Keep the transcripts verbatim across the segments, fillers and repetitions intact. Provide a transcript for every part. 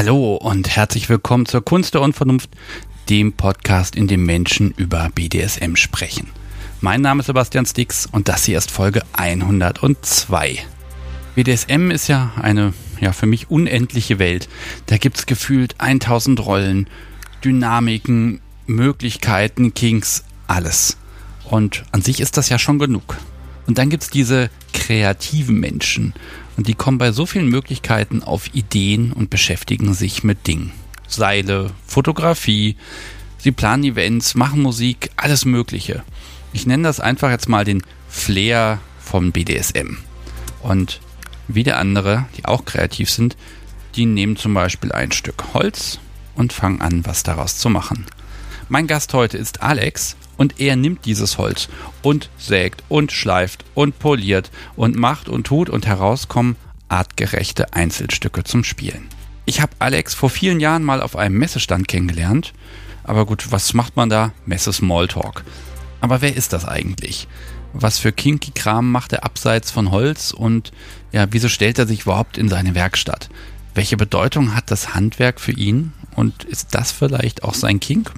Hallo und herzlich willkommen zur Kunst der Unvernunft, dem Podcast, in dem Menschen über B D S M sprechen. Mein Name ist Sebastian Stix und das hier ist Folge hundertzwei. B D S M ist ja eine, ja, für mich unendliche Welt. Da gibt's gefühlt tausend Rollen, Dynamiken, Möglichkeiten, Kinks, alles. Und an sich ist das ja schon genug. Und dann gibt's diese kreativen Menschen. Und die kommen bei so vielen Möglichkeiten auf Ideen und beschäftigen sich mit Dingen. Seile, Fotografie, sie planen Events, machen Musik, alles Mögliche. Ich nenne das einfach jetzt mal den Flair vom B D S M. Und wieder andere, die auch kreativ sind, die nehmen zum Beispiel ein Stück Holz und fangen an, was daraus zu machen. Mein Gast heute ist Alex und er nimmt dieses Holz und sägt und schleift und poliert und macht und tut und heraus kommen artgerechte Einzelstücke zum Spielen. Ich habe Alex vor vielen Jahren mal auf einem Messestand kennengelernt, aber gut, was macht man da? Messe Smalltalk. Aber wer ist das eigentlich? Was für kinky Kram macht er abseits von Holz und ja, wieso stellt er sich überhaupt in seine Werkstatt? Welche Bedeutung hat das Handwerk für ihn und ist das vielleicht auch sein Kink?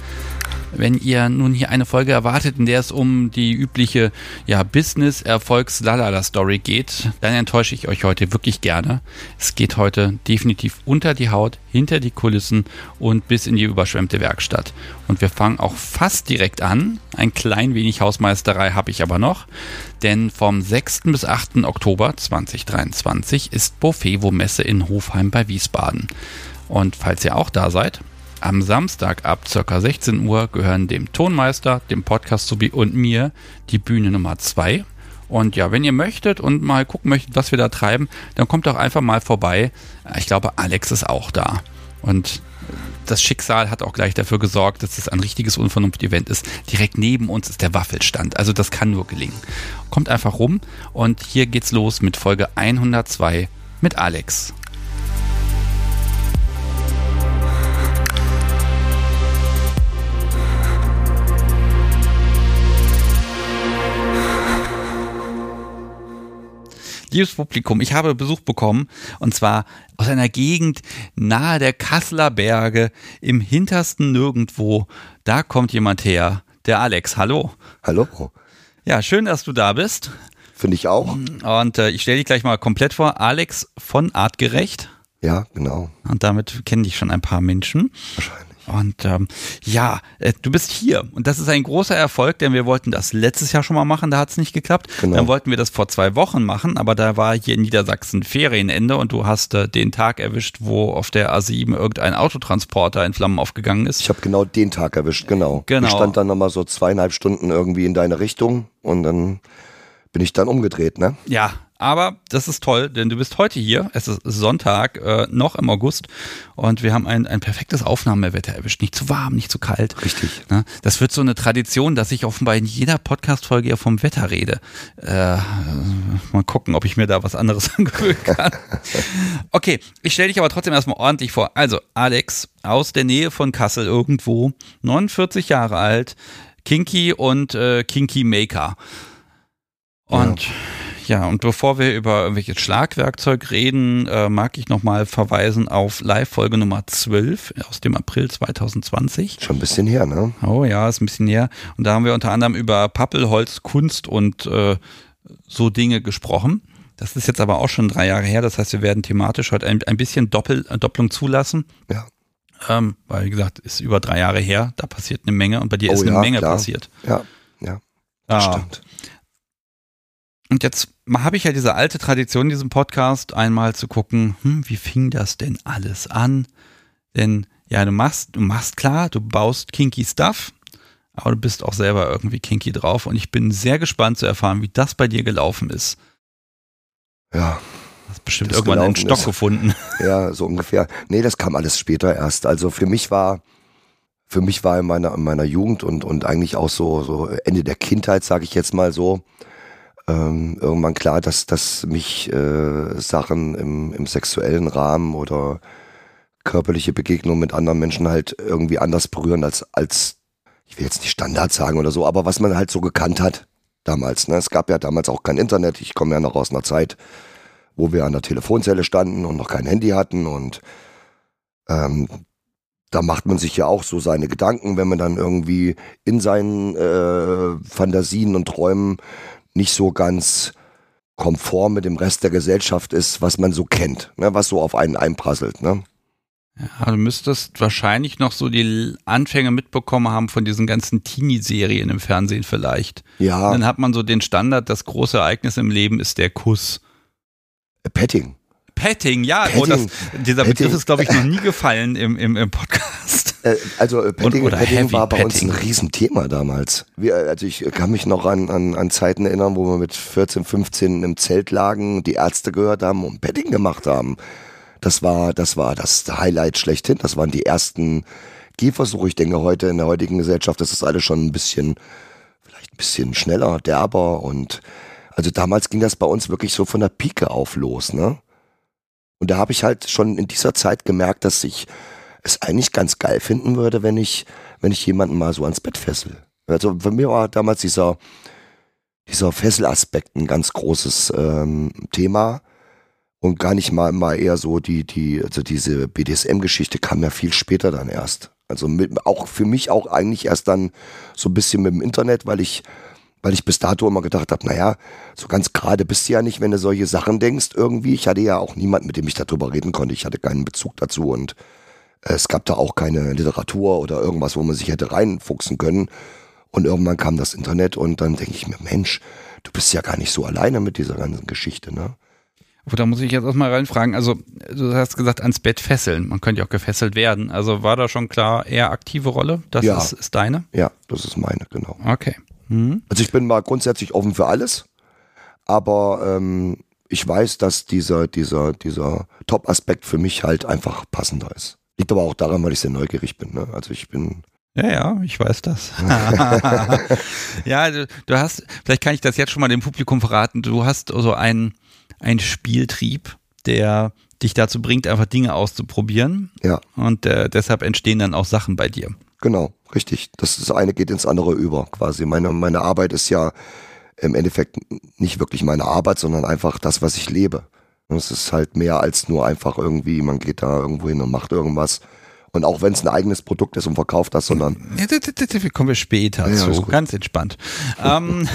Wenn ihr nun hier eine Folge erwartet, in der es um die übliche ja, Business-Erfolgs-Lalala-Story geht, dann enttäusche ich euch heute wirklich gerne. Es geht heute definitiv unter die Haut, hinter die Kulissen und bis in die überschwemmte Werkstatt. Und wir fangen auch fast direkt an. Ein klein wenig Hausmeisterei habe ich aber noch, denn vom sechsten bis achten Oktober zweitausenddreiundzwanzig ist Bofevo-Messe in Hofheim bei Wiesbaden. Und falls ihr auch da seid, am Samstag ab ca. sechzehn Uhr gehören dem Tonmeister, dem Podcast-Subi und mir die Bühne Nummer zwei. Und ja, wenn ihr möchtet und mal gucken möchtet, was wir da treiben, dann kommt doch einfach mal vorbei. Ich glaube, Alex ist auch da. Und das Schicksal hat auch gleich dafür gesorgt, dass es ein richtiges Unvernunft-Event ist. Direkt neben uns ist der Waffelstand. Also das kann nur gelingen. Kommt einfach rum und hier geht's los mit Folge hundertzwei mit Alex. Liebes Publikum, ich habe Besuch bekommen und zwar aus einer Gegend nahe der Kasseler Berge im hintersten Nirgendwo. Da kommt jemand her, der Alex. Hallo. Hallo. Ja, schön, dass du da bist. Finde ich auch. Und äh, ich stelle dich gleich mal komplett vor. Alex von Artgerecht. Ja, genau. Und damit kennen dich schon ein paar Menschen. Wahrscheinlich. Und ähm, ja, äh, du bist hier und das ist ein großer Erfolg, denn wir wollten das letztes Jahr schon mal machen, da hat es nicht geklappt. Genau. Dann wollten wir das vor zwei Wochen machen, aber da war hier in Niedersachsen Ferienende und du hast äh, den Tag erwischt, wo auf der A sieben irgendein Autotransporter in Flammen aufgegangen ist. Ich habe genau den Tag erwischt, genau. Genau. Ich stand dann nochmal so zweieinhalb Stunden irgendwie in deine Richtung und dann bin ich dann umgedreht, ne? Ja, aber das ist toll, denn du bist heute hier. Es ist Sonntag, äh, noch im August und wir haben ein, ein perfektes Aufnahmewetter erwischt. Nicht zu warm, nicht zu kalt. Richtig. Ne? Das wird so eine Tradition, dass ich offenbar in jeder Podcast-Folge ja vom Wetter rede. Äh, mal gucken, ob ich mir da was anderes angewöhnen kann. Okay, ich stelle dich aber trotzdem erstmal ordentlich vor. Also Alex aus der Nähe von Kassel irgendwo, neunundvierzig Jahre alt, Kinky und äh, Kinky Maker. Und ja. Ja, und bevor wir über irgendwelches Schlagwerkzeug reden, äh, mag ich nochmal verweisen auf Live-Folge Nummer zwölf aus dem April zweitausendzwanzig. Schon ein bisschen her, ne? Oh ja, ist ein bisschen her. Und da haben wir unter anderem über Pappelholz, Kunst und äh, so Dinge gesprochen. Das ist jetzt aber auch schon drei Jahre her. Das heißt, wir werden thematisch heute ein, ein bisschen Doppel, äh, Doppelung zulassen. Ja. Ähm, weil, wie gesagt, ist über drei Jahre her. Da passiert eine Menge und bei dir oh, ist eine ja, Menge klar. passiert. Ja, ja, ah. stimmt. Und jetzt habe ich ja diese alte Tradition in diesem Podcast, einmal zu gucken, hm, wie fing das denn alles an? Denn ja, du machst, du machst klar, du baust kinky Stuff, aber du bist auch selber irgendwie kinky drauf und ich bin sehr gespannt zu erfahren, wie das bei dir gelaufen ist. Ja. Du hast bestimmt irgendwann einen Stock ist. gefunden. Ja, so ungefähr. Nee, das kam alles später erst. Also für mich war, für mich war in meiner, in meiner Jugend und, und eigentlich auch so, so Ende der Kindheit, sage ich jetzt mal so, Ähm, irgendwann klar, dass, dass mich äh, Sachen im, im sexuellen Rahmen oder körperliche Begegnungen mit anderen Menschen halt irgendwie anders berühren als, als, ich will jetzt nicht Standard sagen oder so, aber was man halt so gekannt hat damals. Ne? Es gab ja damals auch kein Internet. Ich komme ja noch aus einer Zeit, wo wir an der Telefonzelle standen und noch kein Handy hatten und ähm, da macht man sich ja auch so seine Gedanken, wenn man dann irgendwie in seinen äh, Fantasien und Träumen nicht so ganz konform mit dem Rest der Gesellschaft ist, was man so kennt, ne, was so auf einen einprasselt, ne? Ja, du müsstest wahrscheinlich noch so die Anfänge mitbekommen haben von diesen ganzen Teenie-Serien im Fernsehen vielleicht. Ja. Und dann hat man so den Standard, das große Ereignis im Leben ist der Kuss. Petting. Petting, ja. Petting. Oh, das, dieser Petting. Begriff ist, glaube ich, noch nie gefallen im, im, im Podcast. Äh, also äh, Petting, Und, oder Petting war bei Petting. uns ein Riesenthema damals. Wir, also ich kann mich noch an, an, an Zeiten erinnern, wo wir mit vierzehn, fünfzehn im Zelt lagen, die Ärzte gehört haben und Petting gemacht haben. Das war, das war das Highlight schlechthin. Das waren die ersten Gehversuche. Ich denke heute in der heutigen Gesellschaft, das ist alles schon ein bisschen, vielleicht ein bisschen schneller, derber und also damals ging das bei uns wirklich so von der Pike auf los, ne? Und da habe ich halt schon in dieser Zeit gemerkt, dass ich es eigentlich ganz geil finden würde, wenn ich, wenn ich jemanden mal so ans Bett fessel. Also für mich war damals dieser, dieser Fesselaspekt ein ganz großes ähm, Thema und gar nicht mal, mal eher so die, die, also diese B D S M-Geschichte kam ja viel später dann erst. Also mit, auch für mich auch eigentlich erst dann so ein bisschen mit dem Internet, weil ich weil ich bis dato immer gedacht habe, naja, so ganz gerade bist du ja nicht, wenn du solche Sachen denkst irgendwie. Ich hatte ja auch niemanden, mit dem ich darüber reden konnte. Ich hatte keinen Bezug dazu und äh, es gab da auch keine Literatur oder irgendwas, wo man sich hätte reinfuchsen können. Und irgendwann kam das Internet und dann denke ich mir, Mensch, du bist ja gar nicht so alleine mit dieser ganzen Geschichte, ne? Oh, da muss ich jetzt erstmal reinfragen. Also, du hast gesagt, ans Bett fesseln. Man könnte ja auch gefesselt werden. Also war da schon klar eher aktive Rolle? Das Ja. ist, ist deine? Ja, das ist meine, genau. Okay. Mhm. Also ich bin mal grundsätzlich offen für alles, aber ähm, ich weiß, dass dieser, dieser, dieser Top-Aspekt für mich halt einfach passender ist. Liegt aber auch daran, weil ich sehr neugierig bin, ne? Also ich bin... Ja, ja, ich weiß das. Ja, du, du hast, vielleicht kann ich das jetzt schon mal dem Publikum verraten, du hast so einen, einen Spieltrieb, der dich dazu bringt, einfach Dinge auszuprobieren. Ja. Und äh, deshalb entstehen dann auch Sachen bei dir. Genau, richtig. Das, das eine geht ins andere über quasi. Meine, meine Arbeit ist ja im Endeffekt nicht wirklich meine Arbeit, sondern einfach das, was ich lebe. Und es ist halt mehr als nur einfach irgendwie, man geht da irgendwo hin und macht irgendwas. Und auch wenn es ein eigenes Produkt ist und verkauft das, sondern... Ja, das, das, das kommen wir später Ja, zu, ist gut. ganz entspannt. ähm,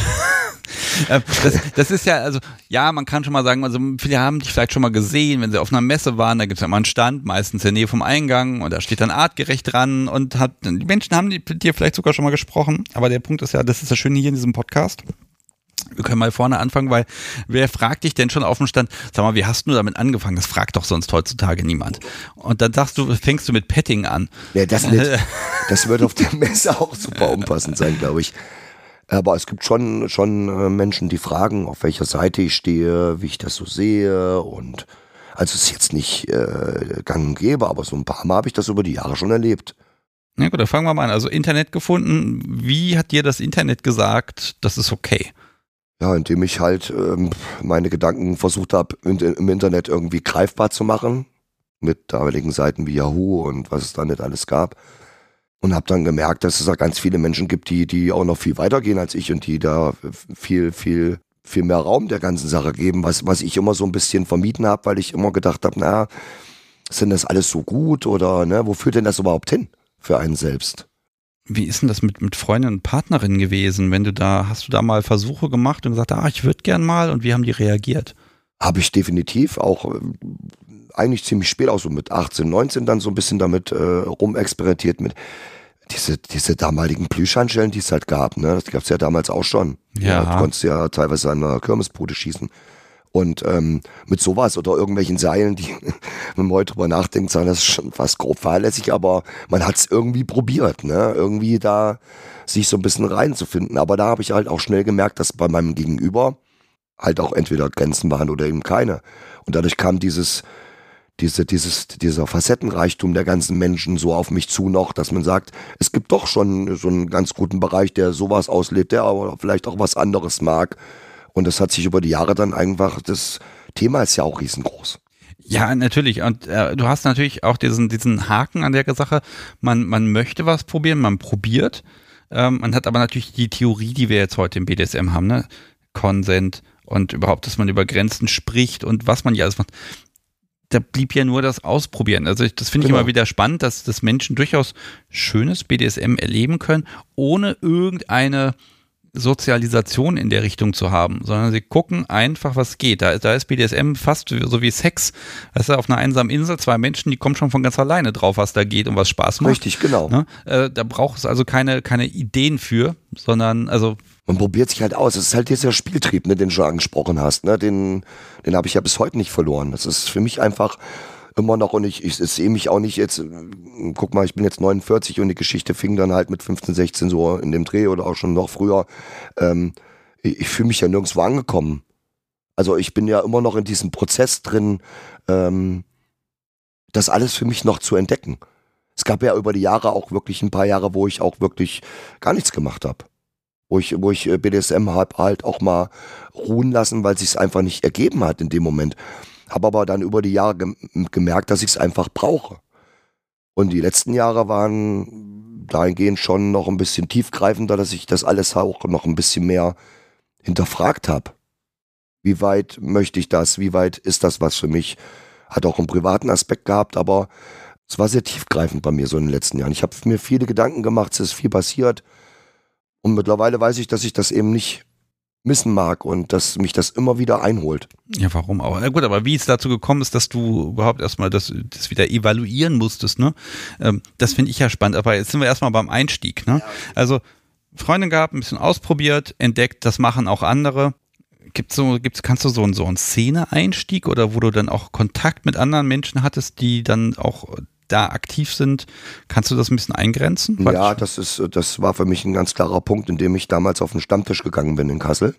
äh, das, das ist ja, also ja, man kann schon mal sagen, also viele haben dich vielleicht schon mal gesehen, wenn sie auf einer Messe waren, da gibt es ja immer einen Stand, meistens in der Nähe vom Eingang und da steht dann artgerecht dran und hat, die Menschen haben mit dir vielleicht sogar schon mal gesprochen, aber der Punkt ist ja, das ist das Schöne hier in diesem Podcast. Wir können mal vorne anfangen, weil wer fragt dich denn schon auf dem Stand, sag mal, wie hast du damit angefangen? Das fragt doch sonst heutzutage niemand. Und dann sagst du, fängst du mit Petting an. Ja, das nicht. Das wird auf der Messe auch super unpassend sein, glaube ich. Aber es gibt schon, schon äh, Menschen, die fragen, auf welcher Seite ich stehe, wie ich das so sehe. Und also es ist jetzt nicht äh, gang und gäbe, aber so ein paar Mal habe ich das über die Jahre schon erlebt. Na gut, dann fangen wir mal an. Also Internet gefunden. Wie hat dir das Internet gesagt, das ist okay? Ja, indem ich halt ähm, meine Gedanken versucht habe, im Internet irgendwie greifbar zu machen. Mit damaligen Seiten wie Yahoo und was es da nicht alles gab. Und habe dann gemerkt, dass es da ganz viele Menschen gibt, die, die auch noch viel weiter gehen als ich und die da viel, viel, viel mehr Raum der ganzen Sache geben, was, was ich immer so ein bisschen vermieden habe, weil ich immer gedacht habe, na, sind das alles so gut oder ne, wo führt denn das überhaupt hin für einen selbst? Wie ist denn das mit, mit Freundinnen und Partnerinnen gewesen? Wenn du da, hast du da mal Versuche gemacht und gesagt, ah, ich würde gern mal, und wie haben die reagiert? Habe ich definitiv auch äh, eigentlich ziemlich spät, auch so mit achtzehn, neunzehn dann so ein bisschen damit äh, rumexperimentiert mit diese, diese damaligen Plüschhandschellen, die es halt gab, ne? Das gab es ja damals auch schon. Ja. Du konntest ja teilweise an einer Kirmesbude schießen. Und ähm, mit sowas oder irgendwelchen Seilen, die, wenn man heute drüber nachdenkt, sagen, das ist schon fast grob fahrlässig, aber man hat es irgendwie probiert, ne? Irgendwie da sich so ein bisschen reinzufinden. Aber da habe ich halt auch schnell gemerkt, dass bei meinem Gegenüber halt auch entweder Grenzen waren oder eben keine. Und dadurch kam dieses, diese, dieses, dieser Facettenreichtum der ganzen Menschen so auf mich zu noch, dass man sagt, es gibt doch schon so einen ganz guten Bereich, der sowas auslebt, der aber vielleicht auch was anderes mag. Und das hat sich über die Jahre dann einfach, das Thema ist ja auch riesengroß. Ja, natürlich. Und äh, du hast natürlich auch diesen, diesen Haken an der Sache, man, man möchte was probieren, man probiert. Ähm, man hat aber natürlich die Theorie, die wir jetzt heute im B D S M haben, ne? Consent und überhaupt, dass man über Grenzen spricht und was man ja alles macht. da blieb ja nur das Ausprobieren. Also ich, das finde ich Genau. immer wieder spannend, dass, dass Menschen durchaus schönes B D S M erleben können, ohne irgendeine Sozialisation in der Richtung zu haben, sondern sie gucken einfach, was geht. Da, da ist B D S M fast so wie Sex. Weißt du, auf einer einsamen Insel, zwei Menschen, die kommen schon von ganz alleine drauf, was da geht und was Spaß macht. Richtig, genau. Ne? Äh, da braucht es also keine, keine Ideen für, sondern also Man probiert sich halt aus. Es ist halt dieser Spieltrieb, ne, den du schon angesprochen hast. Ne? Den, den habe ich ja bis heute nicht verloren. Das ist für mich einfach immer noch, und ich, ich, ich sehe mich auch nicht jetzt, guck mal, ich bin jetzt neunundvierzig und die Geschichte fing dann halt mit fünfzehn, sechzehn so in dem Dreh oder auch schon noch früher. Ähm, ich ich fühle mich ja nirgendwo angekommen. Also ich bin ja immer noch in diesem Prozess drin, ähm, das alles für mich noch zu entdecken. Es gab ja über die Jahre auch wirklich ein paar Jahre, wo ich auch wirklich gar nichts gemacht habe. Wo ich, wo ich B D S M hab halt auch mal ruhen lassen, weil es sich einfach nicht ergeben hat in dem Moment. Habe aber dann über die Jahre gem- gemerkt, dass ich es einfach brauche. Und die letzten Jahre waren dahingehend schon noch ein bisschen tiefgreifender, dass ich das alles auch noch ein bisschen mehr hinterfragt habe. Wie weit möchte ich das? Wie weit ist das was für mich? Hat auch einen privaten Aspekt gehabt, aber es war sehr tiefgreifend bei mir so in den letzten Jahren. Ich habe mir viele Gedanken gemacht, es ist viel passiert. Und mittlerweile weiß ich, dass ich das eben nicht missen mag und dass mich das immer wieder einholt. ja, warum auch? Na gut, aber wie es dazu gekommen ist, dass du überhaupt erstmal das, das wieder evaluieren musstest, ne? Ähm, das finde ich ja spannend. Aber jetzt sind wir erstmal beim Einstieg, ne? Also Freundin gehabt, ein bisschen ausprobiert, entdeckt, das machen auch andere. Gibt's so, gibt's, kannst du so einen, so einen Szene-Einstieg oder wo du dann auch Kontakt mit anderen Menschen hattest, die dann auch da aktiv sind? Kannst du das ein bisschen eingrenzen? Ja, das ist, das war für mich ein ganz klarer Punkt, in dem ich damals auf den Stammtisch gegangen bin in Kassel.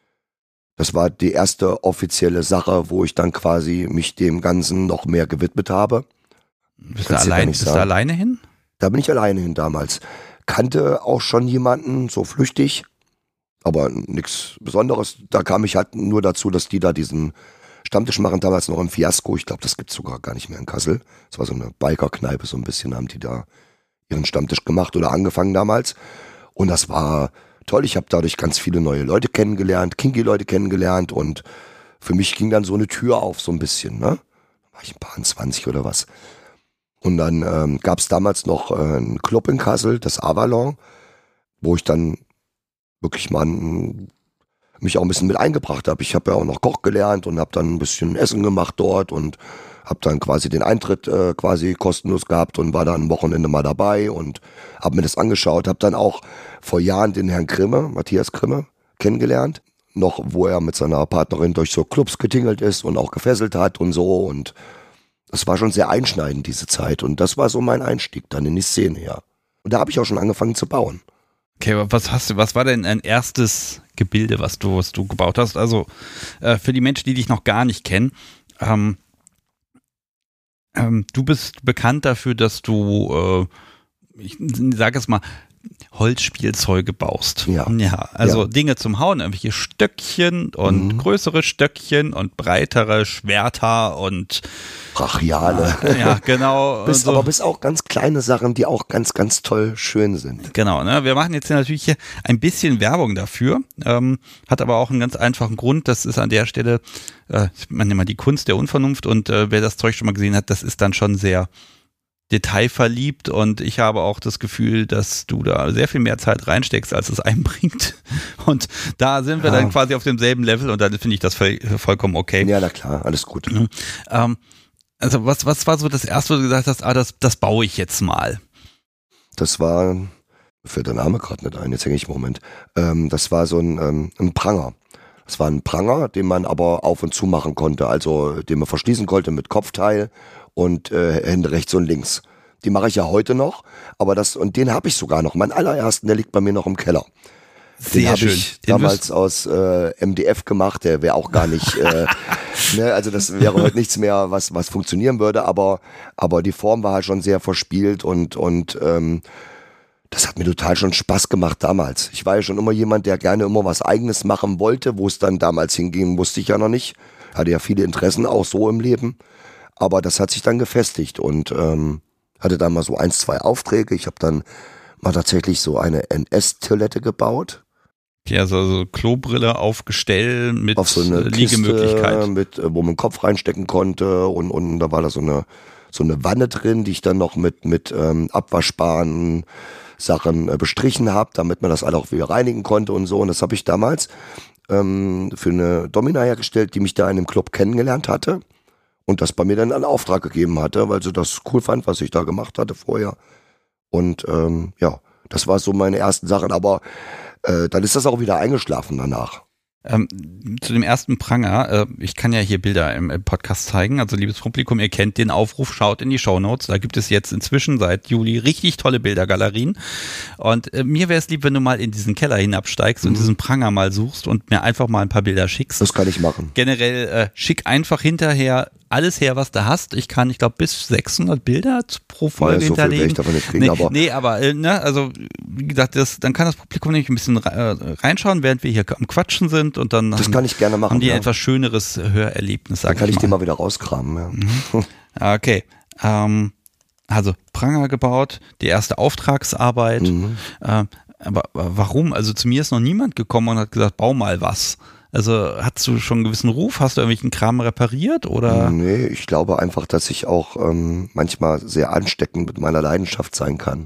Das war die erste offizielle Sache, wo ich dann quasi mich dem Ganzen noch mehr gewidmet habe. Bist du, allein, bist du alleine hin? Da bin ich alleine hin damals. Kannte auch schon jemanden, so flüchtig, aber nichts Besonderes. Da kam ich halt nur dazu, dass die da diesen Stammtisch machen, damals noch im Fiasko. Ich glaube, das gibt's sogar gar nicht mehr in Kassel. Das war so eine Biker-Kneipe, so ein bisschen haben die da ihren Stammtisch gemacht oder angefangen damals. Und das war toll. Ich habe dadurch ganz viele neue Leute kennengelernt, Kinky-Leute kennengelernt und für mich ging dann so eine Tür auf, so ein bisschen. Ne? Da war ich ein paar zwanzig oder was. Und dann ähm, gab's damals noch äh, einen Club in Kassel, das Avalon, wo ich dann wirklich mal ein, mich auch ein bisschen mit eingebracht habe. Ich habe ja auch noch Koch gelernt und habe dann ein bisschen Essen gemacht dort und habe dann quasi den Eintritt äh, quasi kostenlos gehabt und war dann ein Wochenende mal dabei und habe mir das angeschaut. Habe dann auch vor Jahren den Herrn Grimme, Matthias Grimme, kennengelernt. Noch, wo er mit seiner Partnerin durch so Clubs getingelt ist und auch gefesselt hat und so. Und das war schon sehr einschneidend, diese Zeit. Und das war so mein Einstieg dann in die Szene, ja. Und da habe ich auch schon angefangen zu bauen. Okay, aber was hast du, was war denn ein erstes Gebilde, was du, was du gebaut hast? Also äh, für die Menschen, die dich noch gar nicht kennen, ähm, ähm, du bist bekannt dafür, dass du, äh, ich sage es mal, Holzspielzeuge baust. Ja. Ja, also Ja. Dinge zum Hauen, irgendwelche Stöckchen und Mhm. größere Stöckchen und breitere Schwerter und Brachiale. ja, genau. bis, so. Aber bis auch ganz kleine Sachen, die auch ganz, ganz toll schön sind. Genau, ne? Wir machen jetzt hier natürlich hier ein bisschen Werbung dafür, ähm, hat aber auch einen ganz einfachen Grund. Das ist an der Stelle, äh, ich meine immer die Kunst der Unvernunft und äh, wer das Zeug schon mal gesehen hat, das ist dann schon sehr detailverliebt und ich habe auch das Gefühl, dass du da sehr viel mehr Zeit reinsteckst, als es einbringt. Und da sind wir Ja. dann quasi auf demselben Level und dann finde ich das voll, vollkommen okay. Ja, na klar, alles gut. Ähm, also was, was war so das Erste, wo du gesagt hast, ah, das, das baue ich jetzt mal? Das war, mir fällt der Name gerade nicht ein, jetzt hänge ich im Moment. Ähm, das war so ein, ähm, ein Pranger. Das war ein Pranger, den man aber auf und zu machen konnte, also den man verschließen konnte mit Kopfteil und äh, Hände rechts und links. Die mache ich ja heute noch, aber das, und den habe ich sogar noch. Meinen allerersten, der liegt bei mir noch im Keller. Den Sehr habe schön. ich Den damals aus äh, M D F gemacht, der wäre auch gar nicht, äh, ne, also das wäre heute nichts mehr, was was funktionieren würde, aber aber die Form war halt schon sehr verspielt und und ähm, das hat mir total schon Spaß gemacht damals. Ich war ja schon immer jemand, der gerne immer was Eigenes machen wollte, wo es dann damals hinging, wusste ich ja noch nicht. Hatte ja viele Interessen auch so im Leben, aber das hat sich dann gefestigt und ähm, hatte dann mal so eins, zwei Aufträge. Ich habe dann mal tatsächlich so eine N S-Toilette gebaut. Okay, also so Klobrille auf Gestell mit auf so eine Liegemöglichkeit. Kiste, mit, wo man den Kopf reinstecken konnte und, und da war da so eine, so eine Wanne drin, die ich dann noch mit, mit ähm, abwaschbaren Sachen äh, bestrichen habe, damit man das alle auch wieder reinigen konnte und so. Und das habe ich damals ähm, für eine Domina hergestellt, die mich da in einem Club kennengelernt hatte und das bei mir dann einen Auftrag gegeben hatte, weil sie das cool fand, was ich da gemacht hatte vorher. Und ähm, ja, das war so meine ersten Sachen, aber äh, dann ist das auch wieder eingeschlafen danach. Ähm, zu dem ersten Pranger, äh, ich kann ja hier Bilder im, im Podcast zeigen, also liebes Publikum, ihr kennt den Aufruf, schaut in die Shownotes, da gibt es jetzt inzwischen seit Juli richtig tolle Bildergalerien und äh, mir wäre es lieb, wenn du mal in diesen Keller hinabsteigst mhm. und diesen Pranger mal suchst und mir einfach mal ein paar Bilder schickst. Das kann ich machen. Generell äh, schick einfach hinterher alles her, was du hast. Ich kann, ich glaube, bis sechshundert Bilder pro Folge ja, so hinterlegen. Viel ich davon nicht kriegen, nee, aber nee, aber äh, ne, also wie gesagt, das, dann kann das Publikum nämlich ein bisschen äh, reinschauen, während wir hier am Quatschen sind und dann das haben, kann ich gerne machen, haben die ja. ein etwas schöneres Hörerlebnis, sag dann kann ich ich mal. den mal wieder rauskramen. Ja. Mhm. Okay, ähm, also Pranger gebaut, die erste Auftragsarbeit. Mhm. Äh, aber warum? Also zu mir ist noch niemand gekommen und hat gesagt, bau mal was. Also hast du schon einen gewissen Ruf? Hast du irgendwelchen Kram repariert? Oder? Nee, ich glaube einfach, dass ich auch ähm, manchmal sehr ansteckend mit meiner Leidenschaft sein kann.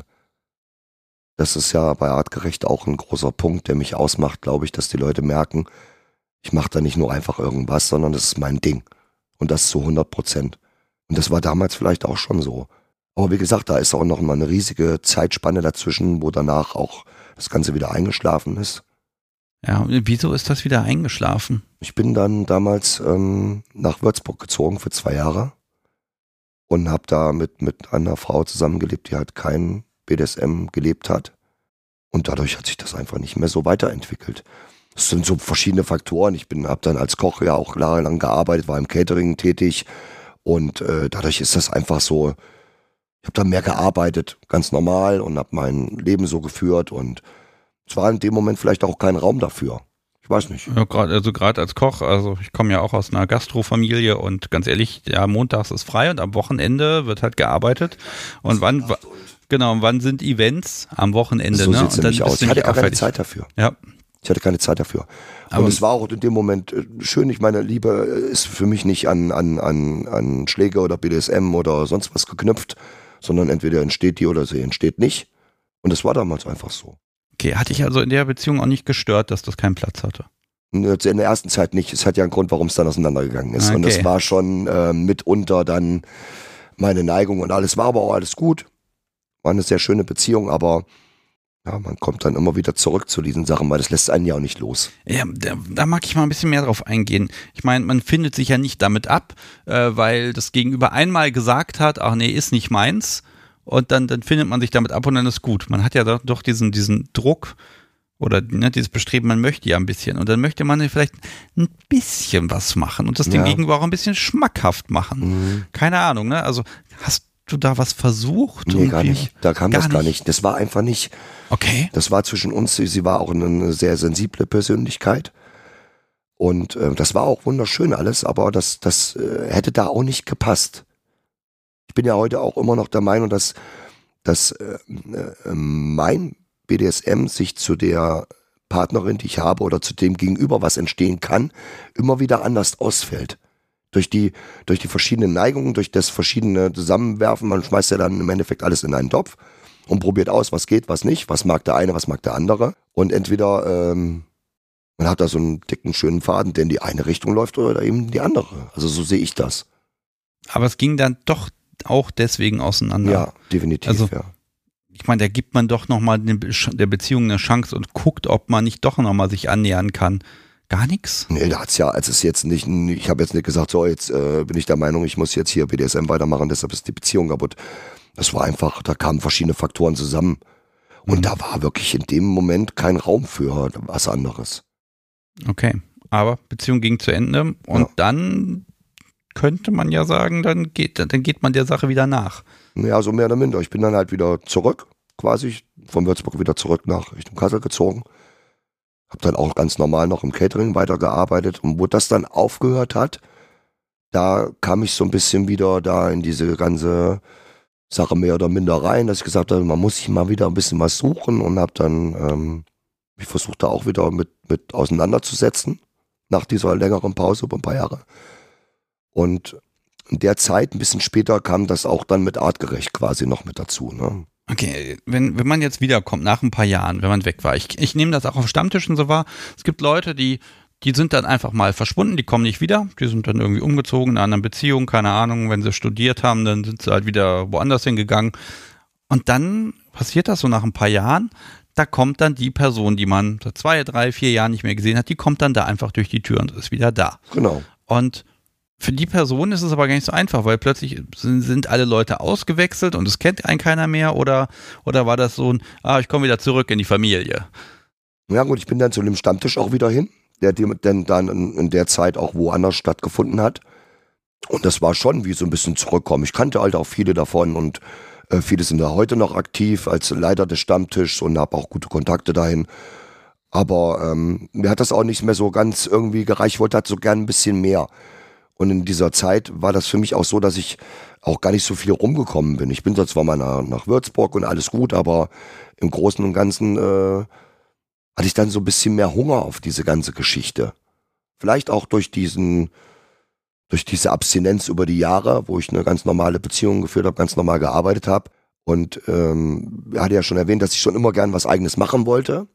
Das ist ja bei Artgerecht auch ein großer Punkt, der mich ausmacht, glaube ich, dass die Leute merken, ich mache da nicht nur einfach irgendwas, sondern das ist mein Ding. Und das zu hundert Prozent. Und das war damals vielleicht auch schon so. Aber wie gesagt, da ist auch noch mal eine riesige Zeitspanne dazwischen, wo danach auch das Ganze wieder eingeschlafen ist. Ja, und wieso ist das wieder eingeschlafen? Ich bin dann damals ähm, nach Würzburg gezogen für zwei Jahre und habe da mit, mit einer Frau zusammengelebt, die halt kein B D S M gelebt hat. Und dadurch hat sich das einfach nicht mehr so weiterentwickelt. Das sind so verschiedene Faktoren. Ich bin, habe dann als Koch ja auch jahrelang gearbeitet, war im Catering tätig und äh, dadurch ist das einfach so, ich habe da mehr gearbeitet, ganz normal und habe mein Leben so geführt und es war in dem Moment vielleicht auch kein Raum dafür. Ich weiß nicht. Ja, grad, also gerade als Koch, also ich komme ja auch aus einer Gastrofamilie und ganz ehrlich, ja, montags ist frei und am Wochenende wird halt gearbeitet. Und wann, w- genau, und wann sind Events? Am Wochenende, So ne? sieht's Und dann nämlich aus. bist du Ich hatte nicht gar keine fertig. Zeit dafür. Ja. Ich hatte keine Zeit dafür. Aber und es war auch in dem Moment äh, schön. Ich meine, Liebe ist für mich nicht an, an, an, an Schläge oder B D S M oder sonst was geknüpft, sondern entweder entsteht die oder sie entsteht nicht. Und das war damals einfach so. Okay, hatte ich also in der Beziehung auch nicht gestört, dass das keinen Platz hatte? In der ersten Zeit nicht. Es hat ja einen Grund, warum es dann auseinandergegangen ist. Okay. Und das war schon äh, mitunter dann meine Neigung und alles. War aber auch alles gut. War eine sehr schöne Beziehung, aber ja, man kommt dann immer wieder zurück zu diesen Sachen, weil das lässt einen ja auch nicht los. Ja, da, da mag ich mal ein bisschen mehr drauf eingehen. Ich meine, man findet sich ja nicht damit ab, äh, weil das Gegenüber einmal gesagt hat, ach nee, ist nicht meins. Und dann, dann findet man sich damit ab und dann ist gut. Man hat ja doch, doch diesen, diesen Druck oder ne, dieses Bestreben, man möchte ja ein bisschen. Und dann möchte man vielleicht ein bisschen was machen und das dem Ja. Gegenüber auch ein bisschen schmackhaft machen. Mhm. Keine Ahnung, ne? Also hast du da was versucht? Nee, gar Irgendwie? nicht. Da kam Gar das gar nicht? nicht. Das war einfach nicht. Okay. Das war zwischen uns, sie sie war auch eine sehr sensible Persönlichkeit. Und äh, das war auch wunderschön alles, aber das, das äh, hätte da auch nicht gepasst. Ich bin ja heute auch immer noch der Meinung, dass, dass äh, äh, mein B D S M sich zu der Partnerin, die ich habe, oder zu dem Gegenüber, was entstehen kann, immer wieder anders ausfällt. Durch die, durch die verschiedenen Neigungen, durch das verschiedene Zusammenwerfen, man schmeißt ja dann im Endeffekt alles in einen Topf und probiert aus, was geht, was nicht, was mag der eine, was mag der andere. Und entweder ähm, man hat da so einen dicken, schönen Faden, der in die eine Richtung läuft oder eben in die andere. Also so sehe ich das. Aber es ging dann doch auch deswegen auseinander. Ja, definitiv, Also, ja. Ich meine, da gibt man doch nochmal der Beziehung eine Chance und guckt, ob man nicht doch nochmal sich annähern kann. Gar nichts? Nee, da hat's ja, als es jetzt nicht, ich habe jetzt nicht gesagt, so, jetzt äh, bin ich der Meinung, ich muss jetzt hier B D S M weitermachen, deshalb ist die Beziehung kaputt. Das war einfach, da kamen verschiedene Faktoren zusammen. Und Mhm. da war wirklich in dem Moment kein Raum für was anderes. Okay, aber Beziehung ging zu Ende und Ja. dann könnte man ja sagen, dann geht, dann geht man der Sache wieder nach. Ja, so mehr oder minder. Ich bin dann halt wieder zurück, quasi, von Würzburg wieder zurück nach Richtung Kassel gezogen. Hab dann auch ganz normal noch im Catering weitergearbeitet. Und wo das dann aufgehört hat, da kam ich so ein bisschen wieder da in diese ganze Sache mehr oder minder rein, dass ich gesagt habe, man muss sich mal wieder ein bisschen was suchen und hab dann ähm, mich versucht da auch wieder mit, mit auseinanderzusetzen, nach dieser längeren Pause über ein paar Jahre. Und in der Zeit, ein bisschen später, kam das auch dann mit Artgerecht quasi noch mit dazu. Ne? Okay, wenn, wenn man jetzt wiederkommt, nach ein paar Jahren, wenn man weg war, ich, ich nehme das auch auf Stammtischen so wahr, es gibt Leute, die, die sind dann einfach mal verschwunden, die kommen nicht wieder, die sind dann irgendwie umgezogen in einer anderen Beziehung, keine Ahnung, wenn sie studiert haben, dann sind sie halt wieder woanders hingegangen. Und dann passiert das so nach ein paar Jahren, da kommt dann die Person, die man seit zwei, drei, vier Jahren nicht mehr gesehen hat, die kommt dann da einfach durch die Tür und ist wieder da. Genau. Und für die Person ist es aber gar nicht so einfach, weil plötzlich sind, sind alle Leute ausgewechselt und es kennt einen keiner mehr, oder, oder war das so ein, ah, ich komme wieder zurück in die Familie? Ja gut, ich bin dann zu dem Stammtisch auch wieder hin, der denn dann in, in der Zeit auch woanders stattgefunden hat. Und das war schon wie so ein bisschen zurückkommen. Ich kannte halt auch viele davon und äh, viele sind da heute noch aktiv als Leiter des Stammtischs und habe auch gute Kontakte dahin. Aber ähm, mir hat das auch nicht mehr so ganz irgendwie gereicht. Ich wollte halt so gern ein bisschen mehr. Und in dieser Zeit war das für mich auch so, dass ich auch gar nicht so viel rumgekommen bin. Ich bin zwar mal nach, nach Würzburg und alles gut, aber im Großen und Ganzen äh, hatte ich dann so ein bisschen mehr Hunger auf diese ganze Geschichte. Vielleicht auch durch diesen, durch diese Abstinenz über die Jahre, wo ich eine ganz normale Beziehung geführt habe, ganz normal gearbeitet habe. Und ähm, er hatte ja schon erwähnt, dass ich schon immer gern was Eigenes machen wollte.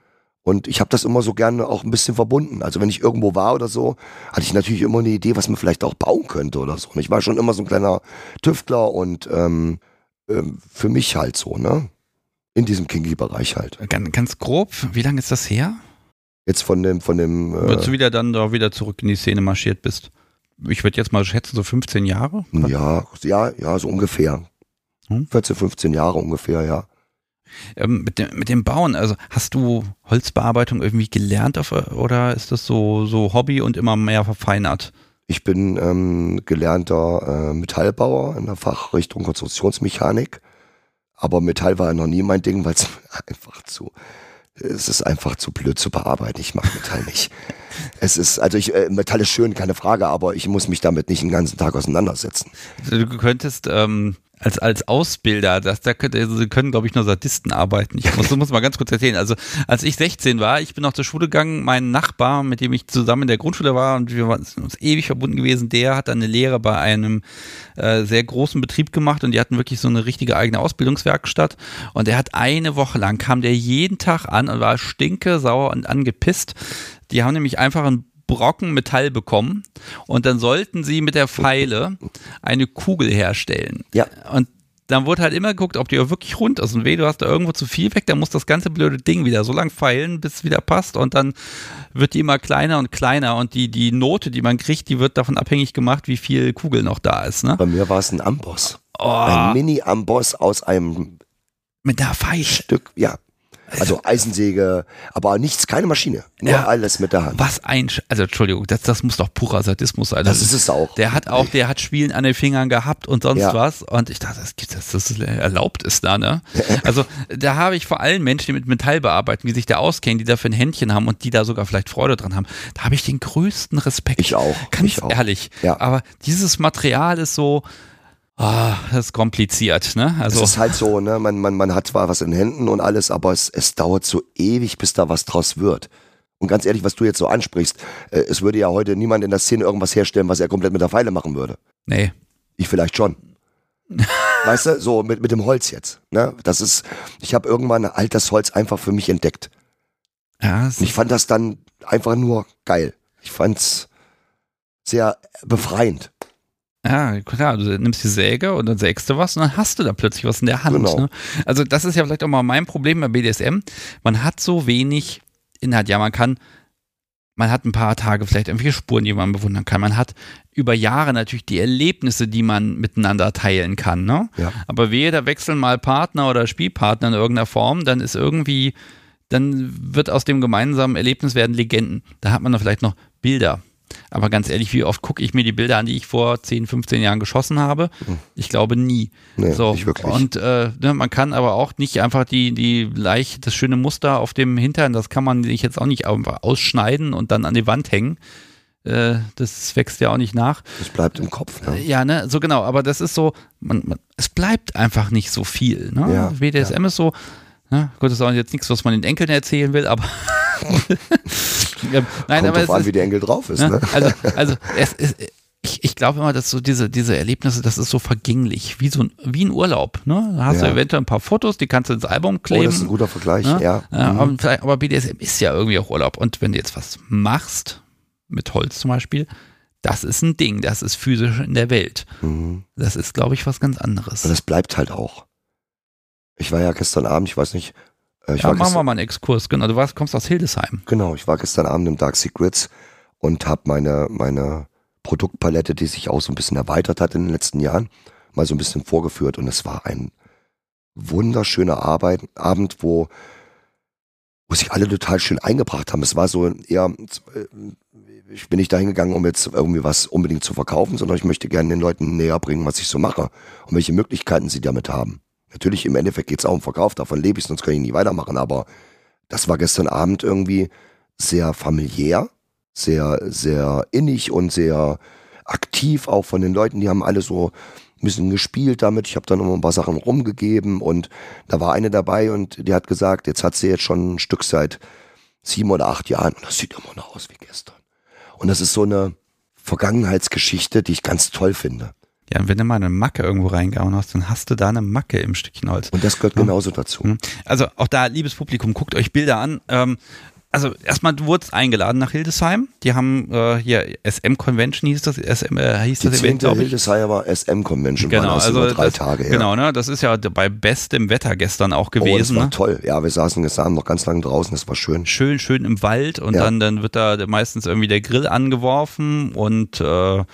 Und ich habe das immer so gerne auch ein bisschen verbunden. Also wenn ich irgendwo war oder so, hatte ich natürlich immer eine Idee, was man vielleicht auch bauen könnte oder so. Und ich war schon immer so ein kleiner Tüftler und ähm, ähm, für mich halt so, ne? In diesem Kinky-Bereich halt. Ganz, ganz grob, wie lange ist das her? Jetzt von dem, von dem. Äh, Würdest du wieder dann da wieder zurück in die Szene marschiert bist? Ich würde jetzt mal schätzen, so fünfzehn Jahre? Ja, ja, ja, so ungefähr. Hm? vierzehn, fünfzehn Jahre ungefähr, ja. Ähm, mit, dem, mit dem Bauen, also hast du Holzbearbeitung irgendwie gelernt auf, oder ist das so, so Hobby und immer mehr verfeinert? Ich bin ähm, gelernter äh, Metallbauer in der Fachrichtung Konstruktionsmechanik, aber Metall war noch nie mein Ding, weil es einfach zu, es ist einfach zu blöd zu bearbeiten. Ich mag Metall nicht. Es ist, also ich, äh, Metall ist schön, keine Frage, aber ich muss mich damit nicht den ganzen Tag auseinandersetzen. Also du könntest ähm Als, als Ausbilder, das, da können, also können, glaube ich, nur Sadisten arbeiten. Ich muss, muss mal ganz kurz erzählen. Also, als ich sechzehn war, ich bin noch zur Schule gegangen, mein Nachbar, mit dem ich zusammen in der Grundschule war und wir waren uns ewig verbunden gewesen, der hat dann eine Lehre bei einem äh, sehr großen Betrieb gemacht und die hatten wirklich so eine richtige eigene Ausbildungswerkstatt und der hat eine Woche lang, kam der jeden Tag an und war stinke, sauer und angepisst. Die haben nämlich einfach ein Brocken Metall bekommen und dann sollten sie mit der Feile eine Kugel herstellen. Ja. Und dann wurde halt immer geguckt, ob die auch wirklich rund ist. Und weh, du hast da irgendwo zu viel weg, dann muss das ganze blöde Ding wieder so lang feilen, bis es wieder passt. Und dann wird die immer kleiner und kleiner. Und die, die Note, die man kriegt, die wird davon abhängig gemacht, wie viel Kugel noch da ist. Ne? Bei mir war es ein Amboss. Oh. Ein Mini-Amboss aus einem mit der Feile. Stück, ja. Also Eisensäge, aber nichts, keine Maschine. Nur ja, alles mit der Hand. Was ein, Sch- also Entschuldigung, das, das muss doch purer Sadismus sein. Das, das ist es auch. Der hat auch, der hat Spielen an den Fingern gehabt und sonst ja. was. Und ich dachte, das gibt das, das erlaubt ist da, ne? Also da habe ich vor allem Menschen, die mit Metall bearbeiten, die sich da auskennen, die dafür ein Händchen haben und die da sogar vielleicht Freude dran haben. Da habe ich den größten Respekt. Ich auch. Ganz ich auch. ehrlich. Ja. Aber dieses Material ist so, ah, das ist kompliziert, ne? Also es ist halt so, ne, man, man, man hat zwar was in Händen und alles, aber es, es dauert so ewig, bis da was draus wird. Und ganz ehrlich, was du jetzt so ansprichst, äh, es würde ja heute niemand in der Szene irgendwas herstellen, was er komplett mit der Feile machen würde. Nee. Ich vielleicht schon. Weißt du, so mit, mit dem Holz jetzt, ne? Das ist, ich habe irgendwann halt das Holz einfach für mich entdeckt. Ja, und ich fand das dann einfach nur geil. Ich fand's sehr befreiend. Ja, klar, du nimmst die Säge und dann sägst du was und dann hast du da plötzlich was in der Hand. Genau. Ne? Also das ist ja vielleicht auch mal mein Problem bei B D S M. Man hat so wenig Inhalt. Ja, man kann, man hat ein paar Tage vielleicht irgendwelche Spuren, die man bewundern kann. Man hat über Jahre natürlich die Erlebnisse, die man miteinander teilen kann. Ne? Ja. Aber wehe, da wechseln mal Partner oder Spielpartner in irgendeiner Form, dann ist irgendwie, dann wird aus dem gemeinsamen Erlebnis werden Legenden. Da hat man dann vielleicht noch Bilder. Aber ganz ehrlich, wie oft gucke ich mir die Bilder an, die ich vor zehn, fünfzehn Jahren geschossen habe? Ich glaube nie. Nee, so, nicht wirklich. Und äh, ne, man kann aber auch nicht einfach die, die leicht, das schöne Muster auf dem Hintern, das kann man sich jetzt auch nicht einfach ausschneiden und dann an die Wand hängen. Äh, das wächst ja auch nicht nach. Das bleibt im Kopf. Ne? Ja, ne, so genau. Aber das ist so, man, man, es bleibt einfach nicht so viel. Ne? Ja, B D S M ja. ist so, Na, gut, das ist auch jetzt nichts, was man den Enkeln erzählen will, aber Nein, Kommt aber drauf es an, ist, wie der Enkel drauf ist. ja, Ne? Also, also es ist, ich, ich glaube immer, dass so diese, diese Erlebnisse, das ist so vergänglich, wie so ein, wie ein Urlaub. Ne? Da hast Ja. du eventuell ein paar Fotos, die kannst du ins Album Oh, kleben. das ist ein guter Vergleich, ne? ja. Ja, Mhm. aber, vielleicht- aber B D S M ist ja irgendwie auch Urlaub. Und wenn du jetzt was machst, mit Holz zum Beispiel, das ist ein Ding, das ist physisch in der Welt. Mhm. Das ist, glaube ich, was ganz anderes. Und das bleibt halt auch. Ich war ja gestern Abend, ich weiß nicht, äh, ich Ja, war machen wir gestern, mal einen Exkurs. Genau, du warst, kommst aus Hildesheim. genau, ich war gestern Abend im Dark Secrets und habe meine, meine Produktpalette, die sich auch so ein bisschen erweitert hat in den letzten Jahren, mal so ein bisschen vorgeführt und es war ein wunderschöner Arbeit, Abend, wo, wo sich alle total schön eingebracht haben. Es war so eher, äh, ich bin nicht dahin gegangen, um jetzt irgendwie was unbedingt zu verkaufen, sondern ich möchte gerne den Leuten näher bringen, was ich so mache und welche Möglichkeiten sie damit haben. Natürlich, im Endeffekt geht es auch um Verkauf, davon lebe ich, sonst kann ich nie weitermachen, aber das war gestern Abend irgendwie sehr familiär, sehr, sehr innig und sehr aktiv auch von den Leuten, die haben alle so ein bisschen gespielt damit, ich habe dann immer ein paar Sachen rumgegeben und da war eine dabei und die hat gesagt, jetzt hat sie jetzt schon ein Stück seit sieben oder acht Jahren und das sieht immer noch aus wie gestern. Und das ist so eine Vergangenheitsgeschichte, die ich ganz toll finde. Ja, und wenn du mal eine Macke irgendwo reingehauen hast, dann hast du da eine Macke im Stückchen Holz. Und das gehört Ja. genauso dazu. Also auch da, liebes Publikum, guckt euch Bilder an. Ähm, also erstmal, du wurdest eingeladen nach Hildesheim. Die haben äh, hier S M Convention hieß das, S M, äh, hieß Die das Event, zehnte glaube ich. Hildesheimer S M Convention Genau, war das also über drei das, Tage her. Genau, ne, das ist ja bei bestem Wetter gestern auch Oh, das gewesen. war ne? toll. Ja, wir saßen gestern Abend noch ganz lange draußen, das war schön. Schön, schön im Wald und Ja. dann, dann wird da meistens irgendwie der Grill angeworfen und äh,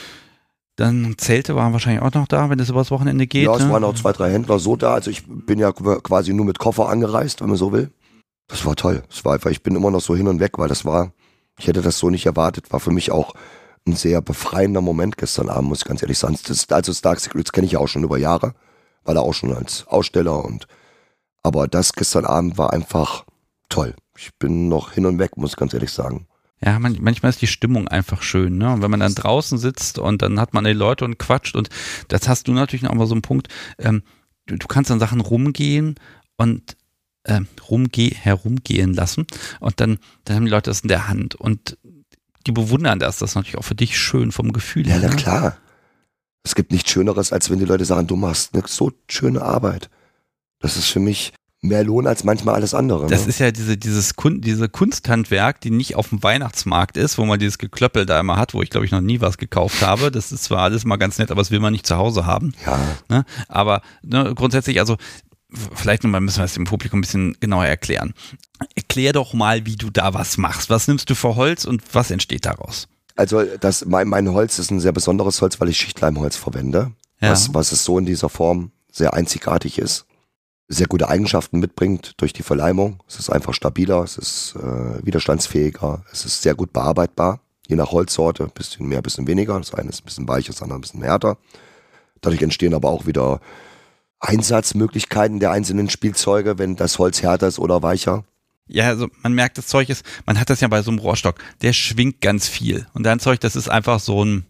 dann Zelte waren wahrscheinlich auch noch da, wenn es übers Wochenende geht. Ja, es ne? waren auch zwei, drei Händler so da. Also ich bin ja quasi nur mit Koffer angereist, wenn man so will. Das war toll. Es war einfach, ich bin immer noch so hin und weg, weil das war, ich hätte das so nicht erwartet, war für mich auch ein sehr befreiender Moment gestern Abend, muss ich ganz ehrlich sagen. Das, also das Dark Secrets kenne ich ja auch schon über Jahre, weil er auch schon als Aussteller und, aber das gestern Abend war einfach toll. Ich bin noch hin und weg, muss ich ganz ehrlich sagen. Ja, man, manchmal ist die Stimmung einfach schön, ne? Und wenn man dann draußen sitzt und dann hat man die Leute und quatscht und das hast du natürlich noch mal so einen Punkt, ähm, du, du kannst an Sachen rumgehen und ähm, rumge herumgehen lassen und dann, dann haben die Leute das in der Hand und die bewundern das, das ist natürlich auch für dich schön vom Gefühl Ja, her. na ne? klar. Es gibt nichts Schöneres, als wenn die Leute sagen, du machst eine so schöne Arbeit. Das ist für mich mehr Lohn als manchmal alles andere. Das ne? ist ja diese, dieses Kun diese Kunsthandwerk, die nicht auf dem Weihnachtsmarkt ist, wo man dieses Geklöppel da immer hat, wo ich glaube ich noch nie was gekauft habe. Das ist zwar alles mal ganz nett, aber das will man nicht zu Hause haben. Ja, Ne? Aber ne, grundsätzlich, also vielleicht nochmal müssen wir es dem Publikum ein bisschen genauer erklären. Erklär doch mal, wie du da was machst. Was nimmst du für Holz und was entsteht daraus? also das, mein, mein Holz ist ein sehr besonderes Holz, weil ich Schichtleimholz verwende, Ja. was, was es so in dieser Form sehr einzigartig ist. Sehr gute Eigenschaften mitbringt durch die Verleimung. Es ist einfach stabiler, es ist äh, widerstandsfähiger, es ist sehr gut bearbeitbar, je nach Holzsorte, bisschen mehr, bisschen weniger. Das eine ist ein bisschen weicher, das andere ein bisschen härter. Dadurch entstehen aber auch wieder Einsatzmöglichkeiten der einzelnen Spielzeuge, wenn das Holz härter ist oder weicher. Ja, also man merkt, das Zeug ist, man hat das ja bei so einem Rohrstock, der schwingt ganz viel. Und dein Zeug, das ist einfach so ein,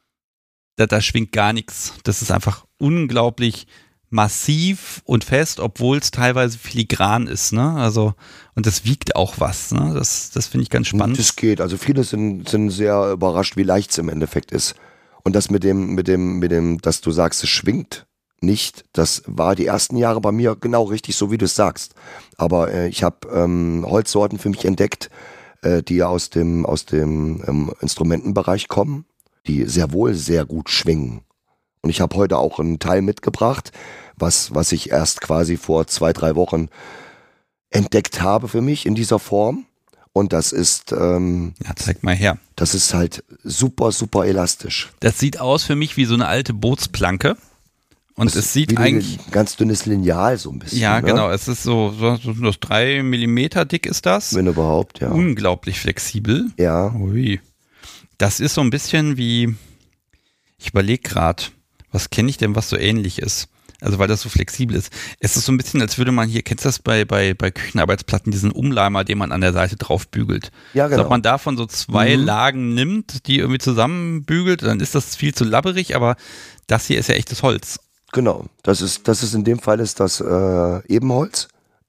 da, da schwingt gar nichts. Das ist einfach unglaublich massiv und fest, obwohl es teilweise filigran ist, ne? Also, und das wiegt auch was, ne? Das, das finde ich ganz spannend. Das geht. Also viele sind, sind sehr überrascht, wie leicht es im Endeffekt ist. Und das mit dem, mit dem, mit dem, dass du sagst, es schwingt nicht, das war die ersten Jahre bei mir genau richtig, so wie du es sagst. Aber äh, ich habe ähm, Holzsorten für mich entdeckt, äh, die aus dem, aus dem ähm, Instrumentenbereich kommen, die sehr wohl sehr gut schwingen. Und ich habe heute auch einen Teil mitgebracht, was, was ich erst quasi vor zwei, drei Wochen entdeckt habe für mich in dieser Form. Und das ist, ähm, Ja, zeig mal her. das ist halt super, super elastisch. Das sieht aus für mich wie so eine alte Bootsplanke. Und Das es ist sieht wie eigentlich, ein ganz dünnes Lineal so ein bisschen. ja, ne? genau, es ist so, so, so das drei Millimeter dick ist das. Wenn überhaupt, ja. Unglaublich flexibel. Ja, Ui. Das ist so ein bisschen wie, ich überlege gerade, was kenne ich denn, was so ähnlich ist? Also weil das so flexibel ist. Es ist so ein bisschen, als würde man hier, kennst du das bei, bei, bei Küchenarbeitsplatten, diesen Umleimer, den man an der Seite drauf bügelt. ja Als genau. ob man davon so zwei Mhm. Lagen nimmt, die irgendwie zusammenbügelt, dann ist das viel zu labberig, aber das hier ist ja echtes Holz. Genau. Das ist, das ist in dem Fall ist das äh, Ebenholz.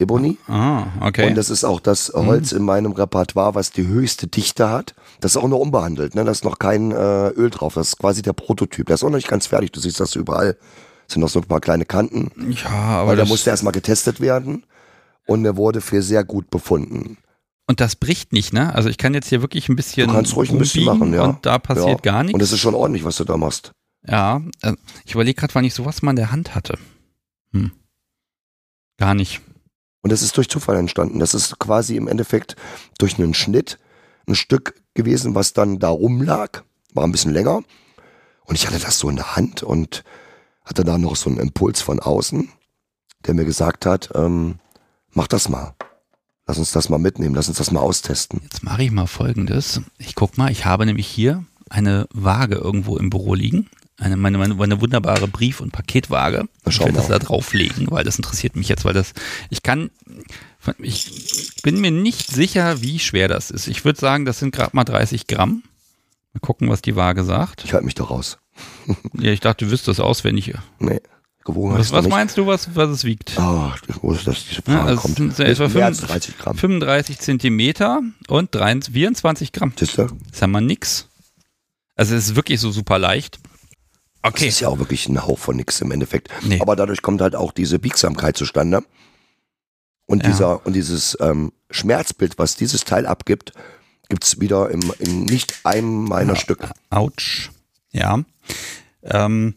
Ebony. Ah, okay. Und das ist auch das Holz mhm. in meinem Repertoire, was die höchste Dichte hat. Das ist auch noch unbehandelt, ne? Da ist noch kein äh, Öl drauf. Das ist quasi der Prototyp. Der ist auch noch nicht ganz fertig. Du siehst das überall. Es sind noch so ein paar kleine Kanten. Ja, aber weil der das musste erstmal getestet werden. Und er wurde für sehr gut befunden. Und das bricht nicht, ne? Also ich kann jetzt hier wirklich ein bisschen Du kannst ruhig ein bisschen machen, ja. Und da passiert ja. gar nichts. Und es ist schon ordentlich, was du da machst. Ja, äh, ich überlege gerade, wann ich sowas mal in der Hand hatte. Hm. Gar nicht. Und das ist durch Zufall entstanden. Das ist quasi im Endeffekt durch einen Schnitt ein Stück gewesen, was dann da rumlag. War ein bisschen länger. Und ich hatte das so in der Hand und hatte da noch so einen Impuls von außen, der mir gesagt hat, ähm, mach das mal. Lass uns das mal mitnehmen, lass uns das mal austesten. Jetzt mache ich mal Folgendes. Ich guck mal, ich habe nämlich hier eine Waage irgendwo im Büro liegen. Eine, meine, meine, meine wunderbare Brief- und Paketwaage. Ich werde das da drauflegen, weil das interessiert mich jetzt, weil das, ich kann, ich bin mir nicht sicher, wie schwer das ist. Ich würde sagen, das sind gerade mal dreißig Gramm. Mal gucken, was die Waage sagt. Ich halte mich da raus. Ja, ich dachte, du wüsstest das auswendig. Nee. Gewogen was was meinst du, was, was es wiegt? Oh, wo ist das, diese Frage ja, also kommt. Sind so etwa fünfunddreißig Gramm. fünfunddreißig Zentimeter und vierundzwanzig Gramm. Siehst du? Das haben wir nix. Also es ist wirklich so super leicht. Okay. Das ist ja auch wirklich ein Hauch von nix im Endeffekt. Nee. Aber dadurch kommt halt auch diese Biegsamkeit zustande. Und, ja. dieser, und dieses ähm, Schmerzbild, was dieses Teil abgibt, gibt es wieder im, in nicht einem meiner ja. Stücke. Autsch. Ja. Ähm.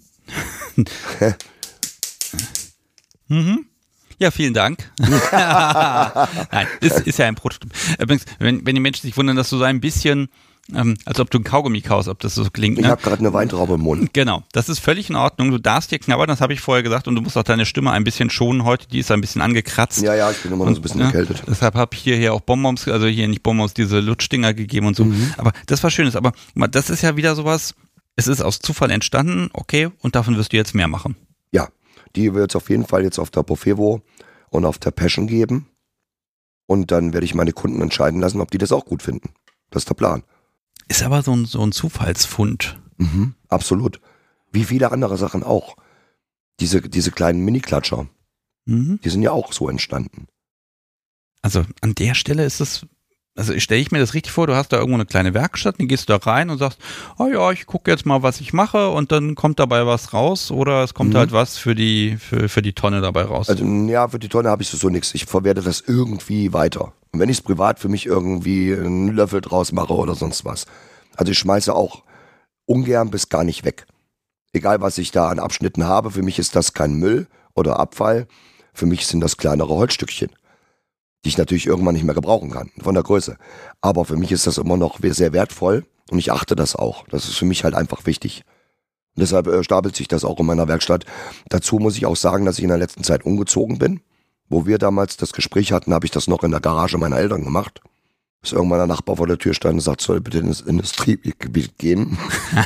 mhm. Ja, vielen Dank. Nein, ist, ist ja ein Prototyp. Übrigens, wenn, wenn die Menschen sich wundern, dass du so ein bisschen, ähm, als ob du ein Kaugummi kaust, ob das so klingt. Ich ne? habe gerade eine Weintraube im Mund. Genau, das ist völlig in Ordnung. Du darfst hier knabbern, das habe ich vorher gesagt, und du musst auch deine Stimme ein bisschen schonen heute. Die ist ein bisschen angekratzt. Ja, ja, ich bin immer noch so ein bisschen und, erkältet. Ja, deshalb habe ich hier, hier auch Bonbons, also hier nicht Bonbons, diese Lutschdinger gegeben und so. Mhm. Aber das war Schönes. Aber das ist ja wieder sowas, es ist aus Zufall entstanden, okay, und davon wirst du jetzt mehr machen. Ja, die wird es auf jeden Fall jetzt auf der Profevo und auf der Passion geben. Und dann werde ich meine Kunden entscheiden lassen, ob die das auch gut finden. Das ist der Plan. Ist aber so ein, so ein Zufallsfund. Mhm, absolut. Wie viele andere Sachen auch. Diese, diese kleinen Mini-Klatscher, Mhm. die sind ja auch so entstanden. Also an der Stelle ist es, also stelle ich mir das richtig vor, du hast da irgendwo eine kleine Werkstatt, dann gehst du da rein und sagst, oh ja, ich gucke jetzt mal, was ich mache, und dann kommt dabei was raus, oder es kommt Mhm. halt was für die, für, für die Tonne dabei raus. Also ja, für die Tonne habe ich so, so nichts. Ich verwerte das irgendwie weiter. Und wenn ich es privat für mich irgendwie einen Löffel draus mache oder sonst was. Also ich schmeiße auch ungern bis gar nicht weg. Egal, was ich da an Abschnitten habe, für mich ist das kein Müll oder Abfall. Für mich sind das kleinere Holzstückchen, die ich natürlich irgendwann nicht mehr gebrauchen kann, von der Größe. Aber für mich ist das immer noch sehr wertvoll und ich achte das auch. Das ist für mich halt einfach wichtig. Und deshalb äh, stapelt sich das auch in meiner Werkstatt. Dazu muss ich auch sagen, dass ich in der letzten Zeit umgezogen bin. Wo wir damals das Gespräch hatten, habe ich das noch in der Garage meiner Eltern gemacht. Bis irgendwann der Nachbar vor der Tür stand und sagt, soll bitte ins Industriegebiet gehen.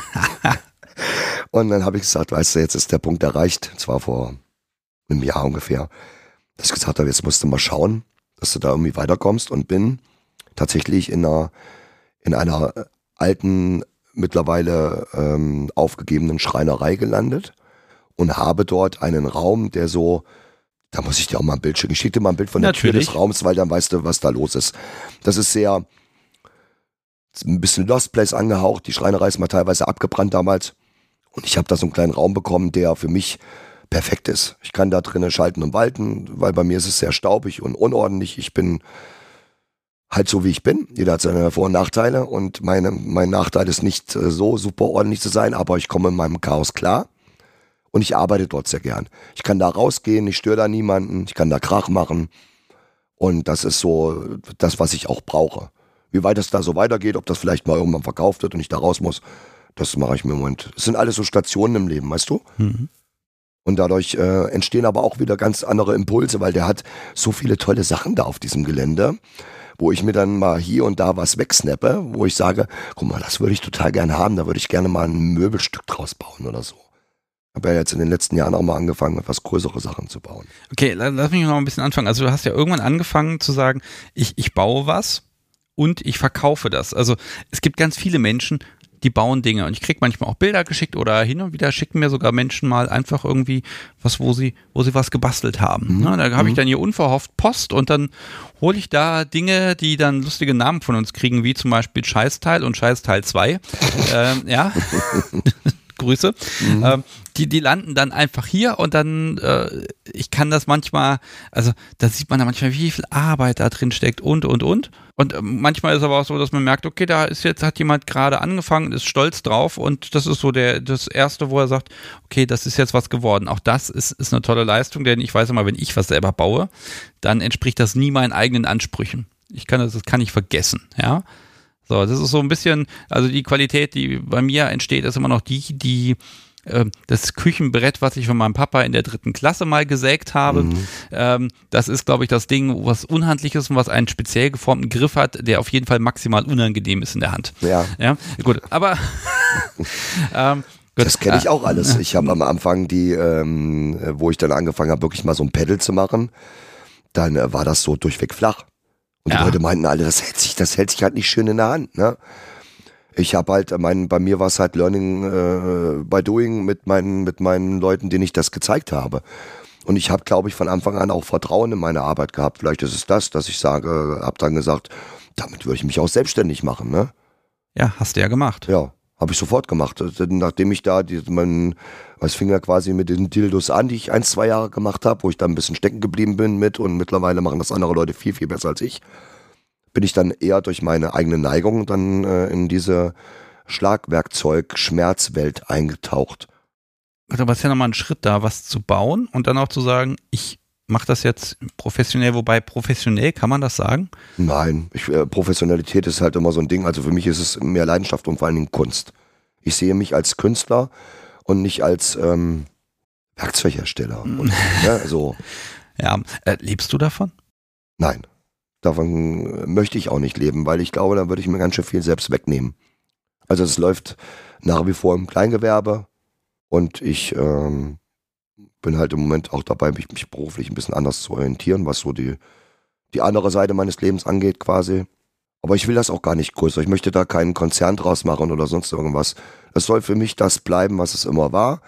Und dann habe ich gesagt, weißt du, jetzt ist der Punkt erreicht. Zwar vor einem Jahr ungefähr. Dass ich gesagt habe, jetzt musst du mal schauen, dass du da irgendwie weiterkommst, und bin tatsächlich in einer, in einer alten, mittlerweile ähm, aufgegebenen Schreinerei gelandet und habe dort einen Raum, der so, da muss ich dir auch mal ein Bild schicken. Ich schicke dir mal ein Bild von der Tür des Raums, weil dann weißt du, was da los ist. Das ist sehr, ein bisschen Lost Place angehaucht. Die Schreinerei ist mal teilweise abgebrannt damals. Und ich habe da so einen kleinen Raum bekommen, der für mich perfekt ist. Ich kann da drinnen schalten und walten, weil bei mir ist es sehr staubig und unordentlich. Ich bin halt so, wie ich bin. Jeder hat seine Vor- und Nachteile, und meine, mein Nachteil ist nicht äh, so super ordentlich zu sein, aber ich komme in meinem Chaos klar. Und ich arbeite dort sehr gern. Ich kann da rausgehen, ich störe da niemanden, ich kann da Krach machen. Und das ist so das, was ich auch brauche. Wie weit es da so weitergeht, ob das vielleicht mal irgendwann verkauft wird und ich da raus muss, das mache ich mir im Moment. Es sind alles so Stationen im Leben, weißt du? Mhm. Und dadurch äh, entstehen aber auch wieder ganz andere Impulse, weil der hat so viele tolle Sachen da auf diesem Gelände, wo ich mir dann mal hier und da was wegsnappe, wo ich sage, guck mal, das würde ich total gerne haben, da würde ich gerne mal ein Möbelstück draus bauen oder so. Ich habe ja jetzt in den letzten Jahren auch mal angefangen, etwas größere Sachen zu bauen. Okay, lass mich noch ein bisschen anfangen. Also du hast ja irgendwann angefangen zu sagen, ich, ich baue was und ich verkaufe das. Also es gibt ganz viele Menschen, die bauen Dinge und ich kriege manchmal auch Bilder geschickt oder hin und wieder schicken mir sogar Menschen mal einfach irgendwie was, wo sie, wo sie was gebastelt haben. Mhm. Ne, da habe ich dann hier unverhofft Post und dann hole ich da Dinge, die dann lustige Namen von uns kriegen, wie zum Beispiel Scheißteil und Scheißteil zwei. ähm, ja. Grüße. Mhm. Ähm, die, die landen dann einfach hier und dann, äh, ich kann das manchmal, also da sieht man dann manchmal, wie viel Arbeit da drin steckt und, und, und. Und äh, manchmal ist aber auch so, dass man merkt, okay, da ist jetzt, hat jemand gerade angefangen, ist stolz drauf und das ist so der, das Erste, wo er sagt, okay, das ist jetzt was geworden. Auch das ist, ist eine tolle Leistung, denn ich weiß immer, wenn ich was selber baue, dann entspricht das nie meinen eigenen Ansprüchen. Ich kann das, das kann ich vergessen, ja. So, das ist so ein bisschen, also die Qualität, die bei mir entsteht, ist immer noch die, die äh, das Küchenbrett, was ich von meinem Papa in der dritten Klasse mal gesägt habe. Mhm. Ähm, das ist, glaube ich, das Ding, was unhandlich ist und was einen speziell geformten Griff hat, der auf jeden Fall maximal unangenehm ist in der Hand. Ja. Ja, gut, aber ähm, gut. Das kenne ich auch alles. Ich habe am Anfang die, ähm, wo ich dann angefangen habe, wirklich mal so ein Pedal zu machen, dann äh, war das so durchweg flach. Und die ja. Leute meinten alle, das hält sich, das hält sich halt nicht schön in der Hand, ne? Ich habe halt, mein, bei mir war es halt Learning äh, by Doing mit meinen, mit meinen Leuten, denen ich das gezeigt habe. Und ich habe, glaube ich, von Anfang an auch Vertrauen in meine Arbeit gehabt. Vielleicht ist es das, dass ich sage, habe dann gesagt, damit würde ich mich auch selbstständig machen, ne? Ja, hast du ja gemacht. Ja, habe ich sofort gemacht. Nachdem ich da, die, mein, es fing ja quasi mit den Dildos an, die ich ein, zwei Jahre gemacht habe, wo ich da ein bisschen stecken geblieben bin mit und mittlerweile machen das andere Leute viel, viel besser als ich, bin ich dann eher durch meine eigene Neigung dann äh, in diese Schlagwerkzeug-Schmerzwelt eingetaucht. Also war es ja nochmal ein Schritt da, was zu bauen und dann auch zu sagen, ich mache das jetzt professionell, wobei professionell, kann man das sagen? Nein, ich, äh, Professionalität ist halt immer so ein Ding, also für mich ist es mehr Leidenschaft und vor allen Dingen Kunst. Ich sehe mich als Künstler und nicht als ähm, Werkzeughersteller. Und, ne, so. Ja, äh, lebst du davon? Nein, davon möchte ich auch nicht leben, weil ich glaube, da würde ich mir ganz schön viel selbst wegnehmen. Also es läuft nach wie vor im Kleingewerbe und ich ähm, bin halt im Moment auch dabei, mich, mich beruflich ein bisschen anders zu orientieren, was so die, die andere Seite meines Lebens angeht quasi. Aber ich will das auch gar nicht größer. Ich möchte da keinen Konzern draus machen oder sonst irgendwas. Es soll für mich das bleiben, was es immer war.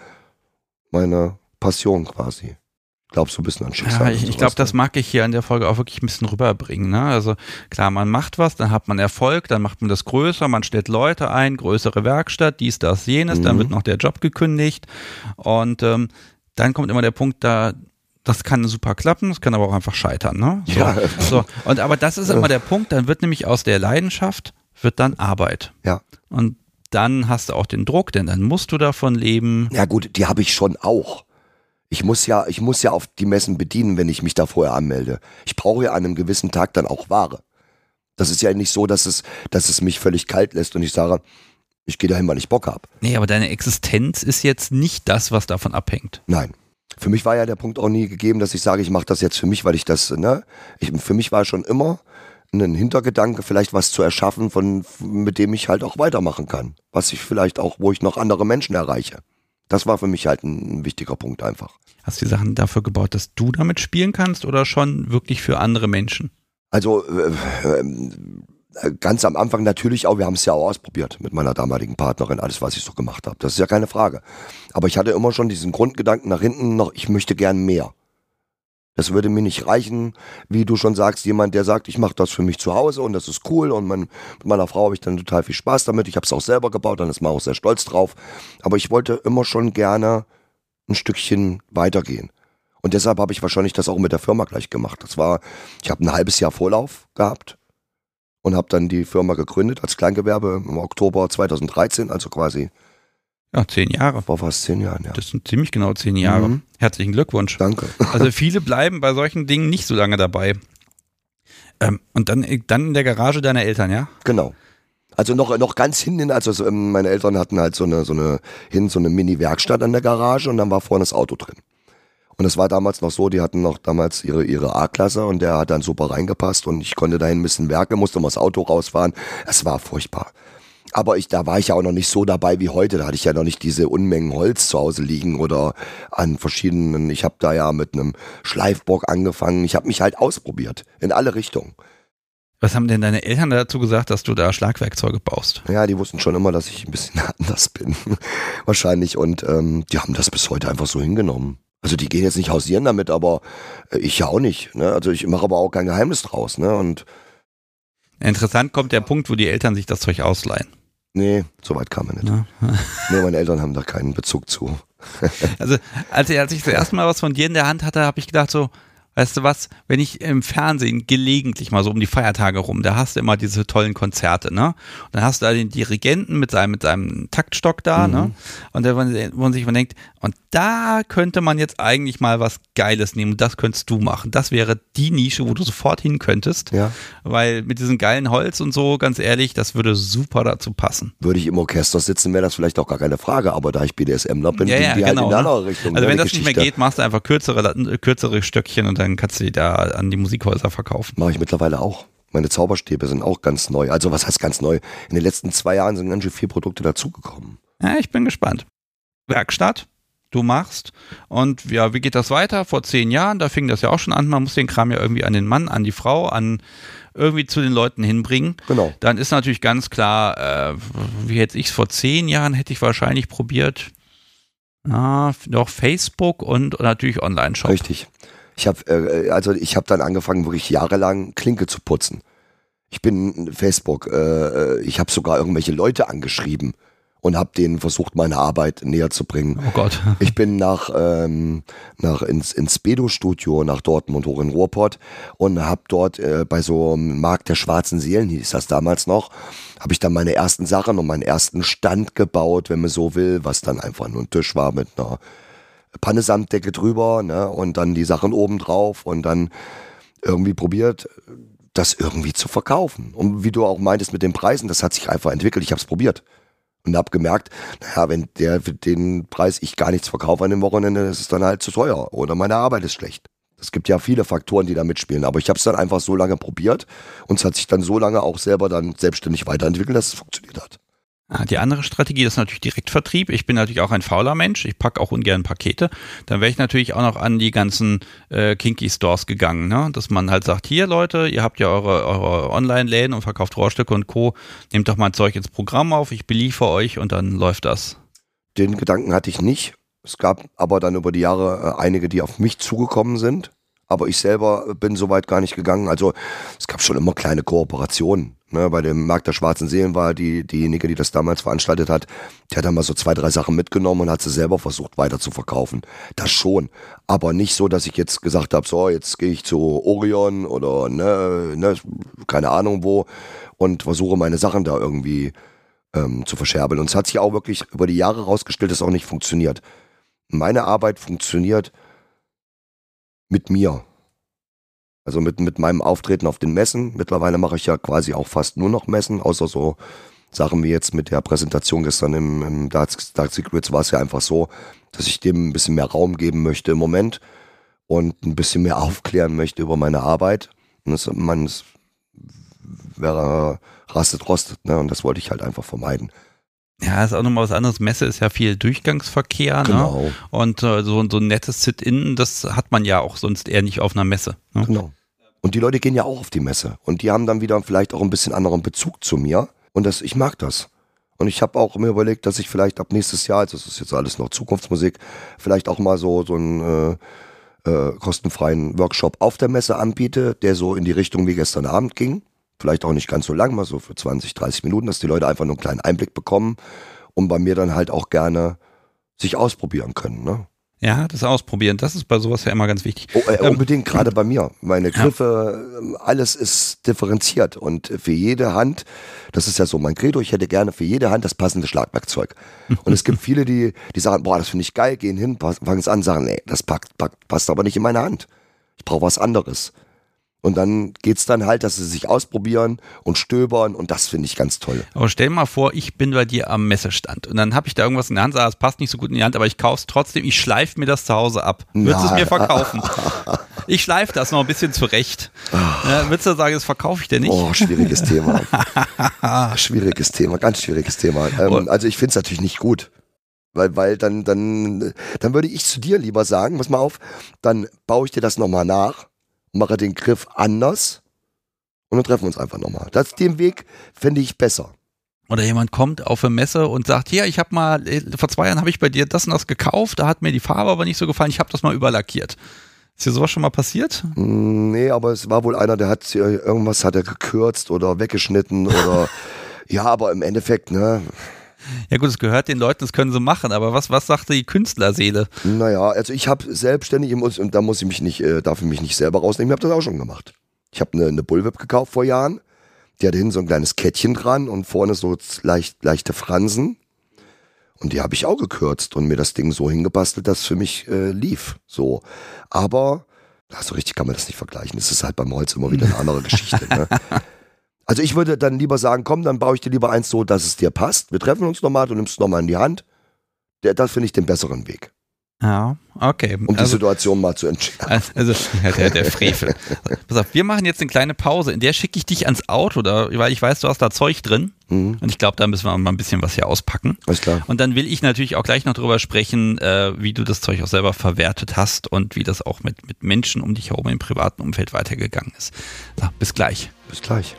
Meine Passion quasi. Glaubst du ein bisschen an Schicksal? Ja, ich, ich glaube, das mag ich hier in der Folge auch wirklich ein bisschen rüberbringen. Ne? Also klar, man macht was, dann hat man Erfolg, dann macht man das größer, man stellt Leute ein, größere Werkstatt, dies, das, jenes, mhm. dann wird noch der Job gekündigt und ähm, dann kommt immer der Punkt, da das kann super klappen, das kann aber auch einfach scheitern. Ne? So, ja. so. Und aber das ist immer der Punkt, dann wird nämlich aus der Leidenschaft, wird dann Arbeit. Ja. Und dann hast du auch den Druck, denn dann musst du davon leben. Ja gut, die habe ich schon auch. Ich muss ja, ich muss ja auf die Messen bedienen, wenn ich mich da vorher anmelde. Ich brauche ja an einem gewissen Tag dann auch Ware. Das ist ja nicht so, dass es, dass es mich völlig kalt lässt und ich sage, ich gehe dahin, weil ich Bock habe. Nee, aber deine Existenz ist jetzt nicht das, was davon abhängt. Nein. Für mich war ja der Punkt auch nie gegeben, dass ich sage, ich mache das jetzt für mich, weil ich das, ne, ich, für mich war schon immer ein Hintergedanke, vielleicht was zu erschaffen, von, mit dem ich halt auch weitermachen kann. Was ich vielleicht auch, wo ich noch andere Menschen erreiche. Das war für mich halt ein, ein wichtiger Punkt einfach. Hast du die Sachen dafür gebaut, dass du damit spielen kannst oder schon wirklich für andere Menschen? Also äh, äh, ganz am Anfang natürlich auch, wir haben es ja auch ausprobiert mit meiner damaligen Partnerin, alles was ich so gemacht habe. Das ist ja keine Frage. Aber ich hatte immer schon diesen Grundgedanken nach hinten noch, ich möchte gern mehr. Das würde mir nicht reichen, wie du schon sagst, jemand, der sagt, ich mache das für mich zu Hause und das ist cool und mein, mit meiner Frau habe ich dann total viel Spaß damit. Ich habe es auch selber gebaut, dann ist man auch sehr stolz drauf. Aber ich wollte immer schon gerne ein Stückchen weitergehen. Und deshalb habe ich wahrscheinlich das auch mit der Firma gleich gemacht. Das war, ich habe ein halbes Jahr Vorlauf gehabt und habe dann die Firma gegründet als Kleingewerbe im Oktober zweitausenddreizehn, also quasi ja, zehn Jahre. Vor fast zehn Jahren, ja. Das sind ziemlich genau zehn Jahre. Mhm. Herzlichen Glückwunsch. Danke. Also viele bleiben bei solchen Dingen nicht so lange dabei. Ähm, und dann, dann in der Garage deiner Eltern, ja? Genau. Also noch, noch ganz hinten, also meine Eltern hatten halt so eine, so eine, hin so eine Mini-Werkstatt an der Garage und dann war vorne das Auto drin. Und es war damals noch so, die hatten noch damals ihre, ihre A-Klasse und der hat dann super reingepasst und ich konnte dahin ein bisschen werken, musste mal das Auto rausfahren. Es war furchtbar. Aber ich, da war ich ja auch noch nicht so dabei wie heute. Da hatte ich ja noch nicht diese Unmengen Holz zu Hause liegen oder an verschiedenen, ich habe da ja mit einem Schleifbock angefangen. Ich habe mich halt ausprobiert, in alle Richtungen. Was haben denn deine Eltern dazu gesagt, dass du da Schlagwerkzeuge baust? Ja, die wussten schon immer, dass ich ein bisschen anders bin. Wahrscheinlich. Und ähm, die haben das bis heute einfach so hingenommen. Also die gehen jetzt nicht hausieren damit, aber äh, ich ja auch nicht. Ne? Also ich mache aber auch kein Geheimnis draus. Ne? Und interessant kommt der Punkt, wo die Eltern sich das Zeug ausleihen. Nee, so weit kam er nicht. Ja. Nee, meine Eltern haben da keinen Bezug zu. Also als ich, als ich das erste Mal was von dir in der Hand hatte, habe ich gedacht so, weißt du was, wenn ich im Fernsehen gelegentlich mal so um die Feiertage rum, da hast du immer diese tollen Konzerte, ne? Und dann hast du da den Dirigenten mit seinem, mit seinem Taktstock da, mhm. ne? Und da, wo man sich mal denkt, und da könnte man jetzt eigentlich mal was Geiles nehmen und das könntest du machen. Das wäre die Nische, wo du sofort hin könntest. Ja. Weil mit diesem geilen Holz und so, ganz ehrlich, das würde super dazu passen. Würde ich im Orchester sitzen, wäre das vielleicht auch gar keine Frage, aber da ich B D S M noch bin, ja, ja, die genau, halt in eine andere ne? Richtung. Also wenn das Geschichte. Nicht mehr geht, machst du einfach kürzere, kürzere Stöckchen und dann kannst du die da an die Musikhäuser verkaufen. Mache ich mittlerweile auch. Meine Zauberstäbe sind auch ganz neu. Also was heißt ganz neu? In den letzten zwei Jahren sind ganz schön viele Produkte dazugekommen. Ja, ich bin gespannt. Werkstatt, du machst und ja, wie geht das weiter? Vor zehn Jahren, da fing das ja auch schon an, man muss den Kram ja irgendwie an den Mann, an die Frau, an irgendwie zu den Leuten hinbringen. Genau. Dann ist natürlich ganz klar, äh, wie hätte ich es vor zehn Jahren, hätte ich wahrscheinlich probiert, ah, doch Facebook und natürlich Online-Shop. Richtig. Ich habe äh, also ich habe dann angefangen, wirklich jahrelang Klinke zu putzen. Ich bin Facebook, äh, ich habe sogar irgendwelche Leute angeschrieben und habe denen versucht, meine Arbeit näher zu bringen. Oh Gott. Ich bin nach, ähm, nach ins, ins Spedo-Studio nach Dortmund hoch in Ruhrpott und habe dort äh, bei so einem Markt der schwarzen Seelen, hieß das damals noch, habe ich dann meine ersten Sachen und meinen ersten Stand gebaut, wenn man so will, was dann einfach nur ein Tisch war mit einer Pannesamtdecke drüber, ne, und dann die Sachen oben drauf und dann irgendwie probiert, das irgendwie zu verkaufen. Und wie du auch meintest mit den Preisen, das hat sich einfach entwickelt. Ich habe es probiert und habe gemerkt, naja, wenn der für den Preis ich gar nichts verkaufe an dem Wochenende, das ist dann halt zu teuer oder meine Arbeit ist schlecht. Es gibt ja viele Faktoren, die da mitspielen, aber ich habe es dann einfach so lange probiert und es hat sich dann so lange auch selber dann selbstständig weiterentwickelt, dass es funktioniert hat. Die andere Strategie ist natürlich Direktvertrieb. Ich bin natürlich auch ein fauler Mensch. Ich packe auch ungern Pakete. Dann wäre ich natürlich auch noch an die ganzen äh, Kinky-Stores gegangen, ne? Dass man halt sagt, hier Leute, ihr habt ja eure, eure Online-Läden und verkauft Rohrstücke und Co. Nehmt doch mal Zeug ins Programm auf, ich beliefere euch und dann läuft das. Den Gedanken hatte ich nicht. Es gab aber dann über die Jahre äh, einige, die auf mich zugekommen sind. Aber ich selber bin so weit gar nicht gegangen. Also es gab schon immer kleine Kooperationen. Ne, bei dem Markt der schwarzen Seelen war die, diejenige, die das damals veranstaltet hat, die hat dann mal so zwei, drei Sachen mitgenommen und hat sie selber versucht weiter zu verkaufen. Das schon. Aber nicht so, dass ich jetzt gesagt habe, so jetzt gehe ich zu Orion oder ne, ne, keine Ahnung wo und versuche meine Sachen da irgendwie ähm, zu verscherbeln. Und es hat sich auch wirklich über die Jahre rausgestellt, dass es auch nicht funktioniert. Meine Arbeit funktioniert mit mir. Also mit, mit meinem Auftreten auf den Messen. Mittlerweile mache ich ja quasi auch fast nur noch Messen, außer so Sachen wie jetzt mit der Präsentation gestern im, im Dark, Dark Secrets war es ja einfach so, dass ich dem ein bisschen mehr Raum geben möchte im Moment und ein bisschen mehr aufklären möchte über meine Arbeit. Und das, man, es wäre rastet, rostet, ne? Und das wollte ich halt einfach vermeiden. Ja, ist auch nochmal was anderes. Messe ist ja viel Durchgangsverkehr, genau. Ne? Und äh, so, so ein nettes Sit-In, das hat man ja auch sonst eher nicht auf einer Messe. Ne? Genau. Und die Leute gehen ja auch auf die Messe. Und die haben dann wieder vielleicht auch ein bisschen anderen Bezug zu mir. Und das, ich mag das. Und ich habe auch mir überlegt, dass ich vielleicht ab nächstes Jahr, also das ist jetzt alles noch Zukunftsmusik, vielleicht auch mal so, so einen äh, äh, kostenfreien Workshop auf der Messe anbiete, der so in die Richtung wie gestern Abend ging. Vielleicht auch nicht ganz so lang, mal so für zwanzig, dreißig Minuten, dass die Leute einfach nur einen kleinen Einblick bekommen und bei mir dann halt auch gerne sich ausprobieren können. Ne? Ja, das Ausprobieren, das ist bei sowas ja immer ganz wichtig. Oh, äh, unbedingt, ähm, gerade bei mir. Meine Griffe, ja. Alles ist differenziert und für jede Hand, das ist ja so mein Credo, ich hätte gerne für jede Hand das passende Schlagwerkzeug. Und es gibt viele, die, die sagen, boah, das finde ich geil, gehen hin, fangen es an, sagen, nee, das packt, packt, passt aber nicht in meine Hand. Ich brauche was anderes. Und dann geht's dann halt, dass sie sich ausprobieren und stöbern und das finde ich ganz toll. Aber stell dir mal vor, ich bin bei dir am Messestand und dann habe ich da irgendwas in der Hand, sage, es passt nicht so gut in die Hand, aber ich kauf's trotzdem, ich schleife mir das zu Hause ab. Würdest du es mir verkaufen? Ich schleife das noch ein bisschen zurecht. Ja, würdest du sagen, das verkaufe ich dir nicht? Oh, schwieriges Thema. Schwieriges Thema, ganz schwieriges Thema. Ähm, also ich finde es natürlich nicht gut. Weil, weil dann, dann, dann würde ich zu dir lieber sagen, pass mal auf, dann baue ich dir das nochmal nach, mache den Griff anders Und dann treffen wir uns einfach nochmal. Das, den Weg fände ich besser. Oder jemand kommt auf eine Messe und sagt, hier, ich habe mal, vor zwei Jahren habe ich bei dir das und das gekauft, da hat mir die Farbe aber nicht so gefallen, ich habe das mal überlackiert. Ist dir sowas schon mal passiert? Nee, aber es war wohl einer, der hat irgendwas hat er gekürzt oder weggeschnitten oder ja, aber im Endeffekt, ne. Ja gut, es gehört den Leuten, das können sie machen, aber was, was sagt die Künstlerseele? Naja, also ich habe selbstständig, und da muss ich mich nicht, darf ich mich nicht selber rausnehmen, ich habe das auch schon gemacht. Ich habe eine, eine Bullwhip gekauft vor Jahren. Die hatte hinten so ein kleines Kettchen dran und vorne so leicht, leichte Fransen. Und die habe ich auch gekürzt und mir das Ding so hingebastelt, dass es für mich äh, lief. So. Aber, so richtig kann man das nicht vergleichen. Das ist halt beim Holz immer wieder eine andere Geschichte. Ne? Also ich würde dann lieber sagen, komm, dann baue ich dir lieber eins so, dass es dir passt. Wir treffen uns nochmal, du nimmst es nochmal in die Hand. Der, das finde ich den besseren Weg. Ja, okay. Um also, die Situation mal zu entscheiden. Also ja, der, der Frevel. Pass auf, wir machen jetzt eine kleine Pause, in der schicke ich dich ans Auto, da, weil ich weiß, du hast da Zeug drin. Mhm. Und ich glaube, da müssen wir mal ein bisschen was hier auspacken. Alles klar. Und dann will ich natürlich auch gleich noch drüber sprechen, äh, wie du das Zeug auch selber verwertet hast und wie das auch mit, mit Menschen um dich herum im privaten Umfeld weitergegangen ist. So, bis gleich. Bis gleich.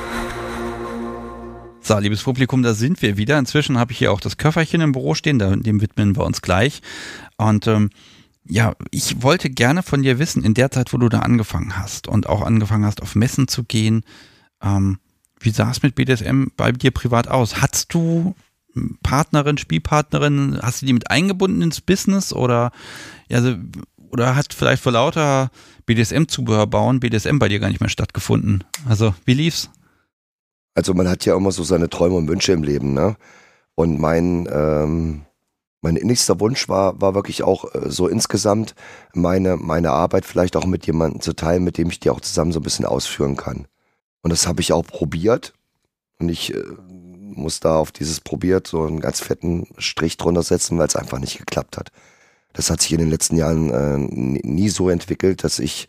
So, liebes Publikum, da sind wir wieder. Inzwischen habe ich hier auch das Köfferchen im Büro stehen, dem widmen wir uns gleich. Und ähm, ja, ich wollte gerne von dir wissen, in der Zeit, wo du da angefangen hast und auch angefangen hast, auf Messen zu gehen, ähm, wie sah es mit B D S M bei dir privat aus? Hattest du Partnerin, Spielpartnerin, hast du die mit eingebunden ins Business oder, also, oder hat vielleicht vor lauter B D S M-Zubehör bauen B D S M bei dir gar nicht mehr stattgefunden? Also, wie lief's? Also man hat ja immer so seine Träume und Wünsche im Leben, ne? Und mein, ähm, mein innigster Wunsch war, war wirklich auch äh, so insgesamt meine, meine Arbeit vielleicht auch mit jemandem zu teilen, mit dem ich die auch zusammen so ein bisschen ausführen kann. Und das habe ich auch probiert. Und ich äh, muss da auf dieses probiert so einen ganz fetten Strich drunter setzen, weil es einfach nicht geklappt hat. Das hat sich in den letzten Jahren äh, nie so entwickelt, dass ich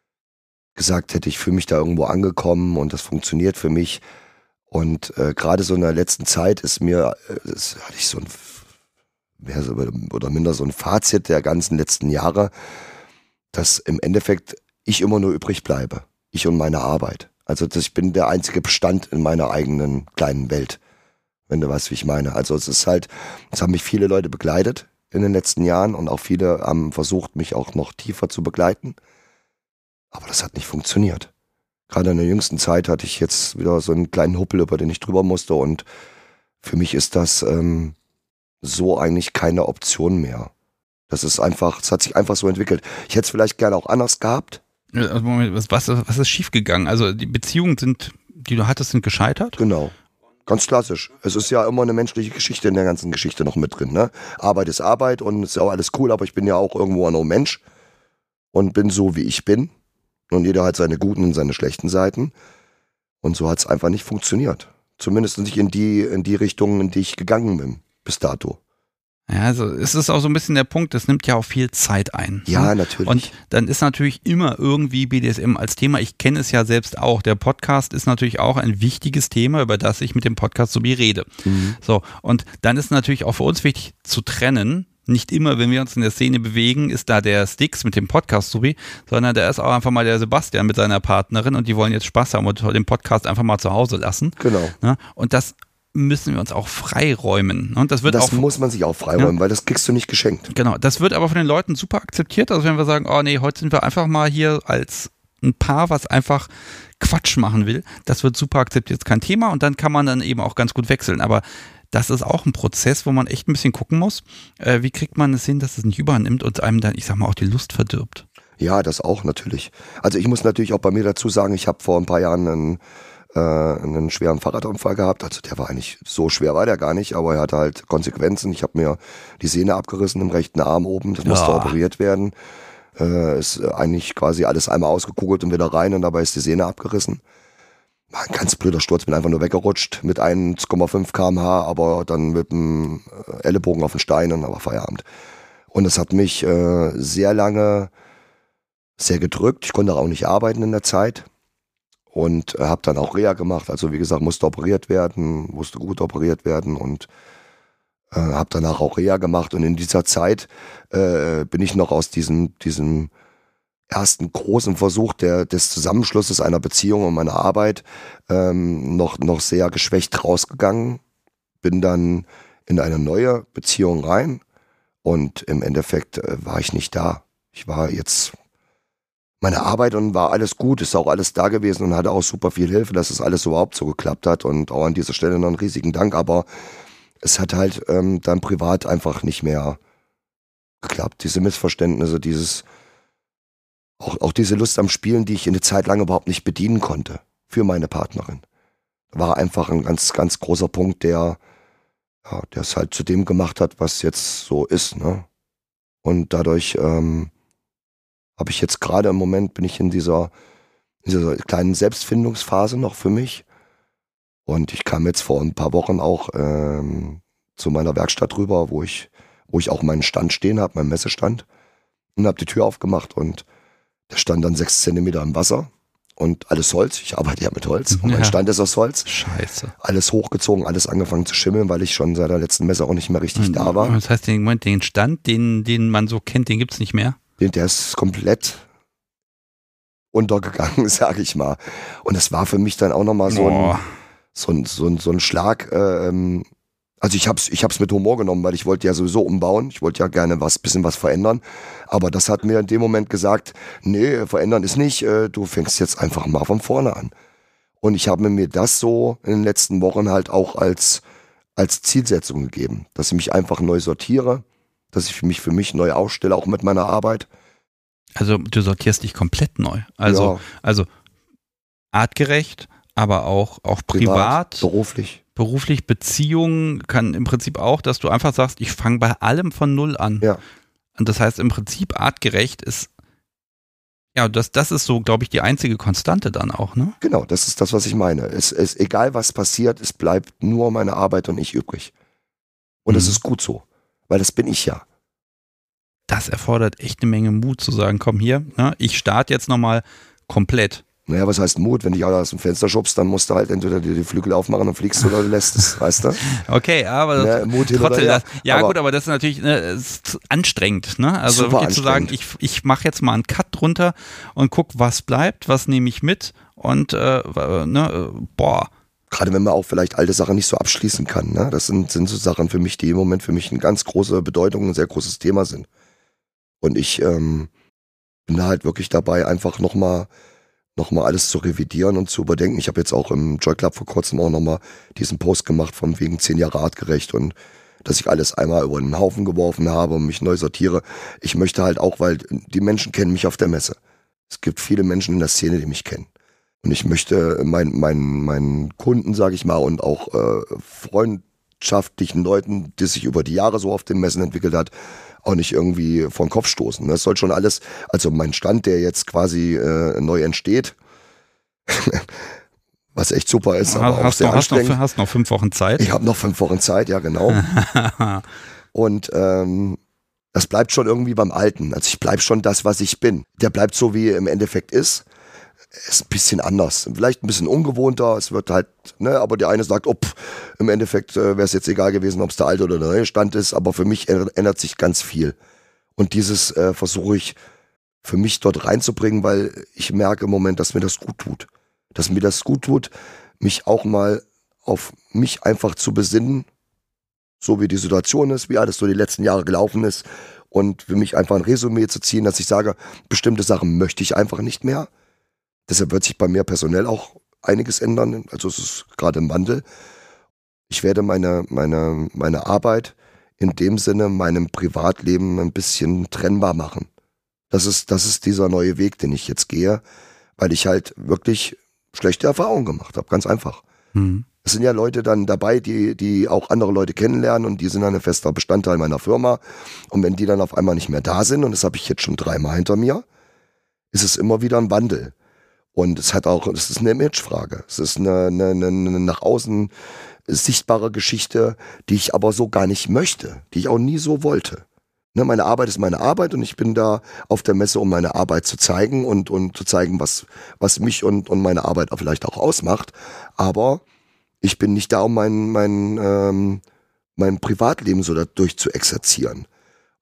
gesagt hätte, ich fühle mich da irgendwo angekommen und das funktioniert für mich. Und äh, gerade so in der letzten Zeit ist mir, äh, das hatte ich so ein, mehr so, oder minder so ein Fazit der ganzen letzten Jahre, dass im Endeffekt ich immer nur übrig bleibe. Ich und meine Arbeit. Also dass ich bin der einzige Bestand in meiner eigenen kleinen Welt. Wenn du weißt, wie ich meine. Also es ist halt, es haben mich viele Leute begleitet in den letzten Jahren und auch viele haben versucht, mich auch noch tiefer zu begleiten. Aber das hat nicht funktioniert. Gerade in der jüngsten Zeit hatte ich jetzt wieder so einen kleinen Huppel, über den ich drüber musste und für mich ist das ähm, so eigentlich keine Option mehr. Das ist einfach, es hat sich einfach so entwickelt. Ich hätte es vielleicht gerne auch anders gehabt. Also Moment, was, was, was ist schiefgegangen? Also die Beziehungen sind, die du hattest, sind gescheitert? Genau. Ganz klassisch. Es ist ja immer eine menschliche Geschichte in der ganzen Geschichte noch mit drin. Ne? Arbeit ist Arbeit und ist ja auch alles cool, aber ich bin ja auch irgendwo noch Mensch und bin so, wie ich bin. Und jeder hat seine guten und seine schlechten Seiten. Und so hat es einfach nicht funktioniert. Zumindest nicht in die, in die Richtung, in die ich gegangen bin, bis dato. Ja, also es ist auch so ein bisschen der Punkt, das nimmt ja auch viel Zeit ein. Ja, natürlich. Und dann ist natürlich immer irgendwie B D S M als Thema. Ich kenne es ja selbst auch. Der Podcast ist natürlich auch ein wichtiges Thema, über das ich mit dem Podcast so wie rede. Mhm. So, und dann ist natürlich auch für uns wichtig zu trennen. Nicht immer, wenn wir uns in der Szene bewegen, ist da der Stix mit dem Podcast so wie, sondern da ist auch einfach mal der Sebastian mit seiner Partnerin und die wollen jetzt Spaß haben und den Podcast einfach mal zu Hause lassen. Genau. Und das müssen wir uns auch freiräumen. Und das wird das auch, muss man sich auch freiräumen, ja, weil das kriegst du nicht geschenkt. Genau, das wird aber von den Leuten super akzeptiert. Also wenn wir sagen, oh nee, heute sind wir einfach mal hier als ein Paar, was einfach Quatsch machen will, das wird super akzeptiert, ist kein Thema und dann kann man dann eben auch ganz gut wechseln. Aber das ist auch ein Prozess, wo man echt ein bisschen gucken muss, äh, wie kriegt man es hin, dass es nicht übernimmt und einem dann, ich sag mal, auch die Lust verdirbt. Ja, das auch natürlich. Also ich muss natürlich auch bei mir dazu sagen, ich habe vor ein paar Jahren einen, äh, einen schweren Fahrradunfall gehabt. Also der war eigentlich, so schwer war der gar nicht, aber er hatte halt Konsequenzen. Ich habe mir die Sehne abgerissen im rechten Arm oben, das musste Ja. operiert werden. Äh, ist eigentlich quasi alles einmal ausgekugelt und wieder rein und dabei ist die Sehne abgerissen. War ein ganz blöder Sturz, bin einfach nur weggerutscht mit eins Komma fünf Kilometer pro Stunde, aber dann mit dem Ellenbogen auf den Stein und dann war Feierabend. Und das hat mich äh, sehr lange sehr gedrückt. Ich konnte auch nicht arbeiten in der Zeit und äh, habe dann auch Reha gemacht. Also wie gesagt, musste operiert werden, musste gut operiert werden und äh, habe danach auch Reha gemacht. Und in dieser Zeit äh, bin ich noch aus diesem, diesem ersten großen Versuch der, des Zusammenschlusses einer Beziehung und meiner Arbeit ähm, noch, noch sehr geschwächt rausgegangen. Bin dann in eine neue Beziehung rein und im Endeffekt äh, war ich nicht da. Ich war jetzt meine Arbeit und war alles gut, ist auch alles da gewesen und hatte auch super viel Hilfe, dass es alles überhaupt so geklappt hat und auch an dieser Stelle noch einen riesigen Dank, aber es hat halt ähm, dann privat einfach nicht mehr geklappt. Diese Missverständnisse, dieses Auch, auch diese Lust am Spielen, die ich in der Zeit lang überhaupt nicht bedienen konnte für meine Partnerin, war einfach ein ganz, ganz großer Punkt, der ja, der es halt zu dem gemacht hat, was jetzt so ist. Ne? Und dadurch ähm, habe ich jetzt gerade im Moment, bin ich in dieser, in dieser kleinen Selbstfindungsphase noch für mich. Und ich kam jetzt vor ein paar Wochen auch ähm, zu meiner Werkstatt rüber, wo ich, wo ich auch meinen Stand stehen habe, meinen Messestand, und habe die Tür aufgemacht und der stand dann sechs Zentimeter im Wasser und alles Holz. Ich arbeite ja mit Holz. Und mein Ja. Stand ist aus Holz. Scheiße. Alles hochgezogen, alles angefangen zu schimmeln, weil ich schon seit der letzten Messe auch nicht mehr richtig da war. Das heißt, den, Moment, den Stand, den, den man so kennt, den gibt's nicht mehr? Der, der ist komplett untergegangen, sag ich mal. Und es war für mich dann auch nochmal so ein, so, ein, so, ein, so ein Schlag. Ähm, also ich hab's, ich hab's mit Humor genommen, weil ich wollte ja sowieso umbauen. Ich wollte ja gerne was, bisschen was verändern. Aber das hat mir in dem Moment gesagt, nee, verändern ist nicht, äh, du fängst jetzt einfach mal von vorne an. Und ich habe mir das so in den letzten Wochen halt auch als, als Zielsetzung gegeben, dass ich mich einfach neu sortiere, dass ich mich für mich neu aufstelle, auch mit meiner Arbeit. Also du sortierst dich komplett neu. Also, Ja. also artgerecht, aber auch, auch privat, Privat, beruflich. beruflich, Beziehungen kann im Prinzip auch, dass du einfach sagst, ich fange bei allem von Null an. Ja. Und das heißt im Prinzip artgerecht ist, ja, das, das ist so, glaube ich, die einzige Konstante dann auch, ne? Genau, das ist das, was ich meine. Es ist egal, was passiert, es bleibt nur meine Arbeit und ich übrig. Und das Mhm. ist gut so, weil das bin ich ja. Das erfordert echt eine Menge Mut zu sagen, komm hier, ne, ich starte jetzt nochmal komplett. Naja, was heißt Mut? Wenn dich alle aus dem Fenster schubst, dann musst du halt entweder dir die Flügel aufmachen und fliegst oder du lässt es, weißt du? Okay, aber Ne, Mut hin oder trotzdem, her. das, ja Aber gut, aber das ist natürlich ne, ist anstrengend, ne? Also Super wirklich zu sagen, ich, ich mache jetzt mal einen Cut drunter und guck, was bleibt, was nehme ich mit und äh, ne, boah. Gerade wenn man auch vielleicht alte Sachen nicht so abschließen kann, ne? Das sind, sind so Sachen für mich, die im Moment für mich eine ganz große Bedeutung, ein sehr großes Thema sind. Und ich ähm, bin da halt wirklich dabei, einfach nochmal noch mal alles zu revidieren und zu überdenken. Ich habe jetzt auch im Joy Club vor kurzem auch nochmal diesen Post gemacht von wegen zehn Jahre artgerecht und dass ich alles einmal über den Haufen geworfen habe und mich neu sortiere. Ich möchte halt auch, weil die Menschen kennen mich auf der Messe. Es gibt viele Menschen in der Szene, die mich kennen. Und ich möchte meinen mein, mein Kunden, sage ich mal, und auch äh, freundschaftlichen Leuten, die sich über die Jahre so auf den Messen entwickelt hat, auch nicht irgendwie vor den Kopf stoßen. Das soll schon alles, also mein Stand, der jetzt quasi äh, neu entsteht, was echt super ist, aber hast, auch hast, sehr noch, hast, anstrengend. noch, hast noch fünf Wochen Zeit. Ich habe noch fünf Wochen Zeit, ja genau. Und ähm, das bleibt schon irgendwie beim Alten. Also ich bleib schon das, was ich bin. Der bleibt so, wie er im Endeffekt ist. Ist ein bisschen anders. Vielleicht ein bisschen ungewohnter. Es wird halt, ne, aber der eine sagt, oh, pff, im Endeffekt äh, wäre es jetzt egal gewesen, ob es der alte oder der neue Stand ist. Aber für mich ändert sich ganz viel. Und dieses äh, versuche ich für mich dort reinzubringen, weil ich merke im Moment, dass mir das gut tut. Dass mir das gut tut, mich auch mal auf mich einfach zu besinnen, so wie die Situation ist, wie alles so die letzten Jahre gelaufen ist und für mich einfach ein Resümee zu ziehen, dass ich sage, bestimmte Sachen möchte ich einfach nicht mehr. Deshalb wird sich bei mir personell auch einiges ändern, also es ist gerade im Wandel. Ich werde meine, meine, meine Arbeit in dem Sinne meinem Privatleben ein bisschen trennbar machen. Das ist, das ist dieser neue Weg, den ich jetzt gehe, weil ich halt wirklich schlechte Erfahrungen gemacht habe, ganz einfach. Hm. Es sind ja Leute dann dabei, die, die auch andere Leute kennenlernen und die sind dann ein fester Bestandteil meiner Firma. Und wenn die dann auf einmal nicht mehr da sind, und das habe ich jetzt schon dreimal hinter mir, ist es immer wieder ein Wandel. Und es hat auch, es ist eine Imagefrage. Es ist eine, eine, eine nach außen sichtbare Geschichte, die ich aber so gar nicht möchte, die ich auch nie so wollte. Ne, meine Arbeit ist meine Arbeit und ich bin da auf der Messe, um meine Arbeit zu zeigen und, und zu zeigen, was, was mich und, und meine Arbeit auch vielleicht auch ausmacht. Aber ich bin nicht da, um mein, mein, ähm, mein Privatleben so dadurch zu exerzieren.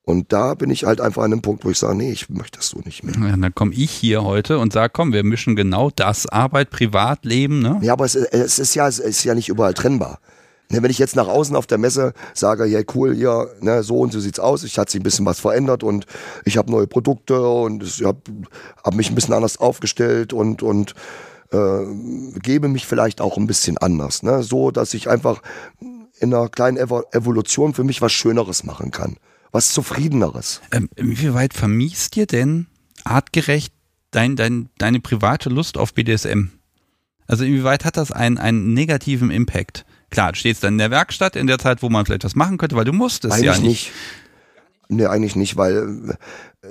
Und da bin ich halt einfach an einem Punkt, wo ich sage, nee, ich möchte das so nicht mehr. Ja, dann komme ich hier heute und sage, komm, wir mischen genau das, Arbeit, Privatleben, ne? Ja, aber es, es ist ja, es ist ja nicht überall trennbar. Ne, wenn ich jetzt nach außen auf der Messe sage, ja cool, ja, ne, so und so sieht's aus, ich hat sich ein bisschen was verändert und ich habe neue Produkte und ich habe hab mich ein bisschen anders aufgestellt und, und äh, gebe mich vielleicht auch ein bisschen anders. Ne? So, dass ich einfach in einer kleinen Evo- Evolution für mich was Schöneres machen kann. Was Zufriedeneres. Ähm, inwieweit vermiest dir denn artgerecht dein, dein, deine private Lust auf B D S M? Also inwieweit hat das einen, einen negativen Impact? Klar, du stehst dann in der Werkstatt in der Zeit, wo man vielleicht was machen könnte, weil du musst es ja nicht. Eigentlich nicht. Nee, eigentlich nicht, weil äh,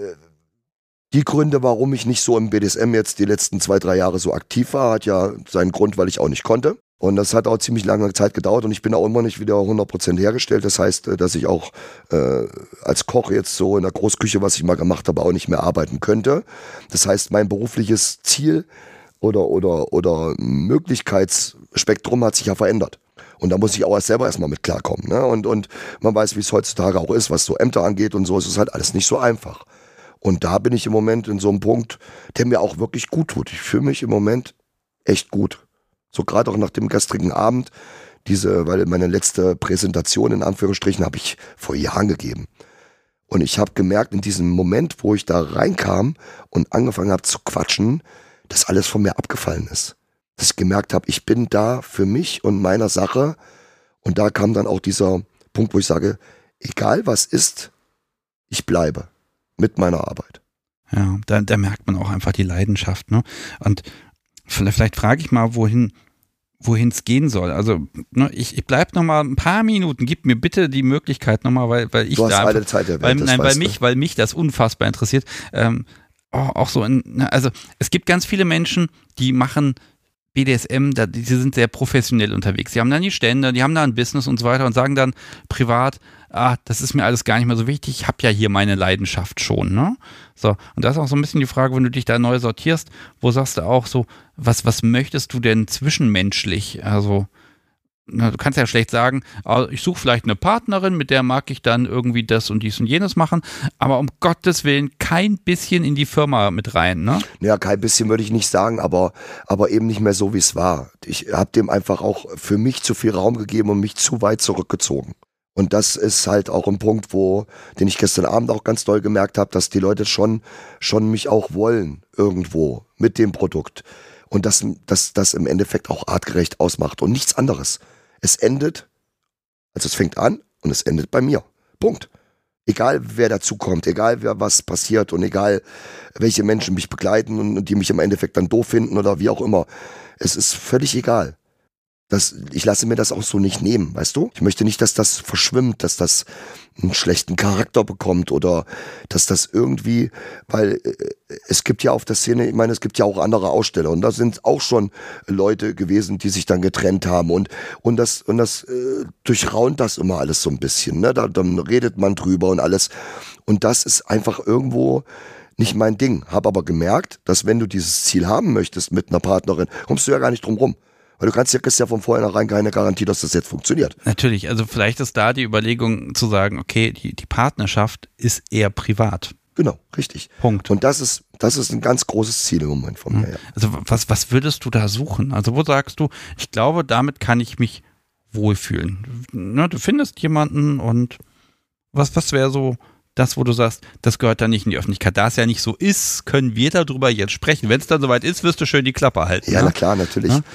die Gründe, warum ich nicht so im B D S M jetzt die letzten zwei, drei Jahre so aktiv war, hat ja seinen Grund, weil ich auch nicht konnte. Und das hat auch ziemlich lange Zeit gedauert und ich bin auch immer nicht wieder hundert Prozent hergestellt. Das heißt, dass ich auch äh, als Koch jetzt so in der Großküche, was ich mal gemacht habe, auch nicht mehr arbeiten könnte. Das heißt, mein berufliches Ziel oder, oder, oder Möglichkeitsspektrum hat sich ja verändert. Und da muss ich auch erst selber erstmal mit klarkommen. Ne? Und, und man weiß, wie es heutzutage auch ist, was so Ämter angeht und so, ist es halt alles nicht so einfach. Und da bin ich im Moment in so einem Punkt, der mir auch wirklich gut tut. Ich fühle mich im Moment echt gut. So gerade auch nach dem gestrigen Abend, diese, weil meine letzte Präsentation in Anführungsstrichen habe ich vor Jahren gegeben. Und ich habe gemerkt, in diesem Moment, wo ich da reinkam und angefangen habe zu quatschen, dass alles von mir abgefallen ist. Dass ich gemerkt habe, ich bin da für mich und meiner Sache. Und da kam dann auch dieser Punkt, wo ich sage, egal was ist, ich bleibe mit meiner Arbeit. Ja, da, da merkt man auch einfach die Leidenschaft, ne? Und vielleicht, vielleicht frage ich mal, wohin wohin es gehen soll. Also ne, ich, ich bleibe noch mal ein paar Minuten. Gib mir bitte die Möglichkeit nochmal, weil, weil ich du hast da alle Zeit der Welt, weil, das nein, weil weißt mich, du. weil mich das unfassbar interessiert. Ähm, oh, auch so, in, also es gibt ganz viele Menschen, die machen B D S M, da, die sind sehr professionell unterwegs. Die haben dann die Stände, die haben da ein Business und so weiter und sagen dann privat, ah, das ist mir alles gar nicht mehr so wichtig, ich habe ja hier meine Leidenschaft schon, ne? So, und da ist auch so ein bisschen die Frage, wenn du dich da neu sortierst, wo sagst du auch so, was, was möchtest du denn zwischenmenschlich? Also, na, du kannst ja schlecht sagen, ah, ich suche vielleicht eine Partnerin, mit der mag ich dann irgendwie das und dies und jenes machen, aber um Gottes Willen kein bisschen in die Firma mit rein, ne? Ja, kein bisschen würde ich nicht sagen, aber, aber eben nicht mehr so, wie es war. Ich habe dem einfach auch für mich zu viel Raum gegeben und mich zu weit zurückgezogen. Und das ist halt auch ein Punkt, wo, den ich gestern Abend auch ganz doll gemerkt habe, dass die Leute schon, schon mich auch wollen irgendwo mit dem Produkt. Und das, das, das im Endeffekt auch artgerecht ausmacht und nichts anderes. Es endet, also es fängt an und es endet bei mir. Punkt. Egal wer dazukommt, egal wer was passiert und egal welche Menschen mich begleiten und die mich im Endeffekt dann doof finden oder wie auch immer. Es ist völlig egal. Das, ich lasse mir das auch so nicht nehmen, weißt du? Ich möchte nicht, dass das verschwimmt, dass das einen schlechten Charakter bekommt oder dass das irgendwie, weil äh, es gibt ja auf der Szene, ich meine, es gibt ja auch andere Aussteller und da sind auch schon Leute gewesen, die sich dann getrennt haben und und das und das äh, durchraunt das immer alles so ein bisschen, ne? Da, dann redet man drüber und alles und das ist einfach irgendwo nicht mein Ding. Hab aber gemerkt, dass wenn du dieses Ziel haben möchtest mit einer Partnerin, kommst du ja gar nicht drum rum. Weil du kannst ja, kriegst ja von vornherein keine Garantie, dass das jetzt funktioniert. Natürlich, also vielleicht ist da die Überlegung zu sagen, okay, die, die Partnerschaft ist eher privat. Genau, richtig. Punkt. Und das ist, das ist ein ganz großes Ziel im Moment von mir. Ja. Also was, was würdest du da suchen? Also wo sagst du, ich glaube, damit kann ich mich wohlfühlen. Ne, du findest jemanden und was, was wäre so das, wo du sagst, das gehört dann nicht in die Öffentlichkeit. Da es ja nicht so ist, können wir darüber jetzt sprechen. Wenn es dann soweit ist, wirst du schön die Klappe halten. Ja, ne? na klar, natürlich. Ja?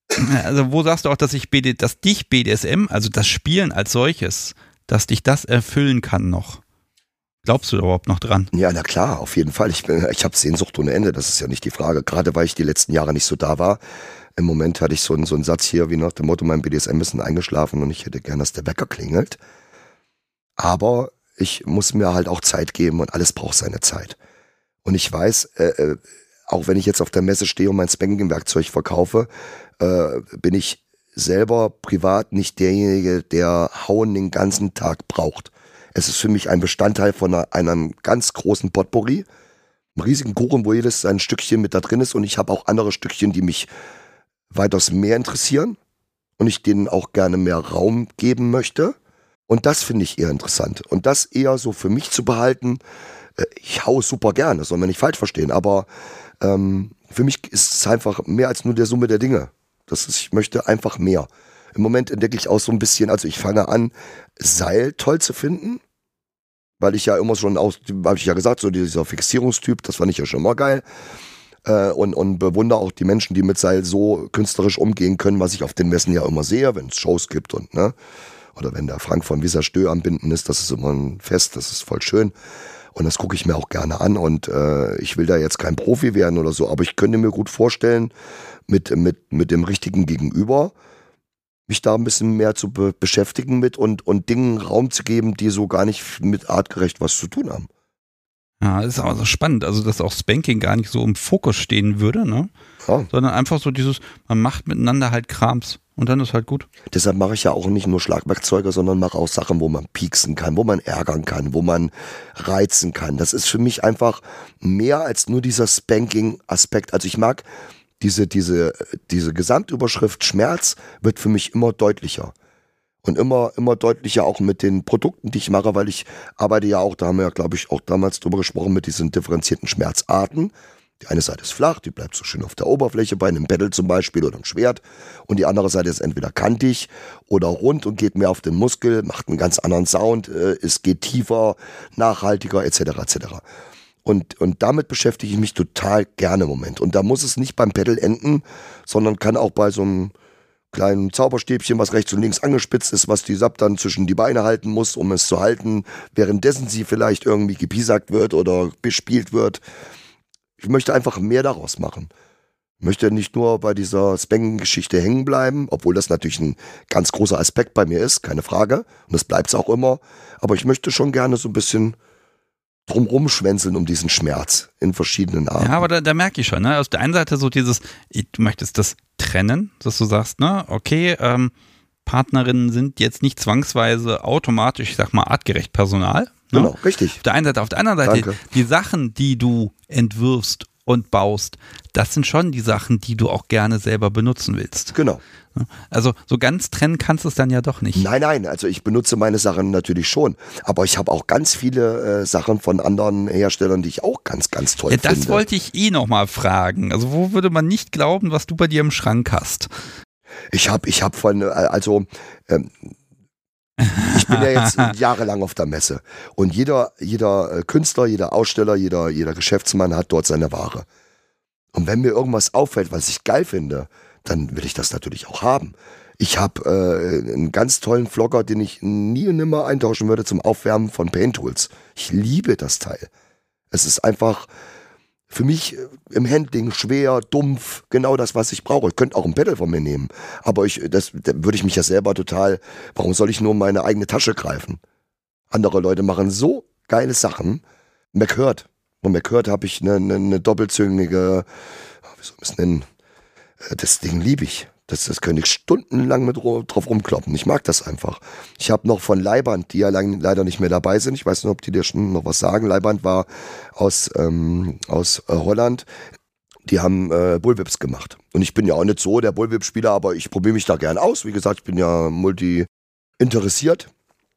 Also wo sagst du auch, dass ich B D, dass dich B D S M, also das Spielen als solches, dass dich das erfüllen kann noch? Glaubst du da überhaupt noch dran? Ja, na klar, auf jeden Fall. Ich, ich habe Sehnsucht ohne Ende, das ist ja nicht die Frage. Gerade weil ich die letzten Jahre nicht so da war. Im Moment hatte ich so einen, so einen Satz hier, wie nach dem Motto, mein B D S M ist eingeschlafen und ich hätte gern, dass der Wecker klingelt. Aber ich muss mir halt auch Zeit geben und alles braucht seine Zeit. Und ich weiß, äh, äh, auch wenn ich jetzt auf der Messe stehe und mein Spanking-Werkzeug verkaufe, äh, bin ich selber privat nicht derjenige, der Hauen den ganzen Tag braucht. Es ist für mich ein Bestandteil von einer, einem ganz großen Potpourri, einem riesigen Kuchen, wo jedes ein Stückchen mit da drin ist und ich habe auch andere Stückchen, die mich weitaus mehr interessieren und ich denen auch gerne mehr Raum geben möchte. Und das finde ich eher interessant. Und das eher so für mich zu behalten, äh, ich hau super gerne, das soll man nicht falsch verstehen, aber ähm, für mich ist es einfach mehr als nur der Summe der Dinge. Das ist, ich möchte einfach mehr. Im Moment entdecke ich auch so ein bisschen, also ich fange an, Seil toll zu finden, weil ich ja immer schon aus, habe ich ja gesagt, so dieser Fixierungstyp, das fand ich ja schon mal geil. Äh, und, und bewundere auch die Menschen, die mit Seil so künstlerisch umgehen können, was ich auf den Messen ja immer sehe, wenn es Shows gibt und, ne, oder wenn der Frank von Wieser-Stö am Binden ist, das ist immer ein Fest, das ist voll schön. Und das gucke ich mir auch gerne an und äh, ich will da jetzt kein Profi werden oder so, aber ich könnte mir gut vorstellen, mit, mit, mit dem richtigen Gegenüber mich da ein bisschen mehr zu be- beschäftigen mit und, und Dingen Raum zu geben, die so gar nicht mit artgerecht was zu tun haben. Ja, das ist auch so spannend, also dass auch Spanking gar nicht so im Fokus stehen würde, ne? Ja. Sondern einfach so dieses, man macht miteinander halt Krams und dann ist halt gut. Deshalb mache ich ja auch nicht nur Schlagwerkzeuge, sondern mache auch Sachen, wo man pieksen kann, wo man ärgern kann, wo man reizen kann. Das ist für mich einfach mehr als nur dieser Spanking-Aspekt. Also ich mag diese, diese, diese Gesamtüberschrift Schmerz wird für mich immer deutlicher. Und immer, immer deutlicher auch mit den Produkten, die ich mache, weil ich arbeite ja auch, da haben wir ja, glaube ich, auch damals drüber gesprochen, mit diesen differenzierten Schmerzarten. Die eine Seite ist flach, die bleibt so schön auf der Oberfläche, bei einem Battle zum Beispiel oder einem Schwert. Und die andere Seite ist entweder kantig oder rund und geht mehr auf den Muskel, macht einen ganz anderen Sound, äh, es geht tiefer, nachhaltiger et cetera et cetera. Und, und damit beschäftige ich mich total gerne im Moment. Und da muss es nicht beim Battle enden, sondern kann auch bei so einem kleinen Zauberstäbchen, was rechts und links angespitzt ist, was die Sub dann zwischen die Beine halten muss, um es zu halten, währenddessen sie vielleicht irgendwie gepiesackt wird oder bespielt wird. Ich möchte einfach mehr daraus machen. Ich möchte nicht nur bei dieser Spanking-Geschichte hängen bleiben, obwohl das natürlich ein ganz großer Aspekt bei mir ist, keine Frage. Und das bleibt es auch immer. Aber ich möchte schon gerne so ein bisschen drumrum schwänzeln um diesen Schmerz in verschiedenen Arten. Ja, aber da, da merke ich schon, ne? Aus der einen Seite so dieses, du möchtest das trennen, dass du sagst, ne, okay, ähm, Partnerinnen sind jetzt nicht zwangsweise automatisch, ich sag mal, artgerecht Personal. Ne? Genau, richtig. Auf der einen Seite, auf der anderen Seite, Danke. Die Sachen, die du entwirfst und baust, das sind schon die Sachen, die du auch gerne selber benutzen willst. Genau. Also so ganz trennen kannst du es dann ja doch nicht. Nein, nein, also ich benutze meine Sachen natürlich schon, aber ich habe auch ganz viele äh, Sachen von anderen Herstellern, die ich auch ganz, ganz toll ja, finde. Das wollte ich eh nochmal fragen. Also wo würde man nicht glauben, was du bei dir im Schrank hast? Ich habe ich hab von, also ähm, ich bin ja jetzt jahrelang auf der Messe und jeder, jeder Künstler, jeder Aussteller, jeder, jeder Geschäftsmann hat dort seine Ware. Und wenn mir irgendwas auffällt, was ich geil finde, dann will ich das natürlich auch haben. Ich habe äh, einen ganz tollen Vlogger, den ich nie und nimmer eintauschen würde zum Aufwärmen von Paint Tools. Ich liebe das Teil. Es ist einfach für mich im Handling schwer, dumpf, genau das, was ich brauche. Ich könnte auch ein Pedal von mir nehmen, aber ich, das, da würde ich mich ja selber total, warum soll ich nur in meine eigene Tasche greifen? Andere Leute machen so geile Sachen. McHurt. Von McHurt habe ich eine, eine, eine doppelzüngige, wie soll man es nennen? Das Ding liebe ich. Das, das könnte ich stundenlang mit drauf rumkloppen. Ich mag das einfach. Ich habe noch von Leiband, die ja lang, leider nicht mehr dabei sind. Ich weiß nicht, ob die dir schon noch was sagen. Leiband war aus, ähm, aus äh, Holland. Die haben äh, Bullwhips gemacht. Und ich bin ja auch nicht so der Bullwhip-Spieler, aber ich probiere mich da gern aus. Wie gesagt, ich bin ja multi-interessiert.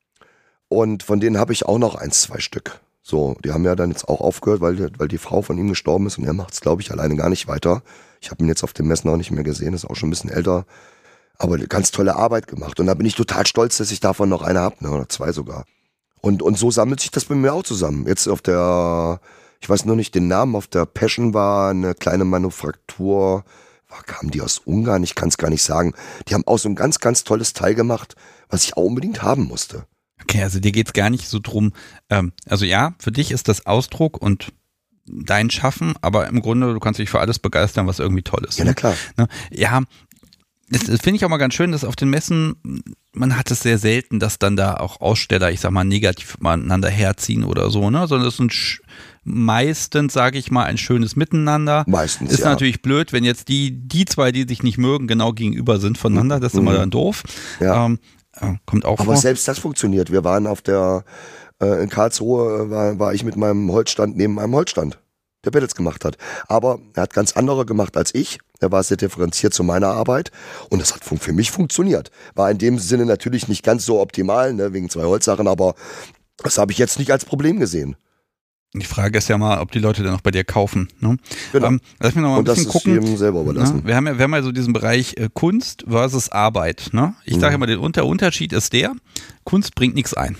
Und von denen habe ich auch noch eins, zwei Stück. So, die haben ja dann jetzt auch aufgehört, weil, weil die Frau von ihm gestorben ist und er macht es, glaube ich, alleine gar nicht weiter. Ich habe ihn jetzt auf dem Messen auch nicht mehr gesehen, ist auch schon ein bisschen älter. Aber eine ganz tolle Arbeit gemacht. Und da bin ich total stolz, dass ich davon noch eine habe, ne, oder zwei sogar. Und, und so sammelt sich das bei mir auch zusammen. Jetzt auf der, ich weiß nur nicht den Namen, auf der Passion war eine kleine Manufaktur, war, kamen die aus Ungarn, ich kann es gar nicht sagen. Die haben auch so ein ganz, ganz tolles Teil gemacht, was ich auch unbedingt haben musste. Okay, also dir geht's gar nicht so drum, ähm, also ja, für dich ist das Ausdruck und dein Schaffen, aber im Grunde, du kannst dich für alles begeistern, was irgendwie toll ist. Ja, na klar. Ne? Ja, das, das finde ich auch mal ganz schön, dass auf den Messen, man hat es sehr selten, dass dann da auch Aussteller, ich sag mal, negativ miteinander herziehen oder so, ne, sondern es sind sch- meistens, sage ich mal, ein schönes Miteinander. Meistens, ist ja. natürlich blöd, wenn jetzt die, die zwei, die sich nicht mögen, genau gegenüber sind voneinander, das ist Mhm. immer dann doof. Ja. Ähm, kommt auch Aber vor. selbst das funktioniert. Wir waren auf der, äh, in Karlsruhe, äh, war, war ich mit meinem Holzstand neben einem Holzstand. der Battles gemacht hat. Aber er hat ganz andere gemacht als ich. Er war sehr differenziert zu meiner Arbeit und das hat für mich funktioniert. War in dem Sinne natürlich nicht ganz so optimal, ne, wegen zwei Holzsachen, aber das habe ich jetzt nicht als Problem gesehen. Die Frage ist ja mal, ob die Leute dann auch bei dir kaufen. Ne? Genau. Ähm, lass mich noch mal ein und bisschen das gucken. ist jedem selber überlassen. Ne? Wir haben ja, wir haben ja so diesen Bereich äh, Kunst versus Arbeit. Ne? Ich sage Mhm. immer, der Unter Unterschied ist der, Kunst bringt nichts ein.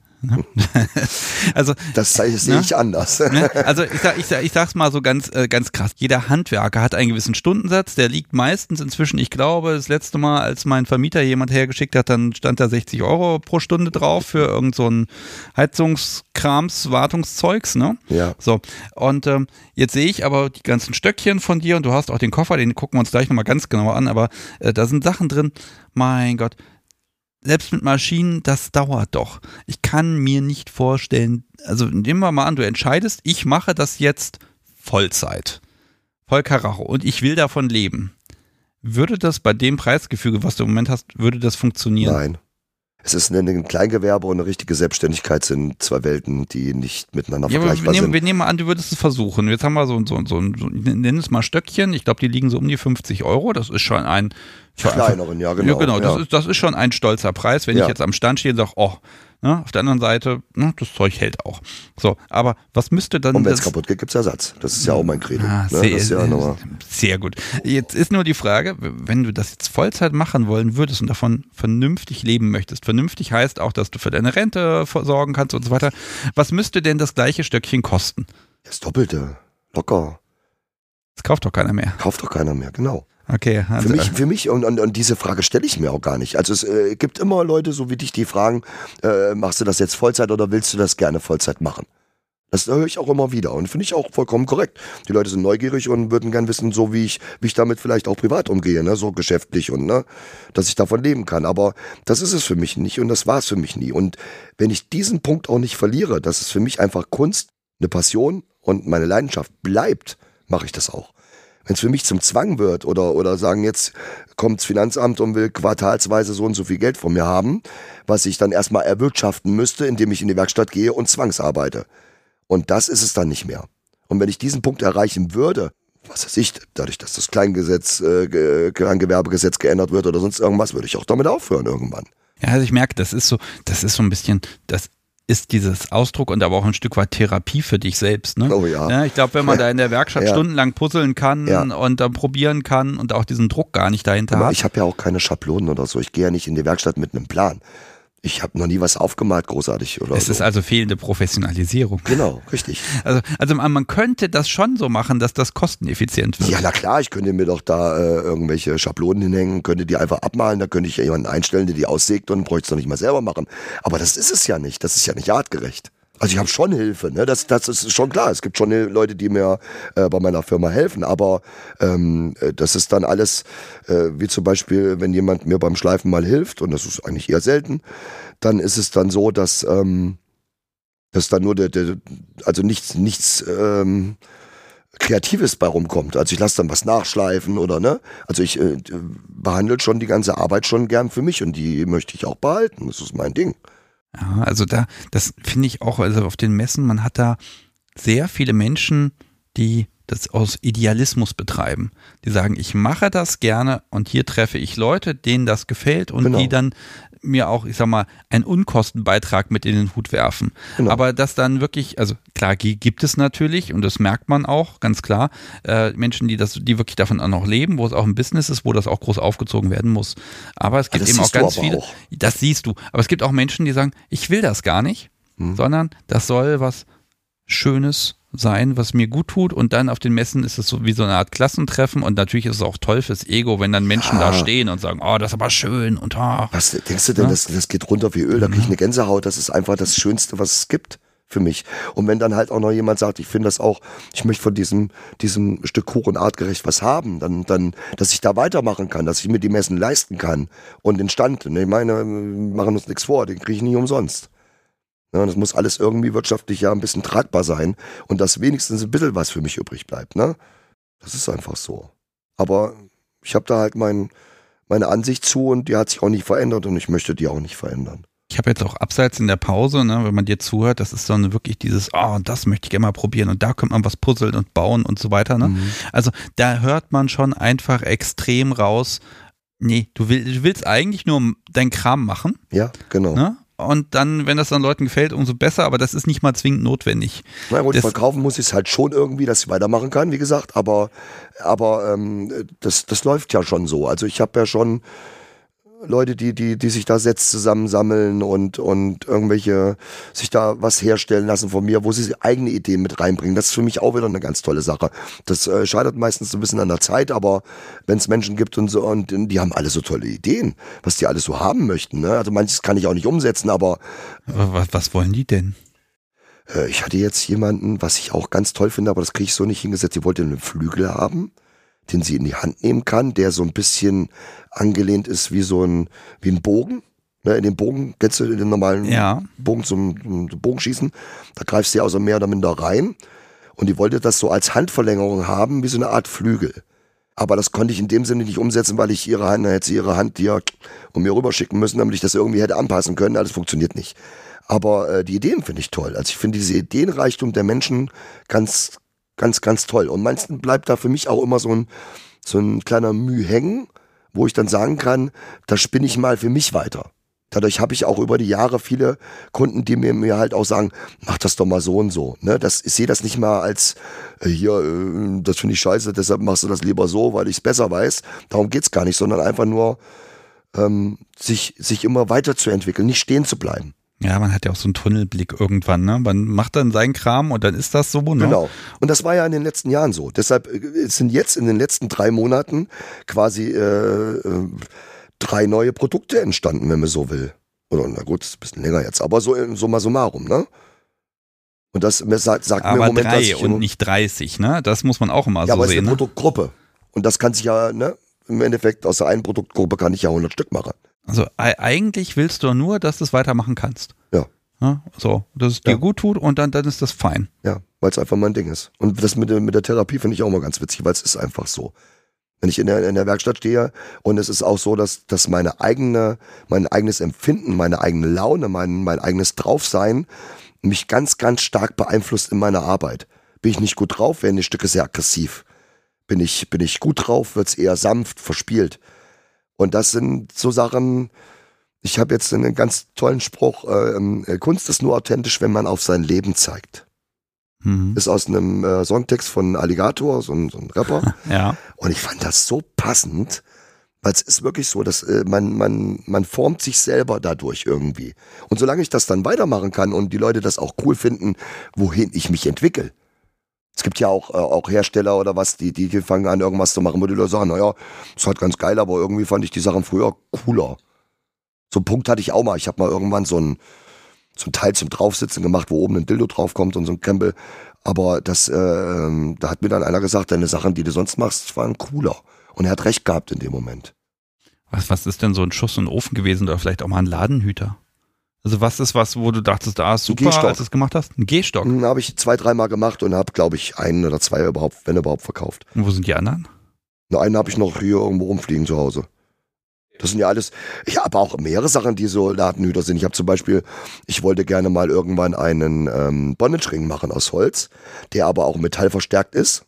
Also das sehe ne? ich anders. Ne? Also ich sag, ich sag, ich sag's mal so ganz, äh, ganz krass. Jeder Handwerker hat einen gewissen Stundensatz, der liegt meistens inzwischen, ich glaube, das letzte Mal, als mein Vermieter jemand hergeschickt hat, dann stand da sechzig Euro pro Stunde drauf für irgend so ein Heizungskrams, Wartungszeugs, ne? Ja. So. Und ähm, jetzt sehe ich aber die ganzen Stöckchen von dir und du hast auch den Koffer, den gucken wir uns gleich nochmal ganz genau an, aber äh, da sind Sachen drin, mein Gott. Selbst mit Maschinen, das dauert doch. Ich kann mir nicht vorstellen, also nehmen wir mal an, du entscheidest, ich mache das jetzt Vollzeit, voll Karacho und ich will davon leben. Würde das bei dem Preisgefüge, was du im Moment hast, würde das funktionieren? Nein. Es ist ein, ein Kleingewerbe und eine richtige Selbstständigkeit sind zwei Welten, die nicht miteinander Ja, aber vergleichbar wir nehmen, sind. wir nehmen mal an, du würdest es versuchen. Jetzt haben wir so, so, so, so nenn es mal Stöckchen. Ich glaube, die liegen so um die fünfzig Euro. Das ist schon ein Für kleineren, ja genau. Ja, genau. Das, ja. ist, das ist schon ein stolzer Preis, wenn Ja. ich jetzt am Stand stehe und sage, oh, ne, auf der anderen Seite, ne, das Zeug hält auch. So, aber was müsste dann... Und wenn es das- kaputt geht, gibt es Ersatz. Das ist ja auch mein Credo. Ah, ne? sehr, das ist ja nochmal- sehr gut. Jetzt ist nur die Frage, wenn du das jetzt Vollzeit machen wollen würdest und davon vernünftig leben möchtest, vernünftig heißt auch, dass du für deine Rente sorgen kannst und so weiter, was müsste denn das gleiche Stöckchen kosten? Das Doppelte. Locker. Das kauft doch keiner mehr. Kauft doch keiner mehr, genau. Okay. Also, Für mich, für mich und, und, und diese Frage stelle ich mir auch gar nicht. Also es äh, gibt immer Leute, so wie dich, die fragen, äh, machst du das jetzt Vollzeit oder willst du das gerne Vollzeit machen? Das höre ich auch immer wieder und finde ich auch vollkommen korrekt. Die Leute sind neugierig und würden gern wissen, so wie ich, wie ich damit vielleicht auch privat umgehe, ne? So geschäftlich und ne, dass ich davon leben kann. Aber das ist es für mich nicht und das war es für mich nie. Und wenn ich diesen Punkt auch nicht verliere, dass es für mich einfach Kunst, eine Passion und meine Leidenschaft bleibt, mache ich das auch. Wenn es für mich zum Zwang wird oder, oder sagen, jetzt kommt das Finanzamt und will quartalsweise so und so viel Geld von mir haben, was ich dann erstmal erwirtschaften müsste, indem ich in die Werkstatt gehe und zwangsarbeite. Und das ist es dann nicht mehr. Und wenn ich diesen Punkt erreichen würde, was weiß ich, dadurch, dass das Kleingesetz, äh, Kleingewerbegesetz geändert wird oder sonst irgendwas, würde ich auch damit aufhören irgendwann. ja, also ich merke, das ist so, das ist so ein bisschen, das ist dieses Ausdruck und aber auch ein Stück weit Therapie für dich selbst. Ne? Oh ja. Ja, ich glaube, wenn man da in der Werkstatt Ja. stundenlang puzzeln kann Ja. und dann probieren kann und auch diesen Druck gar nicht dahinter Aber hat. ich habe ja auch keine Schablonen oder so. Ich gehe ja nicht in die Werkstatt mit einem Plan. Ich habe noch nie was aufgemalt, großartig oder Es so. ist also fehlende Professionalisierung. Genau, richtig. Also, also man könnte das schon so machen, dass das kosteneffizient wird. Ja, na klar, ich könnte mir doch da äh, irgendwelche Schablonen hinhängen, könnte die einfach abmalen, da könnte ich ja jemanden einstellen, der die aussägt und bräuchte es doch nicht mal selber machen. Aber das ist es ja nicht, das ist ja nicht artgerecht. Also ich habe schon Hilfe, ne? das, das ist schon klar. Es gibt schon Leute, die mir äh, bei meiner Firma helfen, aber ähm, das ist dann alles, äh, wie zum Beispiel, wenn jemand mir beim Schleifen mal hilft, und das ist eigentlich eher selten, dann ist es dann so, dass, ähm, dass dann nur der, der also nichts, nichts ähm, Kreatives bei rumkommt. Also ich lasse dann was nachschleifen oder ne. Also ich äh, behandle schon die ganze Arbeit schon gern für mich und die möchte ich auch behalten. Das ist mein Ding. Ja, also da, das finde ich auch, also auf den Messen, man hat da sehr viele Menschen, die das aus Idealismus betreiben. Die sagen, ich mache das gerne und hier treffe ich Leute, denen das gefällt und Genau. die dann mir auch, ich sag mal, einen Unkostenbeitrag mit in den Hut werfen. Genau. Aber das dann wirklich, also klar gi- gibt es natürlich und das merkt man auch, ganz klar, äh, Menschen, die das, die wirklich davon auch noch leben, wo es auch ein Business ist, wo das auch groß aufgezogen werden muss. Aber es gibt das eben auch siehst du ganz aber viele, auch. das siehst du, aber es gibt auch Menschen, die sagen, ich will das gar nicht, Hm. sondern das soll was Schönes sein, was mir gut tut und dann auf den Messen ist es so wie so eine Art Klassentreffen und natürlich ist es auch toll fürs Ego, wenn dann Menschen Ja. da stehen und sagen, oh, das ist aber schön und ah. Was denkst du denn, Ja. das, das geht runter wie Öl, da krieg ich eine Gänsehaut, das ist einfach das Schönste, was es gibt für mich. Und wenn dann halt auch noch jemand sagt, ich finde das auch, ich möchte von diesem, diesem Stück Kuchen artgerecht was haben, dann, dann, dass ich da weitermachen kann, dass ich mir die Messen leisten kann und den Stand, ich meine, wir machen uns nichts vor, den kriege ich nicht umsonst. Ja, das muss alles irgendwie wirtschaftlich ja ein bisschen tragbar sein und dass wenigstens ein bisschen was für mich übrig bleibt. Ne? Das ist einfach so. Aber ich habe da halt mein, meine Ansicht zu und die hat sich auch nicht verändert und ich möchte die auch nicht verändern. Ich habe jetzt auch abseits in der Pause, ne, wenn man dir zuhört, das ist dann wirklich dieses, oh, das möchte ich gerne mal probieren und da könnte man was puzzeln und bauen und so weiter. Ne? Mhm. Also da hört man schon einfach extrem raus, nee, du, will, du willst eigentlich nur deinen Kram machen. Ja, genau. Ne? Und dann, wenn das dann Leuten gefällt, umso besser, aber das ist nicht mal zwingend notwendig. Na gut, das, verkaufen muss ich es halt schon irgendwie, dass ich weitermachen kann, wie gesagt, aber, aber ähm, das, das läuft ja schon so. Also ich habe ja schon Leute, die, die, die sich da Sets zusammensammeln und, und irgendwelche, sich da was herstellen lassen von mir, wo sie eigene Ideen mit reinbringen. Das ist für mich auch wieder eine ganz tolle Sache. Das äh, scheitert meistens so ein bisschen an der Zeit, aber wenn es Menschen gibt und so, und die haben alle so tolle Ideen, was die alles so haben möchten. Ne? Also manches kann ich auch nicht umsetzen, aber... Was, was wollen die denn? Äh, ich hatte jetzt jemanden, was ich auch ganz toll finde, aber das kriege ich so nicht hingesetzt, die wollte einen Flügel haben, den sie in die Hand nehmen kann, der so ein bisschen angelehnt ist wie so ein, wie ein Bogen. Ne, in den Bogen, kennst du in den normalen ja. Bogen zum, zum Bogenschießen? Da greifst du ja also mehr oder minder rein. Und die wollte das so als Handverlängerung haben, wie so eine Art Flügel. Aber das konnte ich in dem Sinne nicht umsetzen, weil ich ihre Hand, dann hätte sie ihre Hand dir und mir rüberschicken müssen, damit ich das irgendwie hätte anpassen können. Alles funktioniert nicht. Aber äh, die Ideen finde ich toll. Also ich finde diese Ideenreichtum der Menschen ganz Ganz, ganz toll. Und meistens bleibt da für mich auch immer so ein, so ein kleiner Mühe hängen, wo ich dann sagen kann, da spinne ich mal für mich weiter. Dadurch habe ich auch über die Jahre viele Kunden, die mir, mir halt auch sagen, mach das doch mal so und so. Ne? Das, ich sehe das nicht mal als, äh, hier, äh, das finde ich scheiße, deshalb machst du das lieber so, weil ich es besser weiß. Darum geht's gar nicht, sondern einfach nur, ähm, sich, sich immer weiterzuentwickeln, nicht stehen zu bleiben. Ja, man hat ja auch so einen Tunnelblick irgendwann, ne? Man macht dann seinen Kram und dann ist das so, ne? Genau. Und das war ja in den letzten Jahren so. Deshalb sind jetzt in den letzten drei Monaten quasi äh, äh, drei neue Produkte entstanden, wenn man so will. Oder na gut, das ist ein bisschen länger jetzt, aber so summa summarum, ne? Und das sagt, sagt aber mir im Moment, drei dass ich und nicht dreißig, ne? Das muss man auch immer ja, so aber sehen. Es ist eine ne? Produktgruppe. Und das kann sich ja, ne? Im Endeffekt aus der einen Produktgruppe kann ich ja hundert Stück machen. Also e- eigentlich willst du nur, dass du es weitermachen kannst. Ja. Ja, so, dass es dir ja. gut tut und dann, dann ist das fein. Ja, weil es einfach mein Ding ist. Und das mit der, mit der Therapie finde ich auch mal ganz witzig, weil es ist einfach so. Wenn ich in der, in der Werkstatt stehe und es ist auch so, dass, dass meine eigene, mein eigenes Empfinden, meine eigene Laune, mein, mein eigenes Draufsein mich ganz, ganz stark beeinflusst in meiner Arbeit. Bin ich nicht gut drauf, werden die Stücke sehr aggressiv. Bin ich, bin ich gut drauf, wird es eher sanft, verspielt. Und das sind so Sachen, ich habe jetzt einen ganz tollen Spruch, äh, Kunst ist nur authentisch, wenn man auf sein Leben zeigt. Mhm. Ist aus einem äh, Songtext von Alligator, so ein, so ein Rapper. Ja. Und ich fand das so passend, weil es ist wirklich so, dass äh, man, man, man formt sich selber dadurch irgendwie. Und solange ich das dann weitermachen kann und die Leute das auch cool finden, wohin ich mich entwickle. Es gibt ja auch, äh, auch Hersteller oder was, die, die, die fangen an, irgendwas zu machen, wo die Leute sagen, naja, das ist halt ganz geil, aber irgendwie fand ich die Sachen früher cooler. So einen Punkt hatte ich auch mal. Ich habe mal irgendwann so ein, so ein Teil zum Draufsitzen gemacht, wo oben ein Dildo draufkommt und so ein Krempel. Aber das, äh, da hat mir dann einer gesagt, deine Sachen, die du sonst machst, waren cooler. Und er hat recht gehabt in dem Moment. Was, was ist denn so ein Schuss in den Ofen gewesen oder vielleicht auch mal ein Ladenhüter? Also was ist was, wo du dachtest, ah, super, als du es gemacht hast? Ein Gehstock? Den habe ich zwei, dreimal gemacht und habe, glaube ich, einen oder zwei überhaupt, wenn überhaupt, verkauft. Und wo sind die anderen? Nur einen habe ich noch hier irgendwo rumfliegen zu Hause. Das sind ja alles, ich habe auch mehrere Sachen, die so Ladenhüter sind. Ich habe zum Beispiel, ich wollte gerne mal irgendwann einen ähm, Bondage-Ring machen aus Holz, der aber auch metallverstärkt ist.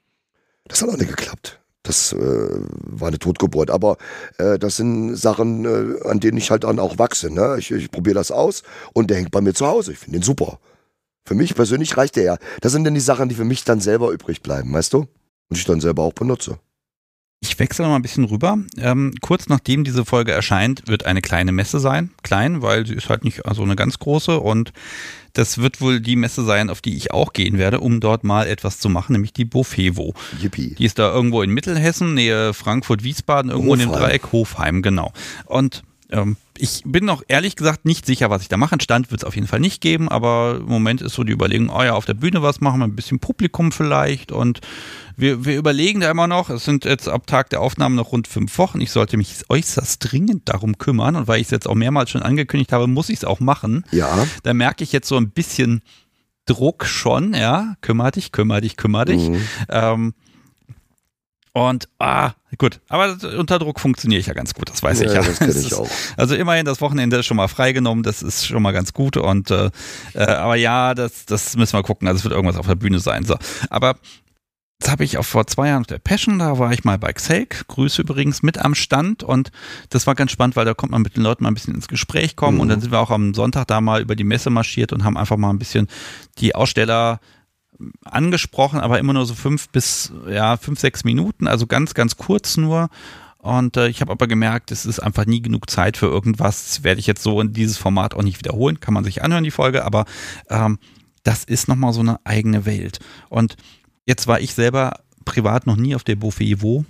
Das hat auch nicht geklappt. Das äh, war eine Totgeburt. Aber äh, das sind Sachen, äh, an denen ich halt dann auch wachse. Ne? Ich, ich probiere das aus und der hängt bei mir zu Hause. Ich finde den super. Für mich persönlich reicht der ja. Das sind dann die Sachen, die für mich dann selber übrig bleiben, weißt du? Und ich dann selber auch benutze. Ich wechsle noch mal ein bisschen rüber. Ähm, kurz nachdem diese Folge erscheint, wird eine kleine Messe sein. Klein, weil sie ist halt nicht so eine ganz große. Und das wird wohl die Messe sein, auf die ich auch gehen werde, um dort mal etwas zu machen, nämlich die Bofevo. Yippie. Die ist da irgendwo in Mittelhessen, Nähe Frankfurt-Wiesbaden, irgendwo Hofheim. In dem Dreieck Hofheim, genau. Und ähm, ich bin noch ehrlich gesagt nicht sicher, was ich da mache. Einen Stand wird es auf jeden Fall nicht geben, aber im Moment ist so die Überlegung, oh ja, auf der Bühne was machen wir, ein bisschen Publikum vielleicht und wir, wir überlegen da immer noch, es sind jetzt ab Tag der Aufnahme noch rund fünf Wochen, ich sollte mich äußerst dringend darum kümmern und weil ich es jetzt auch mehrmals schon angekündigt habe, muss ich es auch machen. Ja. Da merke ich jetzt so ein bisschen Druck schon, ja, kümmer dich, kümmer dich, kümmer dich. Mhm. Ähm, Und, ah, gut, aber unter Druck funktioniere ich ja ganz gut, das weiß ja, ich ja. Das kenne ich auch. Also immerhin, das Wochenende ist schon mal freigenommen, das ist schon mal ganz gut. Und äh, äh, aber ja, das, das müssen wir gucken, also es wird irgendwas auf der Bühne sein. So. Aber das habe ich auch vor zwei Jahren auf der Passion, da war ich mal bei Xelk, Grüße übrigens, mit am Stand und das war ganz spannend, weil da konnte man mit den Leuten mal ein bisschen ins Gespräch kommen mhm. und dann sind wir auch am Sonntag da mal über die Messe marschiert und haben einfach mal ein bisschen die Aussteller angesprochen, aber immer nur so fünf bis, ja, fünf, sechs Minuten, also ganz, ganz kurz nur. Und äh, ich habe aber gemerkt, es ist einfach nie genug Zeit für irgendwas. Das werde ich jetzt so in dieses Format auch nicht wiederholen. Kann man sich anhören, die Folge, aber ähm, das ist nochmal so eine eigene Welt. Und jetzt war ich selber privat noch nie auf der Beauvais-Evo.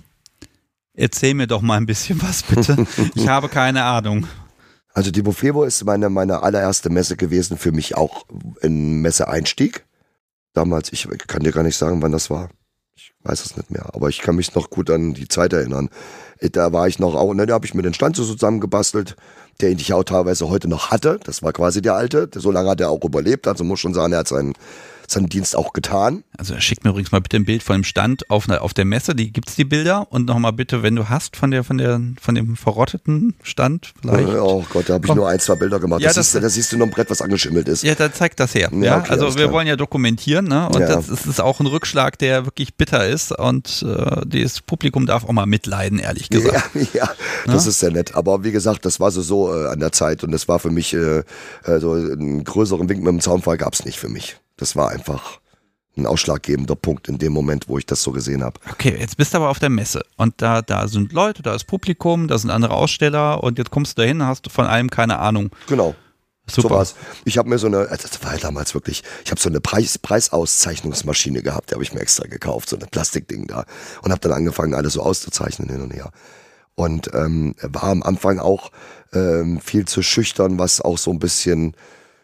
Erzähl mir doch mal ein bisschen was, bitte. Ich habe keine Ahnung. Also die Beauvais-Evo ist meine, meine allererste Messe gewesen, für mich auch ein Messeeinstieg. Damals, ich kann dir gar nicht sagen, wann das war. Ich weiß es nicht mehr, aber ich kann mich noch gut an die Zeit erinnern. Da war ich noch, auch, ne, da habe ich mir den Stand so zusammengebastelt, den ich auch teilweise heute noch hatte. Das war quasi der alte. So lange hat er auch überlebt, also muss schon sagen, er hat seinen, seinen Dienst auch getan. Also er schickt mir übrigens mal bitte ein Bild von dem Stand auf, auf der Messe, die gibt's die Bilder und nochmal bitte, wenn du hast von der von der von dem verrotteten Stand vielleicht. Oh Gott, da habe ich nur ein, zwei Bilder gemacht. Ja, das das, siehst du, da siehst du noch ein Brett, was angeschimmelt ist. Ja, dann zeigt das her. Ja, ja okay, also wir klar. wollen ja dokumentieren, ne? Und ja. das ist, ist auch ein Rückschlag, der wirklich bitter ist und äh, das Publikum darf auch mal mitleiden, ehrlich gesagt. Ja, ja, das ja? ist sehr nett. Aber wie gesagt, das war so so äh, an der Zeit und das war für mich äh, äh, so einen größeren Wink mit dem Zaunfall gab es nicht für mich. Das war einfach ein ausschlaggebender Punkt in dem Moment, wo ich das so gesehen habe. Okay, jetzt bist du aber auf der Messe und da, da sind Leute, da ist Publikum, da sind andere Aussteller und jetzt kommst du dahin und hast von allem keine Ahnung. Genau. Super. So war's. Ich habe mir so eine, das war ja damals wirklich, ich habe so eine Preis, Preisauszeichnungsmaschine gehabt, die habe ich mir extra gekauft, so ein Plastikding da und habe dann angefangen, alles so auszuzeichnen hin und her. Und ähm, war am Anfang auch ähm, viel zu schüchtern, was auch so ein bisschen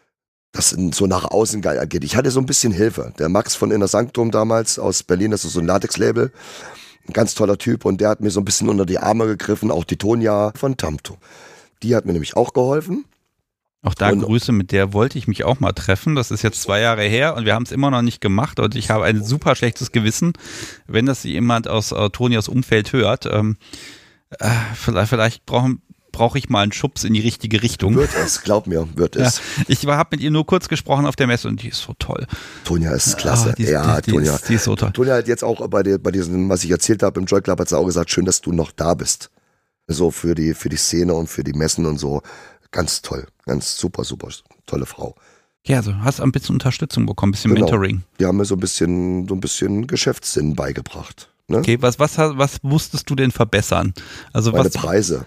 das so nach außen geil angeht. Ich hatte so ein bisschen Hilfe. Der Max von Inner Sanctum damals aus Berlin, das ist so ein Latex-Label, ein ganz toller Typ und der hat mir so ein bisschen unter die Arme gegriffen, auch die Tonja von Tamto. Die hat mir nämlich auch geholfen. Auch da und Grüße, mit der wollte ich mich auch mal treffen. Das ist jetzt zwei Jahre her und wir haben es immer noch nicht gemacht und ich habe ein super schlechtes Gewissen, wenn das jemand aus äh, Tonjas Umfeld hört. Ähm, äh, vielleicht, vielleicht brauchen brauche ich mal einen Schubs in die richtige Richtung. Wird es, glaub mir, wird es. Ja, ich habe mit ihr nur kurz gesprochen auf der Messe und die ist so toll. Tonja ist klasse. Oh, die, ja, die, Tonja. Die ist, die ist so toll. Tonja hat jetzt auch bei, der, bei diesem, was ich erzählt habe, im Joy Club hat sie auch gesagt, schön, dass du noch da bist. So für die, für die Szene und für die Messen und so. Ganz toll. Ganz super, super tolle Frau. Ja, also hast ein bisschen Unterstützung bekommen, ein bisschen genau. Mentoring. Die haben mir so ein bisschen, so ein bisschen Geschäftssinn beigebracht. Ne? Okay, was, was, was musstest du denn verbessern? Also Meine was, Preise.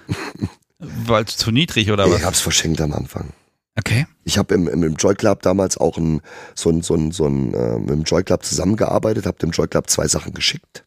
Weil es zu niedrig oder was? Ich hab's verschenkt am Anfang. Okay. Ich habe im, im, im Joy Club damals auch ein, so ein, so ein, so ein, äh, mit dem Joy Club zusammengearbeitet, habe dem Joy Club zwei Sachen geschickt.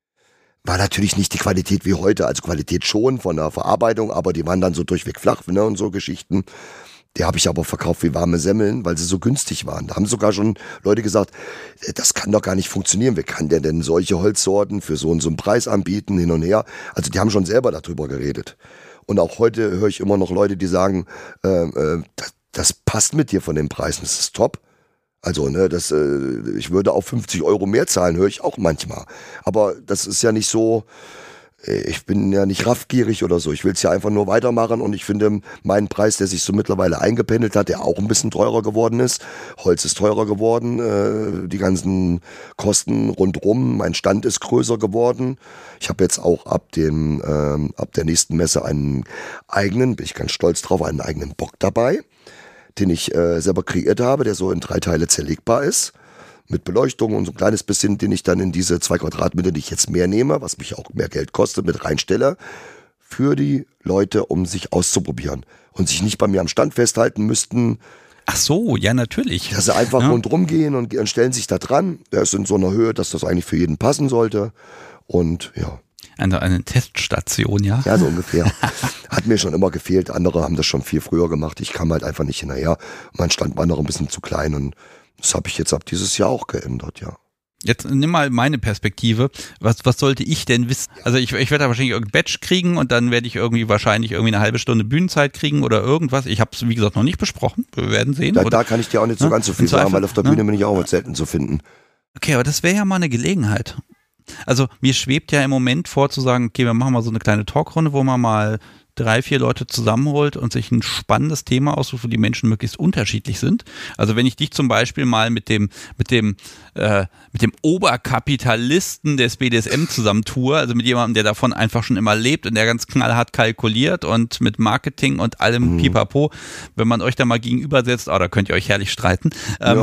War natürlich nicht die Qualität wie heute, also Qualität schon von der Verarbeitung, aber die waren dann so durchweg flach, ne, und so Geschichten. Die habe ich aber verkauft wie warme Semmeln, weil sie so günstig waren. Da haben sogar schon Leute gesagt, das kann doch gar nicht funktionieren. Wie kann der denn solche Holzsorten für so und so einen Preis anbieten, hin und her? Also die haben schon selber darüber geredet. Und auch heute höre ich immer noch Leute, die sagen, äh, äh, das, das passt mit dir von den Preisen, das ist top. Also, ne, das, äh, ich würde auch fünfzig Euro mehr zahlen, höre ich auch manchmal. Aber das ist ja nicht so, ich bin ja nicht raffgierig oder so. Ich will es ja einfach nur weitermachen und ich finde meinen Preis, der sich so mittlerweile eingependelt hat, der auch ein bisschen teurer geworden ist. Holz ist teurer geworden, äh, die ganzen Kosten rundrum. Mein Stand ist größer geworden. Ich habe jetzt auch ab dem ähm, ab der nächsten Messe einen eigenen, bin ich ganz stolz drauf, einen eigenen Bock dabei, den ich äh, selber kreiert habe, der so in drei Teile zerlegbar ist. Mit Beleuchtung und so ein kleines bisschen, den ich dann in diese zwei Quadratmeter, die ich jetzt mehr nehme, was mich auch mehr Geld kostet, mit reinstelle, für die Leute, um sich auszuprobieren und sich nicht bei mir am Stand festhalten müssten. Ach so, ja, natürlich. Dass sie einfach ja. rundrum gehen und, und stellen sich da dran. Der ist in so einer Höhe, dass das eigentlich für jeden passen sollte. Und ja. Eine, eine Teststation, ja? Ja, so ungefähr. Hat mir schon immer gefehlt. Andere haben das schon viel früher gemacht. Ich kam halt einfach nicht hinterher. Mein Stand war noch ein bisschen zu klein und das habe ich jetzt ab dieses Jahr auch geändert, ja. Jetzt nimm mal meine Perspektive. Was, was sollte ich denn wissen? Also ich, ich werde da wahrscheinlich irgendein Badge kriegen und dann werde ich irgendwie wahrscheinlich irgendwie eine halbe Stunde Bühnenzeit kriegen oder irgendwas. Ich habe es, wie gesagt, noch nicht besprochen. Wir werden sehen. Da, oder? da kann ich dir auch nicht so ja? ganz so viel sagen, weil auf der Bühne ja. bin ich auch selten zu finden. Okay, aber das wäre ja mal eine Gelegenheit. Also mir schwebt ja im Moment vor zu sagen, okay, wir machen mal so eine kleine Talkrunde, wo man mal drei, vier Leute zusammenholt und sich ein spannendes Thema aussucht, wo die Menschen möglichst unterschiedlich sind. Also wenn ich dich zum Beispiel mal mit dem mit dem äh, mit dem Oberkapitalisten des B D S M zusammentue, also mit jemandem, der davon einfach schon immer lebt und der ganz knallhart kalkuliert und mit Marketing und allem mhm. Pipapo, wenn man euch da mal gegenübersetzt, oh, da könnt ihr euch herrlich streiten. Ähm,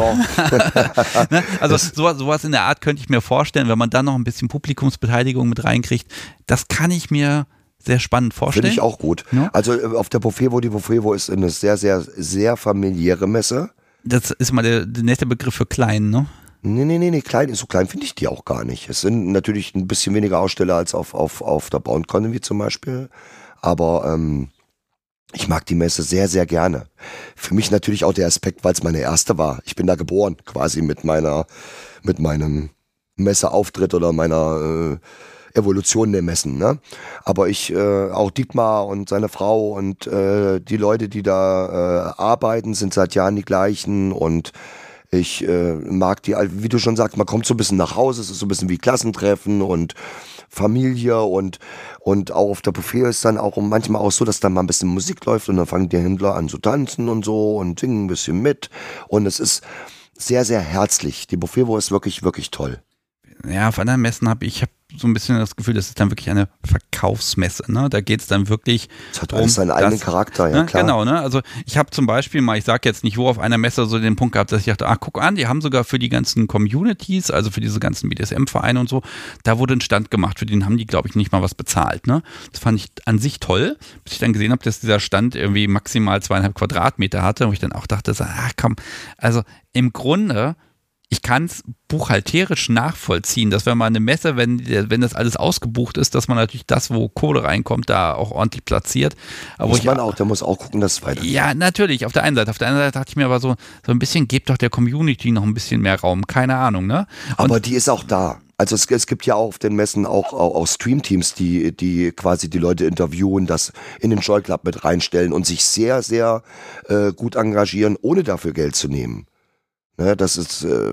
ja. ne? Also sowas, sowas in der Art könnte ich mir vorstellen, wenn man dann noch ein bisschen Publikumsbeteiligung mit reinkriegt, das kann ich mir sehr spannend vorstellen. Finde ich auch gut. Ja? Also auf der Buffevo, die Buffevo ist eine sehr, sehr, sehr familiäre Messe. Das ist mal der, der nächste Begriff für klein, ne? Nee, nee, nee, nee, klein, so klein finde ich die auch gar nicht. Es sind natürlich ein bisschen weniger Aussteller als auf, auf, auf der Bound Economy zum Beispiel. Aber ähm, ich mag die Messe sehr, sehr gerne. Für mich natürlich auch der Aspekt, weil es meine erste war. Ich bin da geboren, quasi mit meiner, mit meinem Messeauftritt oder meiner äh, Evolution der Messen, ne? Aber ich, äh, auch Dietmar und seine Frau und äh, die Leute, die da äh, arbeiten, sind seit Jahren die gleichen und ich äh, mag die, wie du schon sagst, man kommt so ein bisschen nach Hause, es ist so ein bisschen wie Klassentreffen und Familie und und auch auf der Buffet ist dann auch manchmal auch so, dass dann mal ein bisschen Musik läuft und dann fangen die Händler an zu tanzen und so und singen ein bisschen mit und es ist sehr, sehr herzlich. Die Buffevo ist wirklich, wirklich toll. Ja, auf anderen Messen habe ich, ich habe so ein bisschen das Gefühl, das ist dann wirklich eine Verkaufsmesse, ne? Da geht es dann wirklich das hat alles seinen eigenen Charakter, ja ne? klar. Genau, ne? Also ich habe zum Beispiel mal, ich sage jetzt nicht wo, auf einer Messe so den Punkt gehabt, dass ich dachte, ach guck an, die haben sogar für die ganzen Communities, also für diese ganzen B D S M-Vereine und so, da wurde ein Stand gemacht, für den haben die, glaube ich, nicht mal was bezahlt, ne? Das fand ich an sich toll, bis ich dann gesehen habe, dass dieser Stand irgendwie maximal zweieinhalb Quadratmeter hatte, wo ich dann auch dachte, so, ach komm, also im Grunde ich kann es buchhalterisch nachvollziehen, dass wenn man eine Messe, wenn, wenn das alles ausgebucht ist, dass man natürlich das, wo Kohle reinkommt, da auch ordentlich platziert. Aber muss ich, man auch, der muss auch gucken, dass es weitergeht. Ja, natürlich, auf der einen Seite. Auf der anderen Seite dachte ich mir aber so, so ein bisschen, gebt doch der Community noch ein bisschen mehr Raum, keine Ahnung, ne? Und aber die ist auch da. Also es, es gibt ja auch auf den Messen auch, auch, auch Streamteams, die, die quasi die Leute interviewen, das in den Joy Club mit reinstellen und sich sehr, sehr äh, gut engagieren, ohne dafür Geld zu nehmen. Ne, das ist äh,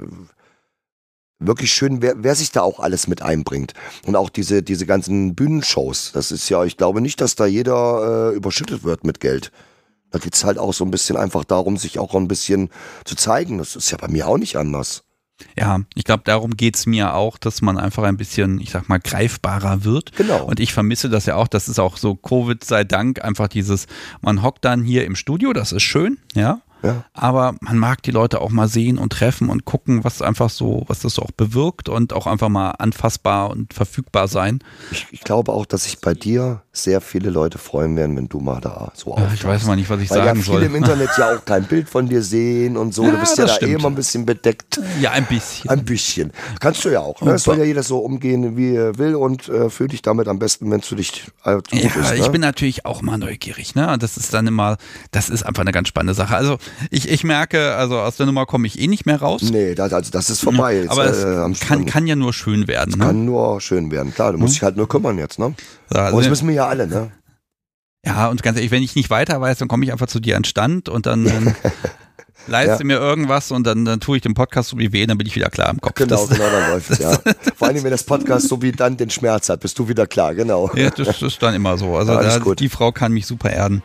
wirklich schön, wer, wer sich da auch alles mit einbringt. Und auch diese, diese ganzen Bühnenshows, das ist ja, ich glaube nicht, dass da jeder äh, überschüttet wird mit Geld. Da geht's halt auch so ein bisschen einfach darum, sich auch ein bisschen zu zeigen. Das ist ja bei mir auch nicht anders. Ja, ich glaube, darum geht's mir auch, dass man einfach ein bisschen, ich sag mal, greifbarer wird. Genau. Und ich vermisse das ja auch, das ist auch so Covid sei Dank, einfach dieses, man hockt dann hier im Studio, das ist schön, ja. Ja. Aber man mag die Leute auch mal sehen und treffen und gucken, was einfach so, was das so auch bewirkt und auch einfach mal anfassbar und verfügbar sein. Ich, ich glaube auch, dass sich bei dir sehr viele Leute freuen werden, wenn du mal da so auftauchst. Ja, ich weiß mal nicht, was ich Weil sagen ja viele soll. im Internet ja auch kein Bild von dir sehen und so. Ja, du bist ja da stimmt. eh immer ein bisschen bedeckt. Ja, ein bisschen. Ein bisschen. Kannst du ja auch. Ne? Es soll ja jeder so umgehen, wie er will und äh, fühl dich damit am besten, wenn du dich äh, gut Ja, ist, ne? ich bin natürlich auch mal neugierig, ne? Und das ist dann immer, das ist einfach eine ganz spannende Sache. Also ich, ich merke, also aus der Nummer komme ich eh nicht mehr raus. Nee, das, also das ist vorbei. Jetzt, Aber es äh, am kann, Strand. kann ja nur schön werden. Es Ne? kann nur schön werden. Klar, du musst dich halt nur kümmern jetzt, ne? Ja, also, Aber das müssen wir ja alle, ne? ja, und ganz ehrlich, wenn ich nicht weiter weiß, dann komme ich einfach zu dir an den Stand und dann, dann leiste Ja. mir irgendwas und dann, dann tue ich den Podcast so wie weh, dann bin ich wieder klar im Kopf. Genau, das, genau, dann läuft es, ja. Vor allem, wenn das Podcast so wie dann den Schmerz hat, bist du wieder klar, genau. Ja, das ist dann immer so. Also Ja, alles da, gut. die Frau kann mich super erden.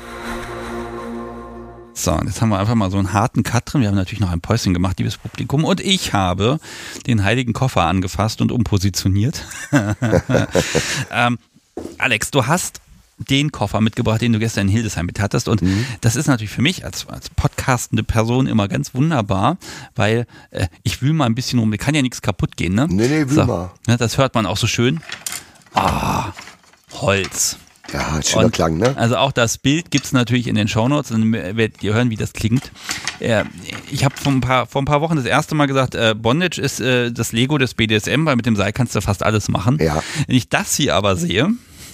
So, und jetzt haben wir einfach mal so einen harten Cut drin. Wir haben natürlich noch ein Päuschen gemacht, liebes Publikum. Und ich habe den heiligen Koffer angefasst und umpositioniert. ähm, Alex, du hast den Koffer mitgebracht, den du gestern in Hildesheim mit hattest. Und mhm. das ist natürlich für mich als, als podcastende Person immer ganz wunderbar, weil äh, ich wühle mal ein bisschen rum. Mir kann ja nichts kaputt gehen, ne? Nee, nee, wühl so, mal. ne, das hört man auch so schön. Ah, Holz. Ja, schöner Und Klang, ne? Also auch das Bild gibt es natürlich in den Shownotes, dann werdet ihr hören, wie das klingt. Äh, ich habe vor ein paar, vor ein paar Wochen das erste Mal gesagt, äh, Bondage ist äh, das Lego des B D S M, weil mit dem Seil kannst du fast alles machen. Ja. Wenn ich das hier aber sehe,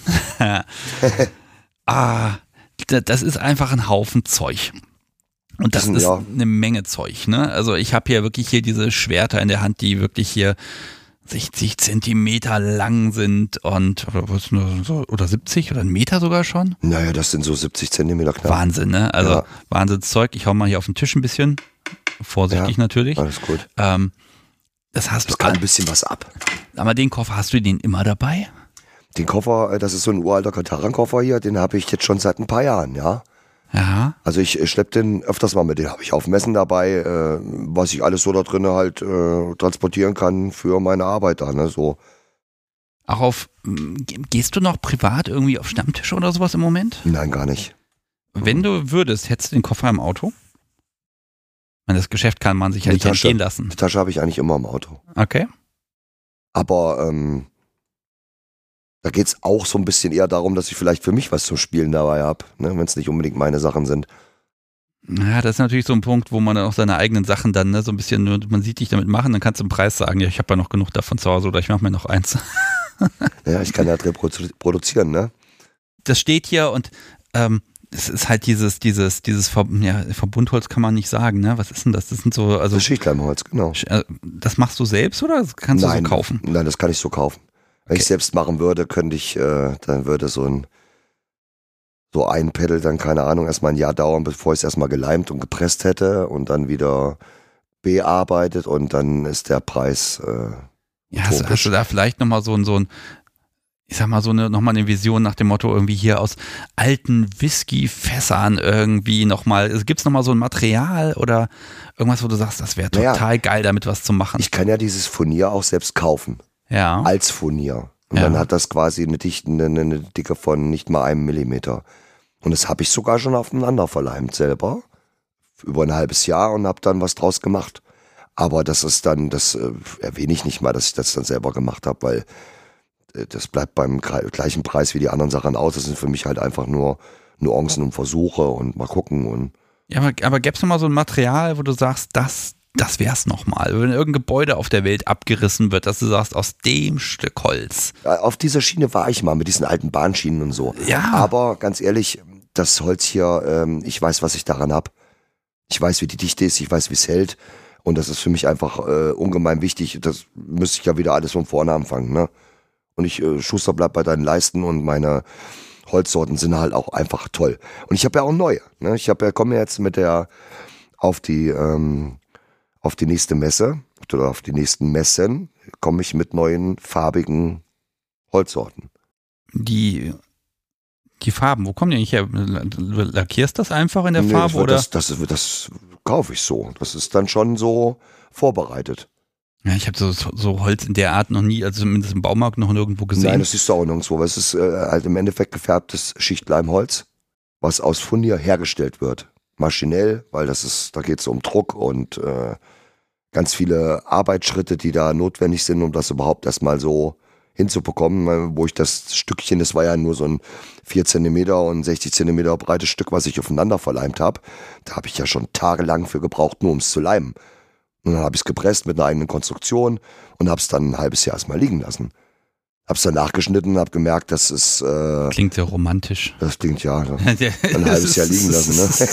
ah, das ist einfach ein Haufen Zeug. Und das ist ja. eine Menge Zeug, ne? Also ich habe hier wirklich hier diese Schwerter in der Hand, die wirklich hier sechzig Zentimeter lang sind und oder, was, so, oder siebzig oder einen Meter sogar schon. Naja, das sind so siebzig Zentimeter knapp. Wahnsinn, ne? Also Ja. Wahnsinnszeug. Ich hau mal hier auf den Tisch ein bisschen. Vorsichtig Ja, natürlich. Alles gut. Ähm, Das hast das du kann ein bisschen was ab. Aber den Koffer, hast du den immer dabei? Den Koffer, das ist so ein uralter Gitarrenkoffer hier, den habe ich jetzt schon seit ein paar Jahren, ja. Ja. Also ich schleppe den öfters mal mit, den habe ich auf Messen dabei, äh, was ich alles so da drin halt äh, transportieren kann für meine Arbeit da, ne, so. Auch auf, gehst du noch privat irgendwie auf Stammtische oder sowas im Moment? Nein, gar nicht. Wenn du würdest, hättest du den Koffer im Auto? Das Geschäft kann man sich ja Die nicht Tasche, entgehen lassen. Die Tasche habe ich eigentlich immer im Auto. Okay. Aber ähm, da geht es auch so ein bisschen eher darum, dass ich vielleicht für mich was zum Spielen dabei habe, ne, wenn es nicht unbedingt meine Sachen sind. Ja, das ist natürlich so ein Punkt, wo man dann auch seine eigenen Sachen dann ne, so ein bisschen, man sieht dich damit machen, dann kannst du im Preis sagen, ja, ich habe ja noch genug davon zu Hause oder ich mache mir noch eins. Ja, ich kann ja drin produ- produzieren, ne? Das steht hier und ähm, es ist halt dieses, dieses, dieses Ver, ja, Verbundholz kann man nicht sagen, ne? Was ist denn das? Das sind so, also. Das Schichtleimholz, genau. Das machst du selbst oder das kannst nein, du so kaufen? Nein, das kann ich so kaufen. Wenn okay. ich selbst machen würde, könnte ich, äh, dann würde so ein so ein Pedal dann, keine Ahnung, erstmal ein Jahr dauern, bevor ich es erstmal geleimt und gepresst hätte und dann wieder bearbeitet und dann ist der Preis äh, ja, hast, hast du da vielleicht nochmal so ein, so ein ich sag mal, so eine, nochmal eine Vision nach dem Motto, irgendwie hier aus alten Whisky-Fässern irgendwie nochmal, gibt es nochmal so ein Material oder irgendwas, wo du sagst, das wäre total naja, geil, damit was zu machen? Ich kann ja dieses Furnier auch selbst kaufen. Ja. Als Furnier. Und ja. dann hat das quasi eine Dichte, eine, eine Dicke von nicht mal einem Millimeter. Und das habe ich sogar schon aufeinander verleimt selber. Über ein halbes Jahr und habe dann was draus gemacht. Aber das ist dann, das äh, erwähne ich nicht mal, dass ich das dann selber gemacht habe, weil das bleibt beim gleichen Preis wie die anderen Sachen aus. Das sind für mich halt einfach nur Nuancen und Versuche und mal gucken. Und ja, aber, aber gäbe es noch mal so ein Material, wo du sagst, das, das wär's nochmal. Wenn irgendein Gebäude auf der Welt abgerissen wird, dass du sagst, aus dem Stück Holz. Auf dieser Schiene war ich mal mit diesen alten Bahnschienen und so. Ja. Aber ganz ehrlich, das Holz hier, ähm, ich weiß, was ich daran habe. Ich weiß, wie die Dichte ist, ich weiß, wie es hält. Und das ist für mich einfach äh, ungemein wichtig. Das müsste ich ja wieder alles von vorne anfangen, ne? Und ich, äh, Schuster, bleib bei deinen Leisten und meine Holzsorten sind halt auch einfach toll. Und ich habe ja auch neue. Ne? Ich habe ja, komme jetzt mit der auf die ähm, auf die nächste Messe oder auf die nächsten Messen komme ich mit neuen farbigen Holzsorten. Die die Farben, wo kommen die eigentlich her? Du lackierst das einfach in der nee, Farbe das, oder? Das, das, das, das kaufe ich so. Das ist dann schon so vorbereitet. Ja, ich habe so, so Holz in der Art noch nie, also zumindest im Baumarkt noch nirgendwo gesehen. Nein, das siehst du auch nirgendwo, aber es ist äh, halt im Endeffekt gefärbtes Schichtleimholz, was aus Furnier hergestellt wird. Maschinell, weil das ist, da geht es um Druck und äh, ganz viele Arbeitsschritte, die da notwendig sind, um das überhaupt erstmal so hinzubekommen, wo ich das Stückchen, das war ja nur so ein vier Zentimeter und sechzig Zentimeter breites Stück, was ich aufeinander verleimt habe. Da habe ich ja schon tagelang für gebraucht, nur um es zu leimen. Und dann habe ich es gepresst mit einer eigenen Konstruktion und habe es dann ein halbes Jahr erstmal liegen lassen. Habe es dann nachgeschnitten und habe gemerkt, das ist... Äh, klingt sehr romantisch. Das klingt, ja, ein halbes Jahr liegen lassen.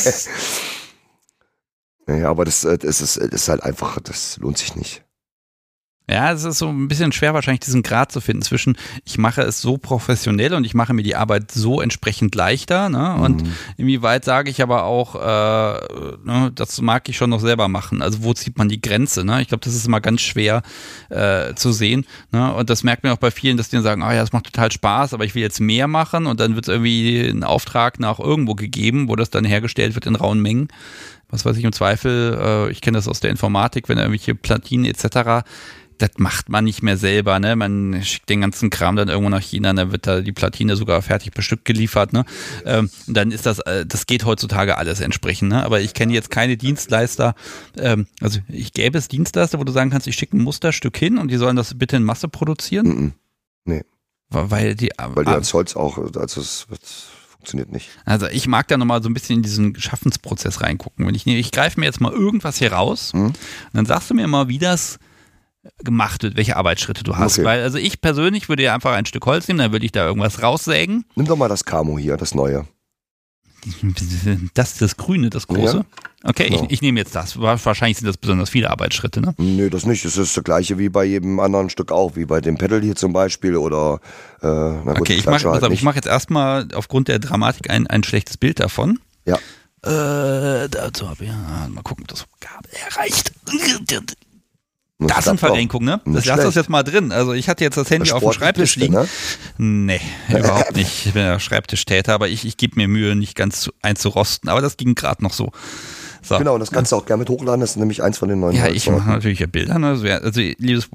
Ne? Ja, aber das, das, ist, das ist halt einfach, das lohnt sich nicht. Ja, es ist so ein bisschen schwer wahrscheinlich diesen Grad zu finden zwischen, ich mache es so professionell und ich mache mir die Arbeit so entsprechend leichter, ne? Und mhm. inwieweit sage ich aber auch, äh, ne, das mag ich schon noch selber machen. Also wo zieht man die Grenze, ne? Ich glaube, das ist immer ganz schwer äh, zu sehen, ne? Und das merkt man auch bei vielen, dass die dann sagen, ah ja, das macht total Spaß, aber ich will jetzt mehr machen und dann wird irgendwie ein Auftrag nach irgendwo gegeben, wo das dann hergestellt wird in rauen Mengen. Was weiß ich, im Zweifel, äh, ich kenne das aus der Informatik, wenn irgendwelche Platinen et cetera, das macht man nicht mehr selber, ne? Man schickt den ganzen Kram dann irgendwo nach China, dann wird da die Platine sogar fertig bestückt geliefert, ne? Ähm, und dann ist das, äh, das geht heutzutage alles entsprechend, ne? Aber ich kenne jetzt keine Dienstleister, ähm, also ich gäbe es Dienstleister, wo du sagen kannst, ich schicke ein Musterstück hin und die sollen das bitte in Masse produzieren? Mm-mm. Nee. Weil die, Weil die als Holz auch, also es wird... funktioniert nicht. Also ich mag da nochmal so ein bisschen in diesen Schaffensprozess reingucken. Wenn ich, ich greife mir jetzt mal irgendwas hier raus mhm. und dann sagst du mir mal, wie das gemacht wird, welche Arbeitsschritte du hast. Okay. Weil also ich persönlich würde ja einfach ein Stück Holz nehmen, dann würde ich da irgendwas raussägen. Nimm doch mal das Camo hier, das neue. Das ist das Grüne, das große? Ja. Okay, genau. ich, ich nehme jetzt das. Wahrscheinlich sind das besonders viele Arbeitsschritte, ne? Nö, das nicht. Das ist das gleiche wie bei jedem anderen Stück auch, wie bei dem Pedal hier zum Beispiel oder äh, na gut, okay, ich mache halt ich mach jetzt erstmal aufgrund der Dramatik ein, ein schlechtes Bild davon. Ja. Äh, dazu habe ich, ja, mal gucken, ob das Gabel erreicht. Das, das sind Verrenkungen, ne? Das lass das jetzt mal drin. Also ich hatte jetzt das Handy auf dem Schreibtisch liegen. Ne? Nee, überhaupt nicht. Ich bin ja Schreibtischtäter, aber ich, ich gebe mir Mühe, nicht ganz einzurosten. Aber das ging gerade noch so. So. Genau, und das kannst du auch gerne mit hochladen. Das ist nämlich eins von den neuen. Ja, ich mache natürlich ja Bilder. Ne? Also, also liebes,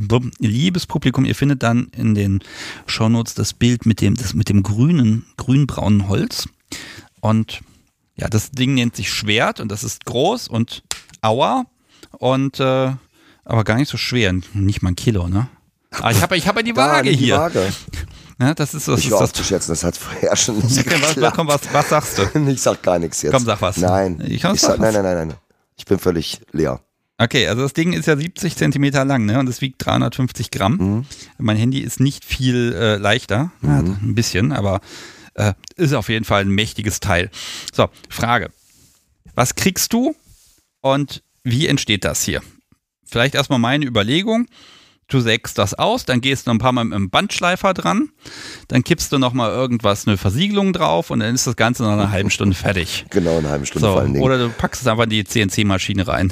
liebes Publikum, ihr findet dann in den Shownotes das Bild mit dem, das, mit dem grünen, grünbraunen Holz. Und ja, das Ding nennt sich Schwert und das ist groß und aua und äh, aber gar nicht so schwer, nicht mal ein Kilo, ne? Aber ich habe ich hab ja die Waage hier. Die Waage. Ja, das ist, das ich ist war das. Aufzuschätzen, das hat vorher schon nicht okay, was, komm, was, was sagst du? Ich sag gar nichts jetzt. Komm, sag was. Nein, ich ich sag, nein, nein, nein, nein. Ich bin völlig leer. Okay, also das Ding ist ja siebzig Zentimeter lang, ne? Und es wiegt dreihundertfünfzig Gramm. Mhm. Mein Handy ist nicht viel äh, leichter, mhm. ja, ein bisschen, aber äh, ist auf jeden Fall ein mächtiges Teil. So, Frage. Was kriegst du und wie entsteht das hier? Vielleicht erstmal meine Überlegung. Du sägst das aus, dann gehst du ein paar Mal mit einem Bandschleifer dran, dann kippst du nochmal irgendwas, eine Versiegelung drauf und dann ist das Ganze nach einer halben Stunde fertig. Genau, eine halbe Stunde so, vor allen Dingen. Oder du packst es einfach in die C N C-Maschine rein.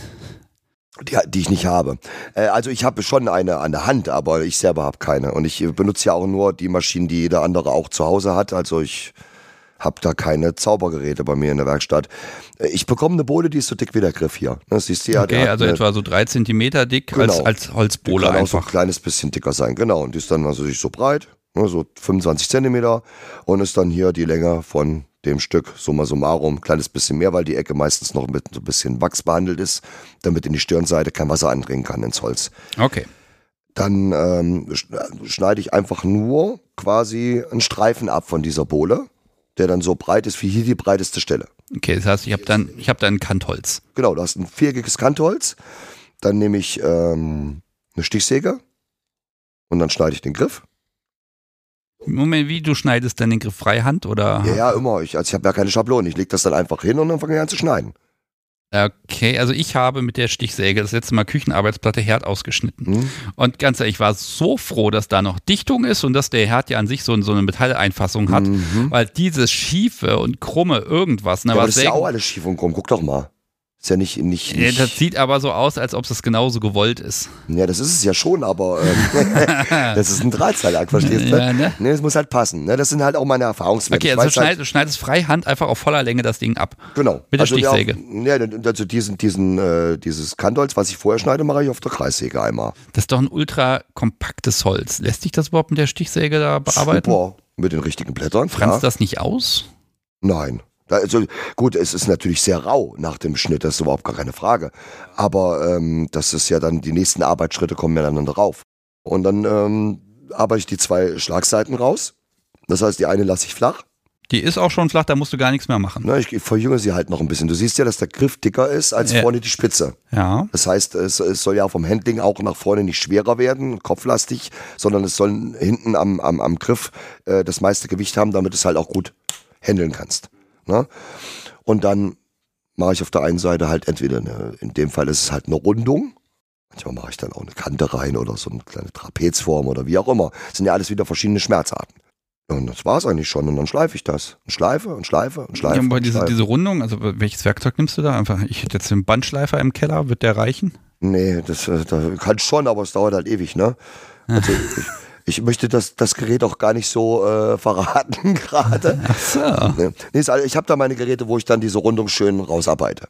Die, die ich nicht habe. Äh, also ich habe schon eine an der Hand, aber ich selber habe keine. Und ich benutze ja auch nur die Maschinen, die jeder andere auch zu Hause hat. Also ich habe da keine Zaubergeräte bei mir in der Werkstatt. Ich bekomme eine Bohle, die ist so dick wie der Griff hier. Das siehst du ja. Okay, also eine, etwa so drei Zentimeter dick genau, als, als Holzbohle die kann einfach. Auch so ein kleines bisschen dicker sein, genau. Und die ist dann also nicht so breit, ne, so fünfundzwanzig Zentimeter und ist dann hier die Länge von dem Stück, summa summarum, ein kleines bisschen mehr, weil die Ecke meistens noch mit so ein bisschen Wachs behandelt ist, damit in die Stirnseite kein Wasser eindringen kann ins Holz. Okay. Dann ähm, schneide ich einfach nur quasi einen Streifen ab von dieser Bohle, der dann so breit ist wie hier die breiteste Stelle. Okay, das heißt, ich habe dann, ich hab dann ein Kantholz. Genau, du hast ein viereckiges Kantholz. Dann nehme ich ähm, eine Stichsäge und dann schneide ich den Griff. Moment, wie, du schneidest dann den Griff freihand oder? Ja, ja, immer. Ich, also ich habe ja keine Schablone. Ich lege das dann einfach hin und dann fange ich an zu schneiden. Okay, also ich habe mit der Stichsäge das letzte Mal Küchenarbeitsplatte Herd ausgeschnitten. Mhm. Und ganz ehrlich, ich war so froh, dass da noch Dichtung ist und dass der Herd ja an sich so, so eine Metalleinfassung hat. Mhm. Weil dieses schiefe und krumme irgendwas. Ne, ja, aber was das ist ja auch alles schief und krumm. Guck doch mal. Ist ja nicht, nicht, nicht. Das sieht aber so aus, als ob es genauso gewollt ist. Ja, das ist es ja schon, aber ähm, das ist ein Drahtseilakt, verstehst du? Ja, ne? Ne, das muss halt passen. Ne? Das sind halt auch meine Erfahrungswerte. Okay, also du schneidest, halt, schneidest freihand einfach auf voller Länge das Ding ab. Genau. Mit der also Stichsäge. Ja, also diesen, diesen, äh, dieses Kantholz, was ich vorher schneide, mache ich auf der Kreissäge einmal. Das ist doch ein ultra kompaktes Holz. Lässt sich das überhaupt mit der Stichsäge da bearbeiten? Super, mit den richtigen Blättern. Franzt das nicht aus? Nein. Also gut, es ist natürlich sehr rau nach dem Schnitt, das ist überhaupt gar keine Frage. Aber ähm, das ist ja dann, die nächsten Arbeitsschritte kommen ja dann drauf. Und dann ähm, arbeite ich die zwei Schlagseiten raus. Das heißt, die eine lasse ich flach. Die ist auch schon flach, da musst du gar nichts mehr machen. Na, ich verjünge sie halt noch ein bisschen. Du siehst ja, dass der Griff dicker ist als ja. vorne die Spitze. Ja. Das heißt, es, es soll ja vom Handling auch nach vorne nicht schwerer werden, kopflastig, sondern es soll hinten am, am, am Griff äh, das meiste Gewicht haben, damit du es halt auch gut handeln kannst. Ne? Und dann mache ich auf der einen Seite halt entweder, eine, in dem Fall ist es halt eine Rundung, manchmal mache ich dann auch eine Kante rein oder so eine kleine Trapezform oder wie auch immer. Das sind ja alles wieder verschiedene Schmerzarten. Und das war es eigentlich schon. Und dann schleife ich das. Und schleife und schleife und schleife. Ja, aber und diese, schleife. diese Rundung, also welches Werkzeug nimmst du da? Einfach, ich hätte jetzt einen Bandschleifer im Keller, wird der reichen? Nee, das, das kann schon, aber es dauert halt ewig, ne? Also ich, Ich möchte das, das Gerät auch gar nicht so äh, verraten gerade. Ach so. Nee, ich habe da meine Geräte, wo ich dann diese Rundung schön rausarbeite.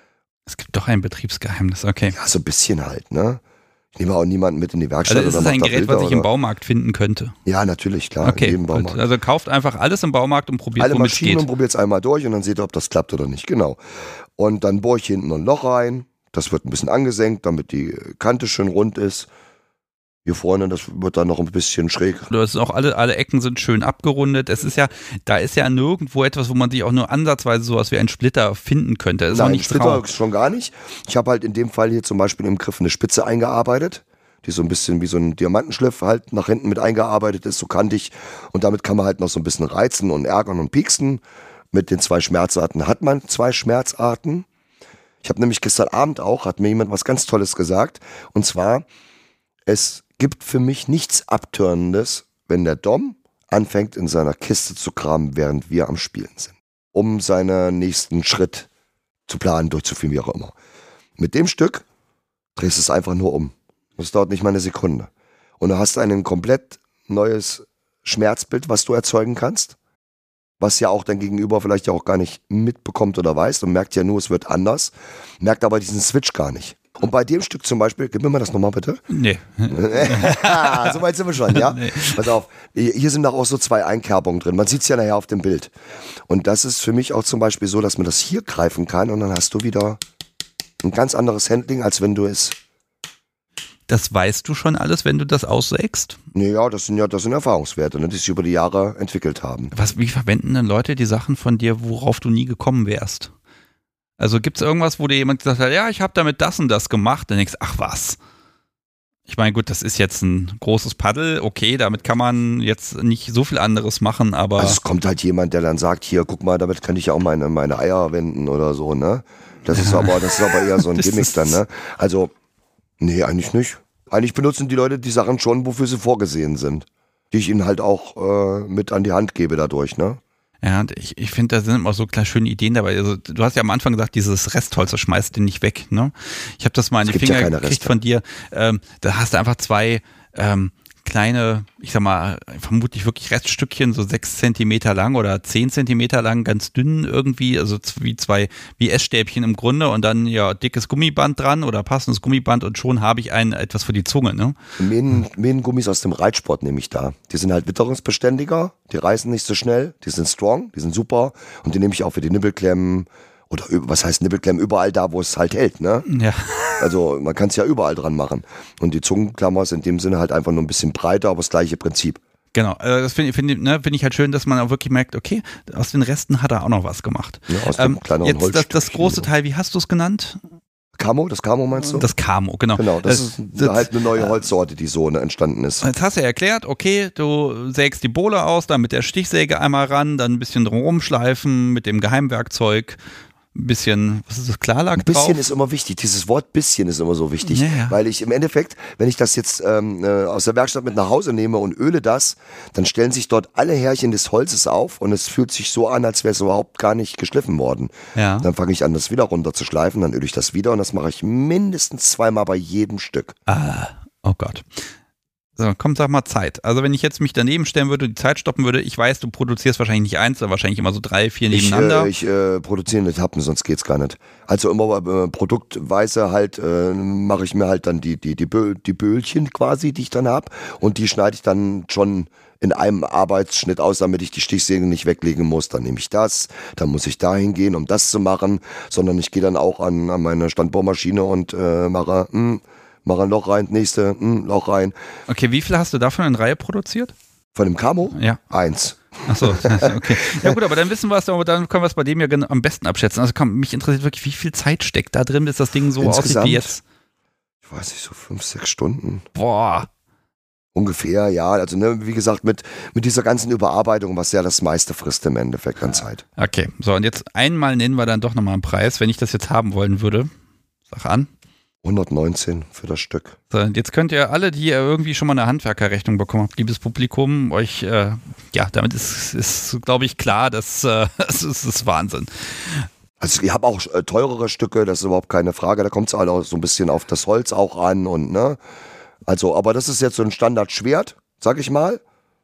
Es gibt doch ein Betriebsgeheimnis, okay. Ja, so ein bisschen halt, ne? Ich nehme auch niemanden mit in die Werkstatt. Also ist oder es ein Gerät, Bilder, was ich oder? im Baumarkt finden könnte? Ja, natürlich, klar. Okay, in jedem Baumarkt. Gut. Also kauft einfach alles im Baumarkt und probiert, Alle womit es Maschinen geht. und probiert es einmal durch und dann seht ihr, ob das klappt oder nicht. Genau. Und dann bohre ich hinten ein Loch rein. Das wird ein bisschen angesenkt, damit die Kante schön rund ist. Hier vorne, das wird dann noch ein bisschen schräg. Das ist auch alle, alle Ecken sind schön abgerundet. Es ist ja, da ist ja nirgendwo etwas, wo man sich auch nur ansatzweise sowas wie einen Splitter finden könnte. Das ist Nein, auch nicht Splitter schon gar nicht. Ich habe halt in dem Fall hier zum Beispiel im Griff eine Spitze eingearbeitet, die so ein bisschen wie so ein Diamantenschliff halt nach hinten mit eingearbeitet ist, so kantig. Und damit kann man halt noch so ein bisschen reizen und ärgern und pieksen. Mit den zwei Schmerzarten hat man zwei Schmerzarten. Ich habe nämlich gestern Abend auch, hat mir jemand was ganz Tolles gesagt. Und zwar, es gibt für mich nichts Abtörnendes, wenn der Dom anfängt in seiner Kiste zu kramen, während wir am Spielen sind. Um seinen nächsten Schritt zu planen, durchzuführen, wie auch immer. Mit dem Stück drehst du es einfach nur um. Das dauert nicht mal eine Sekunde. Und du hast ein komplett neues Schmerzbild, was du erzeugen kannst, was ja auch dein Gegenüber vielleicht ja auch gar nicht mitbekommt oder weiß und merkt ja nur, es wird anders, merkt aber diesen Switch gar nicht. Und bei dem Stück zum Beispiel, gib mir mal das nochmal bitte. Nee. So weit sind wir schon, ja? Nee. Pass auf, hier sind auch so zwei Einkerbungen drin. Man sieht es ja nachher auf dem Bild. Und das ist für mich auch zum Beispiel so, dass man das hier greifen kann und dann hast du wieder ein ganz anderes Handling, als wenn du es... Das weißt du schon alles, wenn du das aussägst? Naja, das sind ja das sind Erfahrungswerte, ne, die sich über die Jahre entwickelt haben. Was, wie verwenden denn Leute die Sachen von dir, worauf du nie gekommen wärst? Also gibt es irgendwas, wo dir jemand gesagt hat, ja, ich habe damit das und das gemacht, dann denkst du, ach was. Ich meine, gut, das ist jetzt ein großes Paddel, okay, damit kann man jetzt nicht so viel anderes machen, aber... Also es kommt halt jemand, der dann sagt, hier, guck mal, damit kann ich ja auch meine, meine Eier wenden oder so, ne? Das ist aber, das ist aber eher so ein Gimmick dann, ne? Also, nee, eigentlich nicht. Eigentlich benutzen die Leute die Sachen schon, wofür sie vorgesehen sind. Die ich ihnen halt auch äh, mit an die Hand gebe dadurch, ne? Ja, und ich, ich finde, da sind immer so kleine schöne Ideen dabei. Also, du hast ja am Anfang gesagt, dieses Restholz, das schmeißt den nicht weg, ne? Ich habe das mal in die Finger ja gekriegt von dir. Ähm, da hast du einfach zwei ähm, kleine, ich sag mal, vermutlich wirklich Reststückchen, so sechs Zentimeter lang oder zehn Zentimeter lang, ganz dünn irgendwie, also wie zwei, wie Essstäbchen im Grunde und dann ja dickes Gummiband dran oder passendes Gummiband und schon habe ich ein etwas für die Zunge, ne? Mähen, Mähengummis aus dem Reitsport nehme ich da. Die sind halt witterungsbeständiger, die reißen nicht so schnell, die sind strong, die sind super und die nehme ich auch für die Nippelklemmen oder was heißt Nippelklemmen, überall da, wo es halt hält, ne? Ja. Also man kann es ja überall dran machen. Und die Zungenklammer ist in dem Sinne halt einfach nur ein bisschen breiter, aber das gleiche Prinzip. Genau, äh, das finde find, ne, find ich halt schön, dass man auch wirklich merkt, okay, aus den Resten hat er auch noch was gemacht. Ja, aus dem ähm, kleineren jetzt das, das große Teil, wie hast du es genannt? Camo, das Camo meinst du? Das Camo, genau. Genau, das, das ist das, halt eine neue Holzsorte, die so ne, entstanden ist. Jetzt hast du ja erklärt, okay, du sägst die Bohle aus, dann mit der Stichsäge einmal ran, dann ein bisschen drumherum schleifen mit dem Geheimwerkzeug. Ein bisschen, was ist das, Klarlack drauf? Ein bisschen ist immer wichtig. Dieses Wort bisschen ist immer so wichtig. Ja, ja. Weil ich im Endeffekt, wenn ich das jetzt ähm, äh, aus der Werkstatt mit nach Hause nehme und öle das, dann stellen sich dort alle Härchen des Holzes auf und es fühlt sich so an, als wäre es überhaupt gar nicht geschliffen worden. Ja. Dann fange ich an, das wieder runter zu schleifen, dann öle ich das wieder und das mache ich mindestens zweimal bei jedem Stück. Ah, oh Gott. So, komm, sag mal Zeit. Also wenn ich jetzt mich daneben stellen würde und die Zeit stoppen würde, ich weiß, du produzierst wahrscheinlich nicht eins, sondern wahrscheinlich immer so drei, vier nebeneinander. Ich, äh, ich äh, produziere in Etappen, sonst geht's gar nicht. Also immer äh, produktweise halt äh, mache ich mir halt dann die, die, die, Bö die Böhlchen quasi, die ich dann habe und die schneide ich dann schon in einem Arbeitsschnitt aus, damit ich die Stichsäge nicht weglegen muss. Dann nehme ich das, dann muss ich dahin gehen, um das zu machen, sondern ich gehe dann auch an, an meine Standbohrmaschine und äh, mache... Mh, Mach ein Loch rein, nächste, mh, Loch rein. Okay, wie viel hast du davon in Reihe produziert? Von dem Camo? Ja. Eins. Achso, okay. Ja gut, aber dann wissen wir es, aber dann können wir es bei dem ja am besten abschätzen. Also komm, mich interessiert wirklich, wie viel Zeit steckt da drin, bis das Ding so Insgesamt, aussieht wie jetzt? Ich weiß nicht, so fünf, sechs Stunden. Boah. Ungefähr, ja. Also ne, wie gesagt, mit, mit dieser ganzen Überarbeitung, was ja das meiste frisst im Endeffekt an Zeit. Okay, so und jetzt einmal nennen wir dann doch nochmal einen Preis, wenn ich das jetzt haben wollen würde. Sag an. hundertneunzehn für das Stück. So, jetzt könnt ihr alle, die ihr irgendwie schon mal eine Handwerkerrechnung bekommen habt, liebes Publikum, euch, äh, ja, damit ist, ist glaube ich, klar, dass äh, das ist, ist Wahnsinn. Also ich habe auch äh, teurere Stücke, das ist überhaupt keine Frage, da kommt es halt auch so ein bisschen auf das Holz auch an und ne, also, aber das ist jetzt so ein Standardschwert, sag ich mal,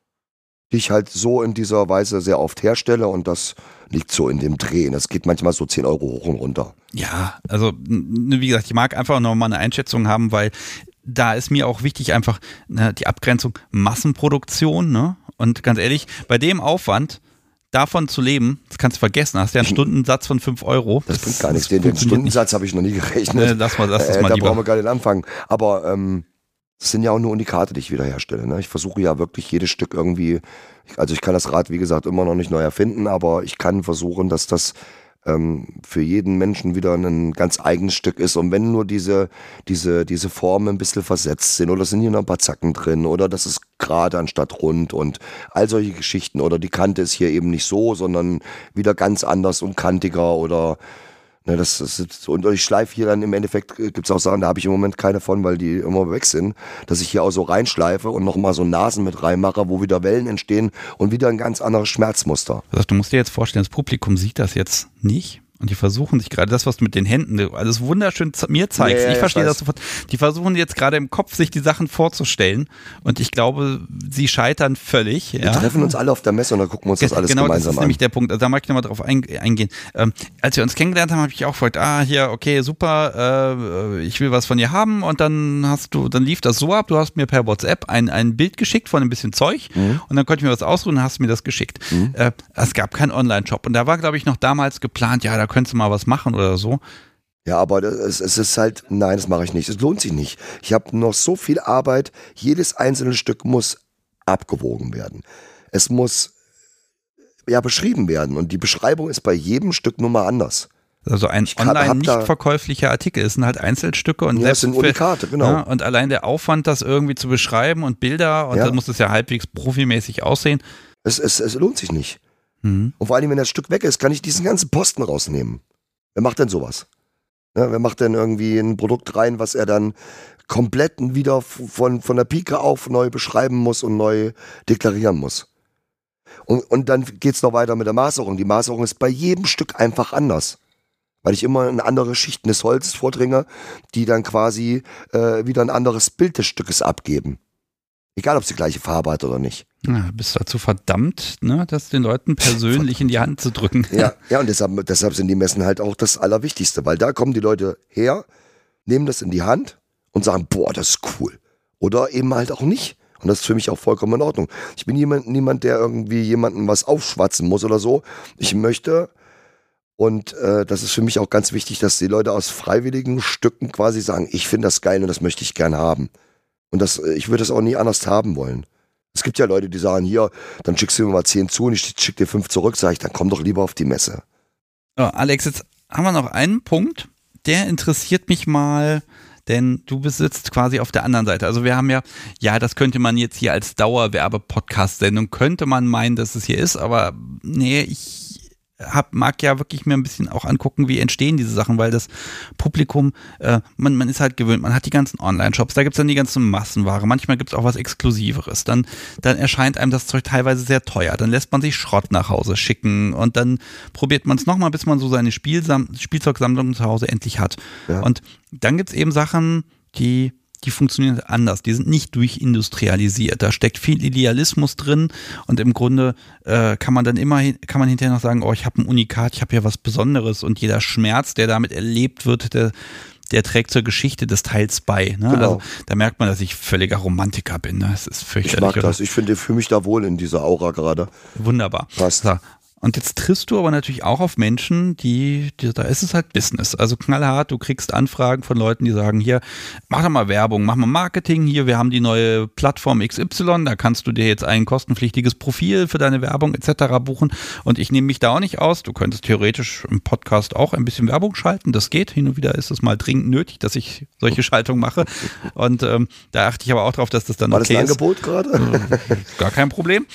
die ich halt so in dieser Weise sehr oft herstelle und das liegt so in dem Dreh. Das geht manchmal so zehn Euro hoch und runter. Ja, also wie gesagt, ich mag einfach noch mal eine Einschätzung haben, weil da ist mir auch wichtig einfach ne, die Abgrenzung Massenproduktion, ne? Und ganz ehrlich, bei dem Aufwand davon zu leben, das kannst du vergessen, hast ja einen Stundensatz von fünf Euro. Das, das bringt gar nichts. Den, den Stundensatz habe ich noch nie gerechnet. Ne, lass mal, lass das äh, mal da lieber. brauchen wir gar nicht anfangen. Aber ähm, das sind ja auch nur Unikate, die ich wieder herstelle. Ne? Ich versuche ja wirklich jedes Stück irgendwie, also ich kann das Rad, wie gesagt, immer noch nicht neu erfinden, aber ich kann versuchen, dass das ähm, für jeden Menschen wieder ein ganz eigenes Stück ist. Und wenn nur diese, diese, diese Formen ein bisschen versetzt sind oder sind hier noch ein paar Zacken drin oder das ist gerade anstatt rund und all solche Geschichten oder die Kante ist hier eben nicht so, sondern wieder ganz anders und kantiger oder Ne, das ist, und ich schleife hier dann im Endeffekt, gibt es auch Sachen, da habe ich im Moment keine von, weil die immer weg sind, dass ich hier auch so reinschleife und nochmal so Nasen mit reinmache, wo wieder Wellen entstehen und wieder ein ganz anderes Schmerzmuster. Also du musst dir jetzt vorstellen, das Publikum sieht das jetzt nicht, und die versuchen sich gerade, das, was du mit den Händen, alles wunderschön mir zeigst, ja, ja, ich verstehe ich das sofort, die versuchen jetzt gerade im Kopf, sich die Sachen vorzustellen und ich glaube, sie scheitern völlig. Wir ja? treffen uns alle auf der Messe und dann gucken wir uns das alles genau, gemeinsam an. Genau, das ist nämlich der Punkt, also da mag ich nochmal drauf eingehen. Ähm, als wir uns kennengelernt haben, habe ich auch gefragt, ah, hier, okay, super, äh, ich will was von dir haben und dann hast du, dann lief das so ab, du hast mir per WhatsApp ein, ein Bild geschickt von ein bisschen Zeug mhm. und dann konnte ich mir was ausruhen und hast mir das geschickt. Mhm. Äh, es gab keinen Online-Shop und da war, glaube ich, noch damals geplant, ja, da könntest du mal was machen oder so. Ja, aber es, es ist halt, nein, das mache ich nicht. Es lohnt sich nicht. Ich habe noch so viel Arbeit. Jedes einzelne Stück muss abgewogen werden. Es muss ja beschrieben werden und die Beschreibung ist bei jedem Stück nun mal anders. Also ein online nicht verkäuflicher Artikel, es sind halt Einzelstücke und ja, selbst es sind Unikate, genau. Ja, und allein der Aufwand, das irgendwie zu beschreiben und Bilder und ja. dann muss es ja halbwegs profimäßig aussehen. Es, es, es lohnt sich nicht. Mhm. Und vor allem, wenn das Stück weg ist, kann ich diesen ganzen Posten rausnehmen. Wer macht denn sowas? Ja, wer macht denn irgendwie ein Produkt rein, was er dann komplett wieder von, von der Pike auf neu beschreiben muss und neu deklarieren muss? Und, und dann geht's noch weiter mit der Maserung. Die Maserung ist bei jedem Stück einfach anders. Weil ich immer in andere Schichten des Holzes vordringe, die dann quasi äh, wieder ein anderes Bild des Stückes abgeben. Egal, ob es die gleiche Farbe hat oder nicht. Ja, bist dazu verdammt, ne, das den Leuten persönlich in die Hand zu drücken. Ja, ja und deshalb, deshalb sind die Messen halt auch das Allerwichtigste, weil da kommen die Leute her, nehmen das in die Hand und sagen, boah, das ist cool. Oder eben halt auch nicht. Und das ist für mich auch vollkommen in Ordnung. Ich bin jemand, niemand, der irgendwie jemandem was aufschwatzen muss oder so. Ich möchte, und äh, das ist für mich auch ganz wichtig, dass die Leute aus freiwilligen Stücken quasi sagen, ich finde das geil und das möchte ich gern haben. Und das, ich würde das auch nie anders haben wollen. Es gibt ja Leute, die sagen, hier, dann schickst du mir mal zehn zu und ich schick dir fünf zurück, sage ich, dann komm doch lieber auf die Messe. Oh, Alex, jetzt haben wir noch einen Punkt, der interessiert mich mal, denn du besitzt quasi auf der anderen Seite. Also wir haben ja, ja, das könnte man jetzt hier als Dauerwerbe-Podcast-Sendung, könnte man meinen, dass es hier ist, aber nee, ich hab, mag ja wirklich mir ein bisschen auch angucken, wie entstehen diese Sachen, weil das Publikum, äh, man, man ist halt gewöhnt, man hat die ganzen Online-Shops, da gibt's dann die ganze Massenware, manchmal gibt's auch was Exklusiveres, dann, dann erscheint einem das Zeug teilweise sehr teuer, dann lässt man sich Schrott nach Hause schicken und dann probiert man es nochmal, bis man so seine Spielsam- Spielzeugsammlung zu Hause endlich hat. Ja. Und dann gibt's eben Sachen, die die funktionieren anders, die sind nicht durchindustrialisiert, da steckt viel Idealismus drin und im Grunde äh, kann man dann immer, kann man hinterher noch sagen, oh, ich habe ein Unikat, ich habe hier was Besonderes und jeder Schmerz, der damit erlebt wird, der, der trägt zur Geschichte des Teils bei. Ne? Genau. Also da merkt man, dass ich völliger Romantiker bin. Ne? Es ist fürchterlich. Ich mag das, ich finde, fühle mich da wohl in dieser Aura gerade. Wunderbar. Passt. So. Und jetzt triffst du aber natürlich auch auf Menschen, die, die, da ist es halt Business. Also knallhart, du kriegst Anfragen von Leuten, die sagen, hier, mach doch mal Werbung, mach mal Marketing, hier, wir haben die neue Plattform X Y, da kannst du dir jetzt ein kostenpflichtiges Profil für deine Werbung et cetera buchen. Und ich nehme mich da auch nicht aus. Du könntest theoretisch im Podcast auch ein bisschen Werbung schalten, das geht. Hin und wieder ist es mal dringend nötig, dass ich solche Schaltungen mache. Und ähm, da achte ich aber auch drauf, dass das dann War okay das ein ist. Angebot gerade? Äh, gar kein Problem.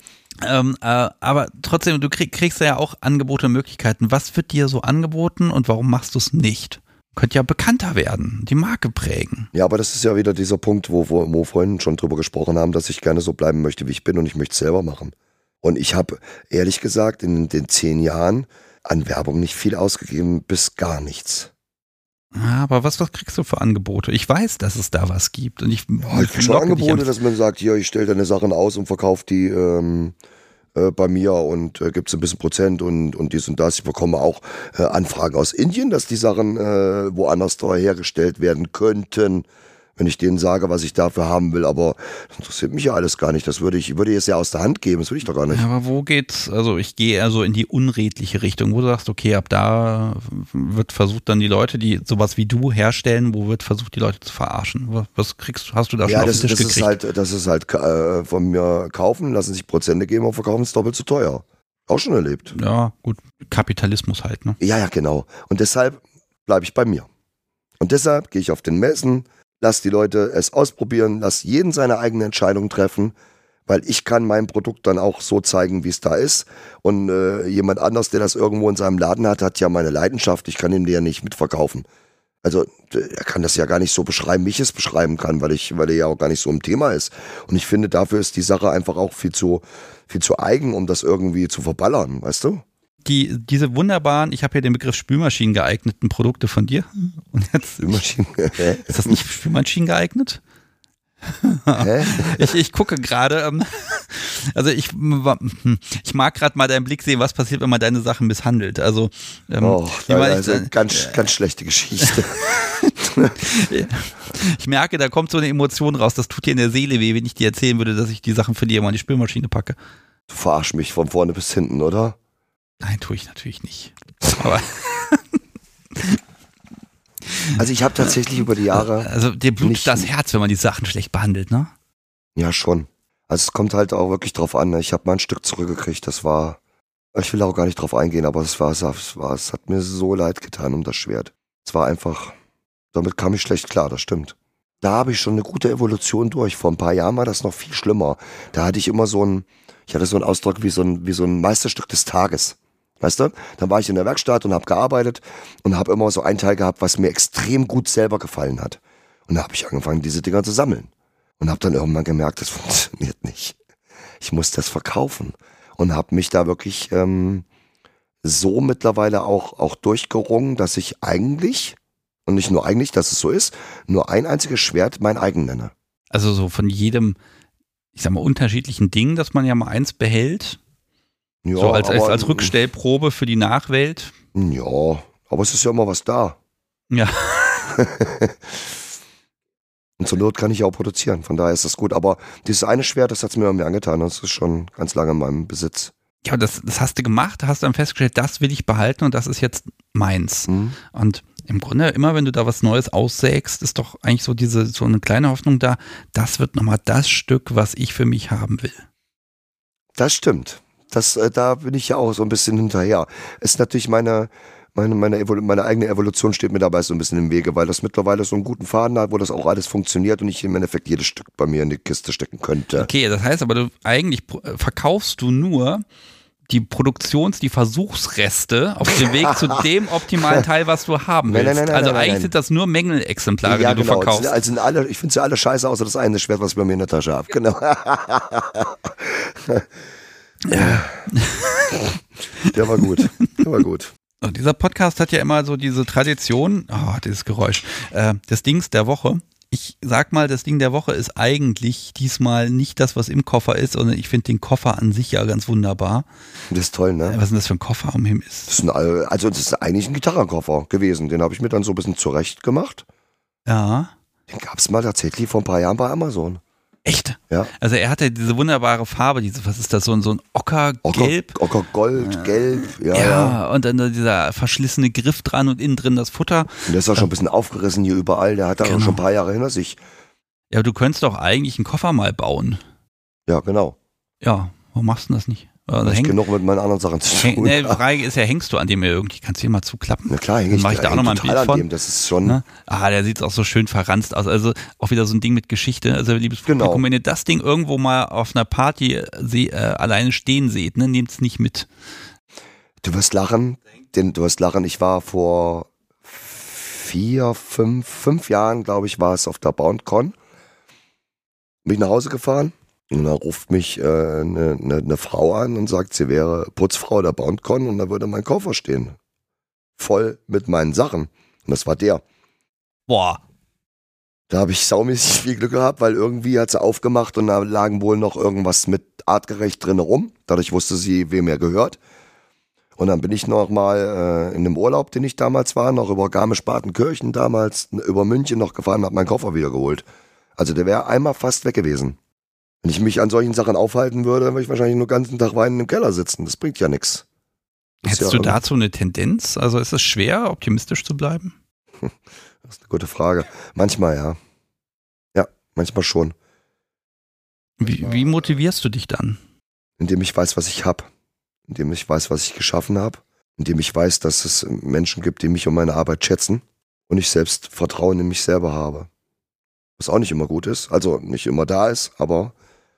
Ähm, äh, aber trotzdem, du krieg, kriegst ja auch Angebote und Möglichkeiten. Was wird dir so angeboten und warum machst du es nicht? Könnte ja bekannter werden, die Marke prägen. Ja, aber das ist ja wieder dieser Punkt, wo, wo, wo wir vorhin schon drüber gesprochen haben, dass ich gerne so bleiben möchte, wie ich bin und ich möchte es selber machen. Und ich habe ehrlich gesagt in den zehn Jahren an Werbung nicht viel ausgegeben, bis gar nichts. Aber was, was kriegst du für Angebote? Ich weiß, dass es da was gibt. Und ich ja, ich krieg schon Angebote, dass man sagt, hier, ich stelle deine Sachen aus und verkaufe die ähm, äh, bei mir und äh, gibt es ein bisschen Prozent und, und dies und das. Ich bekomme auch äh, Anfragen aus Indien, dass die Sachen äh, woanders teuer hergestellt werden könnten, wenn ich denen sage, was ich dafür haben will. Aber das interessiert mich ja alles gar nicht. Das würde ich, würde ich jetzt ja aus der Hand geben. Das will ich doch gar nicht. Ja, aber wo geht's? Also ich gehe eher so in die unredliche Richtung, wo du sagst, okay, ab da wird versucht dann die Leute, die sowas wie du herstellen, wo wird versucht, die Leute zu verarschen? Was, was kriegst, hast du da ja, schon das, auf den Tisch das gekriegt? Ist halt, das ist halt äh, von mir kaufen, lassen sich Prozente geben und verkaufen es doppelt so teuer. Auch schon erlebt. Ja, gut. Kapitalismus halt, ne? Ja, ja, genau. Und deshalb bleibe ich bei mir. Und deshalb gehe ich auf den Messen, lass die Leute es ausprobieren, lass jeden seine eigene Entscheidung treffen, weil ich kann mein Produkt dann auch so zeigen, wie es da ist. Und äh, jemand anders, der das irgendwo in seinem Laden hat, hat ja meine Leidenschaft. Ich kann ihm die ja nicht mitverkaufen. Also er kann das ja gar nicht so beschreiben, wie ich es beschreiben kann, weil ich, weil er ja auch gar nicht so im Thema ist. Und ich finde, dafür ist die Sache einfach auch viel zu, viel zu eigen, um das irgendwie zu verballern, weißt du? die, diese wunderbaren, ich habe hier den Begriff Spülmaschinen geeigneten Produkte von dir. Und jetzt Spülmaschinen. ist das nicht Spülmaschinen geeignet? Hä? Ich, ich gucke gerade, ähm, also ich, ich mag gerade mal deinen Blick sehen, was passiert, wenn man deine Sachen misshandelt. Also, ähm, oh, wie man also ich, ganz, ganz schlechte Geschichte. Ich merke, da kommt so eine Emotion raus, das tut dir in der Seele weh, wenn ich dir erzählen würde, dass ich die Sachen für dich mal in die Spülmaschine packe. Du verarsch mich von vorne bis hinten, oder? Nein, tue ich natürlich nicht. Aber also ich habe tatsächlich über die Jahre... Also dir blutet nicht, das Herz, wenn man die Sachen schlecht behandelt, ne? Ja, schon. Also es kommt halt auch wirklich drauf an. Ne? Ich habe mal ein Stück zurückgekriegt, das war... Ich will auch gar nicht drauf eingehen, aber es war, es war, es hat mir so leid getan um das Schwert. Es war einfach... Damit kam ich schlecht klar, das stimmt. Da habe ich schon eine gute Evolution durch. Vor ein paar Jahren war das noch viel schlimmer. Da hatte ich immer so ein... Ich hatte so einen Ausdruck wie so ein, wie so ein Meisterstück des Tages. Weißt du? Dann war ich in der Werkstatt und habe gearbeitet und habe immer so einen Teil gehabt, was mir extrem gut selber gefallen hat. Und da habe ich angefangen, diese Dinger zu sammeln. Und habe dann irgendwann gemerkt, das funktioniert nicht. Ich muss das verkaufen. Und habe mich da wirklich ähm, so mittlerweile auch, auch durchgerungen, dass ich eigentlich, und nicht nur eigentlich, dass es so ist, nur ein einziges Schwert mein eigen nenne. Also so von jedem, ich sag mal, unterschiedlichen Ding, dass man ja mal eins behält. Ja, so als, aber, als, als Rückstellprobe für die Nachwelt. Ja, aber es ist ja immer was da. Ja. Und zur Not kann ich ja auch produzieren, von daher ist das gut. Aber dieses eine Schwert, das hat es mir irgendwie angetan, das ist schon ganz lange in meinem Besitz. Ja, das, das hast du gemacht, hast dann festgestellt, das will ich behalten und das ist jetzt meins. Mhm. Und im Grunde, immer wenn du da was Neues aussägst, ist doch eigentlich so diese so eine kleine Hoffnung da, das wird nochmal das Stück, was ich für mich haben will. Das stimmt. Das, äh, da bin ich ja auch so ein bisschen hinterher. Ist natürlich meine, meine, meine, Evol- meine eigene Evolution steht mir dabei so ein bisschen im Wege, weil das mittlerweile so einen guten Faden hat, wo das auch alles funktioniert und ich im Endeffekt jedes Stück bei mir in die Kiste stecken könnte. Okay, das heißt aber, du eigentlich verkaufst du nur die Produktions-, die Versuchsreste auf dem Weg zu dem optimalen Teil, was du haben willst. Nein, nein, nein, also nein, eigentlich nein. sind das nur Mängelexemplare, ja, die genau. du verkaufst. Sind, also sind alle, ich finde sie alle scheiße, außer das eine Schwert, was ich bei mir in der Tasche habe. Genau. Ja. Der war gut. Der war gut. Und dieser Podcast hat ja immer so diese Tradition, oh, dieses Geräusch, äh, des Dings der Woche. Ich sag mal, das Ding der Woche ist eigentlich diesmal nicht das, was im Koffer ist, sondern ich finde den Koffer an sich ja ganz wunderbar. Das ist toll, ne? Was ist denn das für ein Koffer um Himmel ist? Das ist ein, also das ist eigentlich ein Gitarrenkoffer gewesen. Den habe ich mir dann so ein bisschen zurecht gemacht. Ja. Den gab es mal tatsächlich vor ein paar Jahren bei Amazon. Echt? Ja. Also er hatte diese wunderbare Farbe, diese, was ist das, so ein, so ein Ockergelb? Ocker, Ockergold, ja. Gelb, ja, ja. Ja, und dann dieser verschlissene Griff dran und innen drin das Futter. Und der ist auch schon ein bisschen aufgerissen hier überall, der hat da genau. schon ein paar Jahre hinter sich. Ja, aber du könntest doch eigentlich einen Koffer mal bauen. Ja, genau. Ja, warum machst du das nicht? Also ich genug mit meinen anderen Sachen zu tun. Ne, die Frage ist ja, hängst du an dem irgendwie? Kannst du den mal zuklappen? Na klar, häng ich, mach ich da auch noch mal ein Bild von. Dem. Das ist schon. Ne? Ah, der sieht auch so schön verranzt aus. Also auch wieder so ein Ding mit Geschichte. Also liebes Publikum, genau. Wenn ihr das Ding irgendwo mal auf einer Party sie, äh, alleine stehen seht, ne, nehmt es nicht mit. Du wirst lachen, denn du wirst lachen. Ich war vor vier, fünf, fünf Jahren, glaube ich, war es auf der BoundCon. Bin ich nach Hause gefahren. Und da ruft mich eine äh, ne, ne, ne Frau an und sagt, sie wäre Putzfrau der BoundCon und da würde mein Koffer stehen. Voll mit meinen Sachen. Und das war der. Boah. Da habe ich saumäßig viel Glück gehabt, weil irgendwie hat sie aufgemacht und da lagen wohl noch irgendwas mit artgerecht drin rum. Dadurch wusste sie, wem er gehört. Und dann bin ich noch mal äh, in dem Urlaub, den ich damals war, noch über Garmisch-Partenkirchen damals, über München noch gefahren und habe meinen Koffer wieder geholt. Also der wäre einmal fast weg gewesen. Wenn ich mich an solchen Sachen aufhalten würde, dann würde ich wahrscheinlich nur den ganzen Tag weinend im Keller sitzen. Das bringt ja nichts. Hättest ja du dazu eine Tendenz? Also ist es schwer, optimistisch zu bleiben? Das ist eine gute Frage. Manchmal ja. Ja, manchmal schon. Wie, wie motivierst du dich dann? Indem ich weiß, was ich habe. Indem ich weiß, was ich geschaffen habe. Indem ich weiß, dass es Menschen gibt, die mich und meine Arbeit schätzen. Und ich selbst Vertrauen in mich selber habe. Was auch nicht immer gut ist. Also nicht immer da ist, aber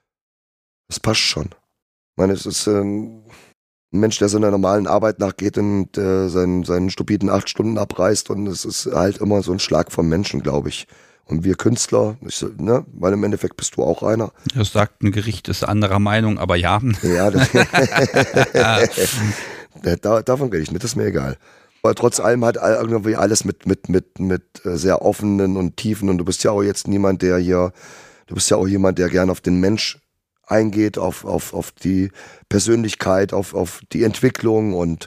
es passt schon. Ich meine, es ist äh, ein Mensch, der seiner normalen Arbeit nachgeht und äh, seinen, seinen stupiden acht Stunden abreißt und es ist halt immer so ein Schlag vom Menschen, glaube ich. Und wir Künstler, ich, ne, weil im Endeffekt bist du auch einer. Das sagt ein Gericht, ist anderer Meinung, aber ja. Ja, das da, davon rede ich nicht, das ist mir egal. Aber trotz allem hat irgendwie alles mit, mit, mit, mit sehr offenen und tiefen und du bist ja auch jetzt niemand, der hier, du bist ja auch jemand, der gern auf den Mensch eingeht, auf, auf, auf die Persönlichkeit, auf, auf die Entwicklung und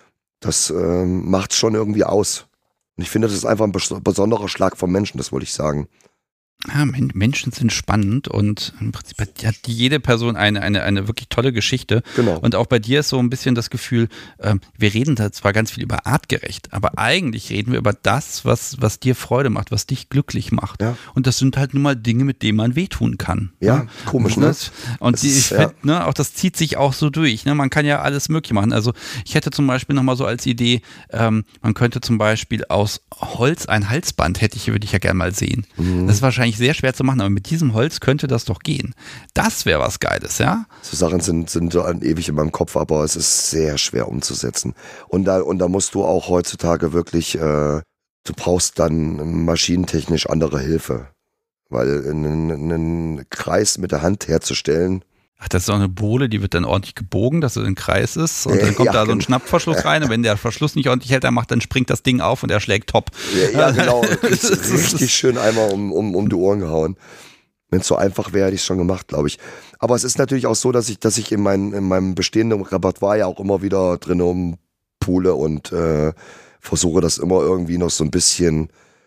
das ähm, macht schon irgendwie aus. Und ich finde, das ist einfach ein bes- besonderer Schlag vom Menschen, das wollte ich sagen. Ja, Menschen sind spannend und im Prinzip hat jede Person eine, eine, eine wirklich tolle Geschichte. Genau. Und auch bei dir ist so ein bisschen das Gefühl, ähm, wir reden da zwar ganz viel über artgerecht, aber eigentlich reden wir über das, was, was dir Freude macht, was dich glücklich macht. Ja. Und das sind halt nun mal Dinge, mit denen man wehtun kann. Ja, ne? komisch, ne? Das, und das die, ich ist, finde, ja. ne, auch das zieht sich auch so durch. Ne? Man kann ja alles möglich machen. Also ich hätte zum Beispiel nochmal so als Idee, ähm, man könnte zum Beispiel aus Holz ein Halsband, hätte ich, würde ich ja gerne mal sehen. Mhm. Das ist wahrscheinlich sehr schwer zu machen, aber mit diesem Holz könnte das doch gehen. Das wäre was Geiles, ja? So Sachen sind, sind so ewig in meinem Kopf, aber es ist sehr schwer umzusetzen. Und da, und da musst du auch heutzutage wirklich, äh, du brauchst dann maschinentechnisch andere Hilfe. Weil einen, einen Kreis mit der Hand herzustellen. Ach, das ist auch eine Bohle, die wird dann ordentlich gebogen, dass es ein Kreis ist und dann kommt ja, da so ein genau. Schnappverschluss rein und wenn der Verschluss nicht ordentlich hält, dann macht, dann springt das Ding auf und er schlägt top. Ja, ja genau. Das ist richtig schön einmal um, um, um die Ohren gehauen. Wenn es so einfach wäre, hätte ich es schon gemacht, glaube ich. Aber es ist natürlich auch so, dass ich, dass ich in, mein, in meinem bestehenden Repertoire ja auch immer wieder drin umpule und äh, versuche das immer irgendwie noch so ein bisschen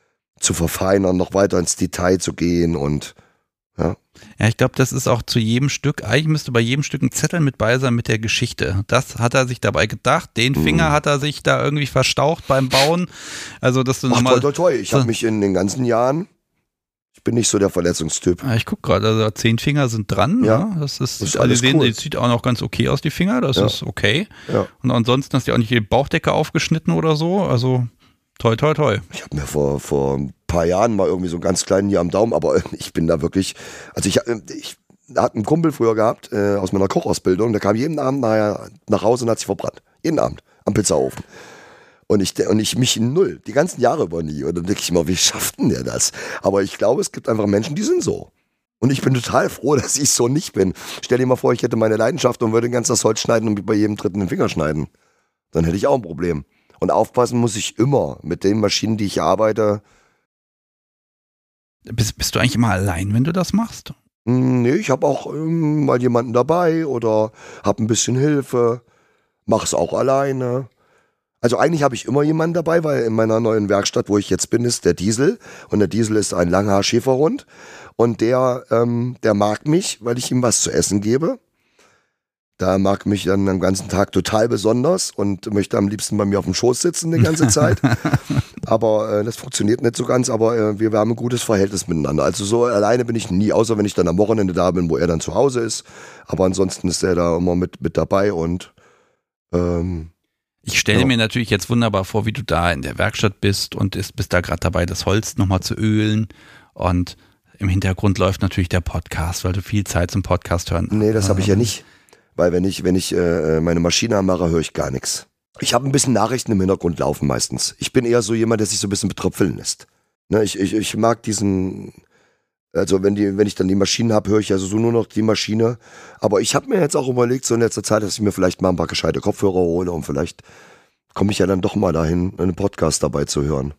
zu verfeinern, noch weiter ins Detail zu gehen und ja. Ja, ich glaube, das ist auch zu jedem Stück, eigentlich müsste bei jedem Stück ein Zettel mit bei sein mit der Geschichte. Das hat er sich dabei gedacht, den Finger Mhm. hat er sich da irgendwie verstaucht beim Bauen. Also, dass du Ach, nochmal. toi, toi, toi. Ich habe mich in den ganzen Jahren, ich bin nicht so der Verletzungstyp. Ich gucke gerade, also zehn Finger sind dran. Ja. Ne? Das ist, Das ist also alles sehen, cool. das sieht auch noch ganz okay aus, die Finger, das Ja. ist okay. Ja. Und ansonsten hast du auch nicht die Bauchdecke aufgeschnitten oder so, also toi, toi, toi. Ich habe mir vor, vor ein paar Jahren mal irgendwie so einen ganz kleinen hier am Daumen, aber ich bin da wirklich, also ich, ich hatte einen Kumpel früher gehabt äh, aus meiner Kochausbildung, der kam jeden Abend nachher nach Hause und hat sich verbrannt. Jeden Abend am Pizzaofen. Und ich, und ich mich null, die ganzen Jahre über nie. Und dann denke ich immer, wie schafft denn der das? Aber ich glaube, es gibt einfach Menschen, die sind so. Und ich bin total froh, dass ich so nicht bin. Stell dir mal vor, ich hätte meine Leidenschaft und würde ganz das Holz schneiden und bei jedem dritten den Finger schneiden. Dann hätte ich auch ein Problem. Und aufpassen muss ich immer mit den Maschinen, die ich arbeite. Bist, bist du eigentlich immer allein, wenn du das machst? Hm, nee, ich habe auch ähm, mal jemanden dabei oder habe ein bisschen Hilfe. Mach es auch alleine. Also eigentlich habe ich immer jemanden dabei, weil in meiner neuen Werkstatt, wo ich jetzt bin, ist der Diesel. Und der Diesel ist ein Langhaar-Schäferhund. Und der, ähm, der mag mich, weil ich ihm was zu essen gebe. Da mag mich dann den ganzen Tag total besonders und möchte am liebsten bei mir auf dem Schoß sitzen die ganze Zeit. Aber äh, das funktioniert nicht so ganz, aber äh, wir, wir haben ein gutes Verhältnis miteinander. Also so alleine bin ich nie, außer wenn ich dann am Wochenende da bin, wo er dann zu Hause ist. Aber ansonsten ist er da immer mit, mit dabei und ähm, ich stelle ja. mir natürlich jetzt wunderbar vor, wie du da in der Werkstatt bist und ist, bist da gerade dabei, das Holz nochmal zu ölen und im Hintergrund läuft natürlich der Podcast, weil du viel Zeit zum Podcast hören. Nee, das habe ich ja nicht. Weil wenn ich, wenn ich äh, meine Maschine anmache, höre ich gar nichts. Ich habe ein bisschen Nachrichten im Hintergrund laufen meistens. Ich bin eher so jemand, der sich so ein bisschen betröpfeln lässt. Ne, ich, ich, ich mag diesen, also wenn, die, wenn ich dann die Maschinen habe, höre ich also so nur noch die Maschine. Aber ich habe mir jetzt auch überlegt, so in letzter Zeit, dass ich mir vielleicht mal ein paar gescheite Kopfhörer hole und vielleicht komme ich ja dann doch mal dahin, einen Podcast dabei zu hören.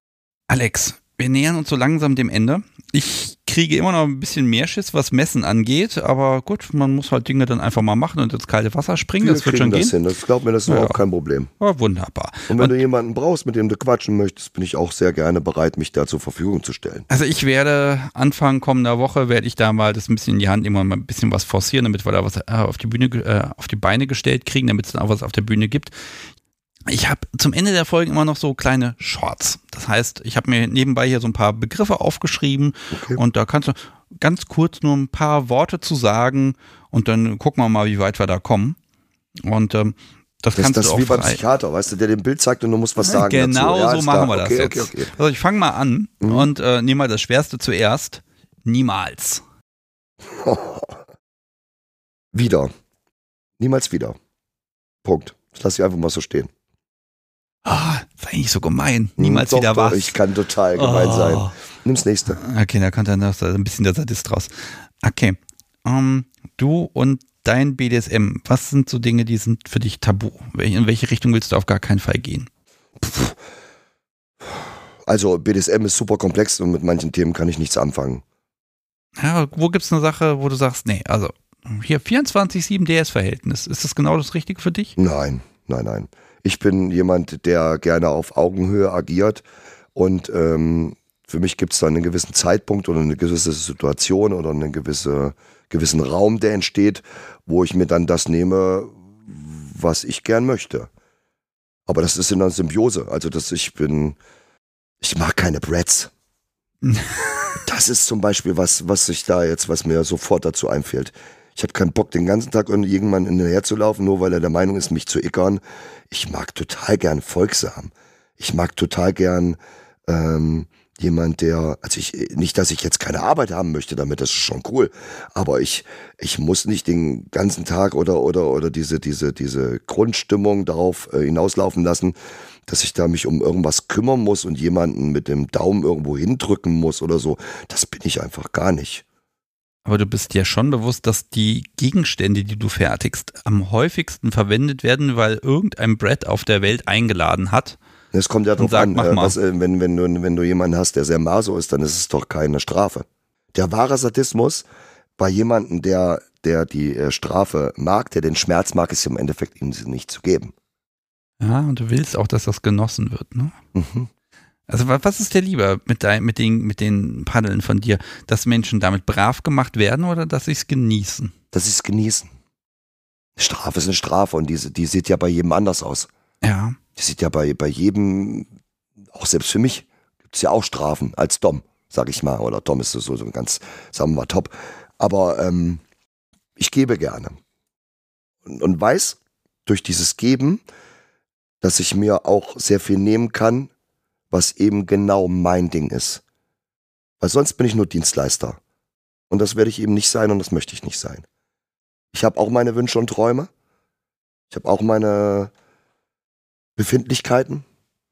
Alex, wir nähern uns so langsam dem Ende. Ich kriege immer noch ein bisschen mehr Schiss, was Messen angeht, aber gut, man muss halt Dinge dann einfach mal machen und ins kalte Wasser springen, Wir das wird schon das gehen. Hin. Das glaub mir, das ist Ja. überhaupt kein Problem. Ja, wunderbar. Und wenn Und du jemanden brauchst, mit dem du quatschen möchtest, bin ich auch sehr gerne bereit, mich da zur Verfügung zu stellen. Also ich werde Anfang kommender Woche, werde ich da mal das ein bisschen in die Hand nehmen und mal ein bisschen was forcieren, damit wir da was äh, auf die Bühne, äh, auf die Beine gestellt kriegen, damit es dann auch was auf der Bühne gibt. Ich habe zum Ende der Folge immer noch so kleine Shorts. Das heißt, ich habe mir nebenbei hier so ein paar Begriffe aufgeschrieben Okay. und da kannst du ganz kurz nur ein paar Worte zu sagen und dann gucken wir mal, wie weit wir da kommen. Und ähm, das, Das kannst ist du das auch wie beim frei- Psychiater, weißt du, der den Bild zeigt und du musst was sagen Genau dazu. Ja, so ist machen klar. wir das okay, jetzt. Okay, okay. Also ich fange mal an Mhm. und äh, nehme mal das Schwerste zuerst. Niemals. Wieder. Niemals wieder. Punkt. Das lasse ich einfach mal so stehen. Ah, sei nicht so gemein. Niemals Hm, doch, wieder doch, was. Ich kann total gemein Oh. sein. Nimm's nächste. Okay, da kommt dann noch so ein bisschen der Sadist raus. Okay. Ähm, du und dein B D S M? Was sind so Dinge, die sind für dich tabu? In welche Richtung willst du auf gar keinen Fall gehen? Also B D S M ist super komplex und mit manchen Themen kann ich nichts anfangen. Ja, wo gibt es eine Sache, wo du sagst, nee, also hier vierundzwanzig sieben D S-Verhältnis, ist das genau das Richtige für dich? Nein, nein, nein. Ich bin jemand, der gerne auf Augenhöhe agiert und ähm, für mich gibt es da einen gewissen Zeitpunkt oder eine gewisse Situation oder einen gewisse, gewissen Raum, der entsteht, wo ich mir dann das nehme, was ich gern möchte. Aber das ist in einer Symbiose. Also dass ich bin, ich mag keine Brats. Das ist zum Beispiel was, was sich da jetzt, was mir sofort dazu einfällt. Ich habe keinen Bock, den ganzen Tag irgendwann hinterher zu laufen, nur weil er der Meinung ist, mich zu ickern. Ich mag total gern folgsam. Ich mag total gern ähm, jemand, der, also ich, nicht, dass ich jetzt keine Arbeit haben möchte damit, das ist schon cool, aber ich, ich muss nicht den ganzen Tag oder, oder, oder diese, diese, diese Grundstimmung darauf äh, hinauslaufen lassen, dass ich da mich um irgendwas kümmern muss und jemanden mit dem Daumen irgendwo hindrücken muss oder so. Das bin ich einfach gar nicht. Aber du bist dir schon bewusst, dass die Gegenstände, die du fertigst, am häufigsten verwendet werden, weil irgendein Brett auf der Welt eingeladen hat. Es kommt ja drauf sagt, an, äh, was, äh, wenn, wenn, du, wenn du jemanden hast, der sehr maso ist, dann ist es doch keine Strafe. Der wahre Sadismus bei jemandem, der, der die äh, Strafe mag, der den Schmerz mag, ist im Endeffekt ihm sie nicht zu geben. Ja, und du willst auch, dass das genossen wird, ne? Mhm. Also was ist dir lieber mit, dein, mit, den, mit den Paddeln von dir? Dass Menschen damit brav gemacht werden oder dass sie es genießen? Dass sie es genießen. Eine Strafe ist eine Strafe und die, die sieht ja bei jedem anders aus. Ja. Die sieht ja bei, bei jedem, auch selbst für mich, gibt es ja auch Strafen als Dom, sag ich mal. Oder Dom ist so, so ganz, sagen wir mal, top. Aber ähm, ich gebe gerne. Und, und weiß durch dieses Geben, dass ich mir auch sehr viel nehmen kann, was eben genau mein Ding ist. Weil sonst bin ich nur Dienstleister. Und das werde ich eben nicht sein und das möchte ich nicht sein. Ich habe auch meine Wünsche und Träume. Ich habe auch meine Befindlichkeiten.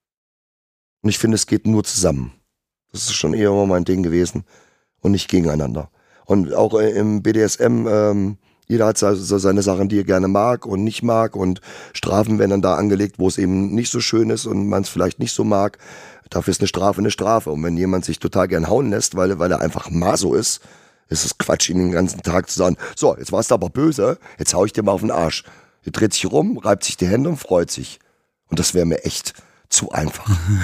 Und ich finde, es geht nur zusammen. Das ist schon eher immer mein Ding gewesen und nicht gegeneinander. Und auch im B D S M, ähm, jeder hat so seine Sachen, die er gerne mag und nicht mag und Strafen werden dann da angelegt, wo es eben nicht so schön ist und man es vielleicht nicht so mag. Dafür ist eine Strafe eine Strafe. Und wenn jemand sich total gern hauen lässt, weil, weil er einfach Maso ist, ist es Quatsch, ihn den ganzen Tag zu sagen, so, jetzt warst du aber böse, jetzt hau ich dir mal auf den Arsch. Er dreht sich rum, reibt sich die Hände und freut sich. Und das wäre mir echt zu einfach.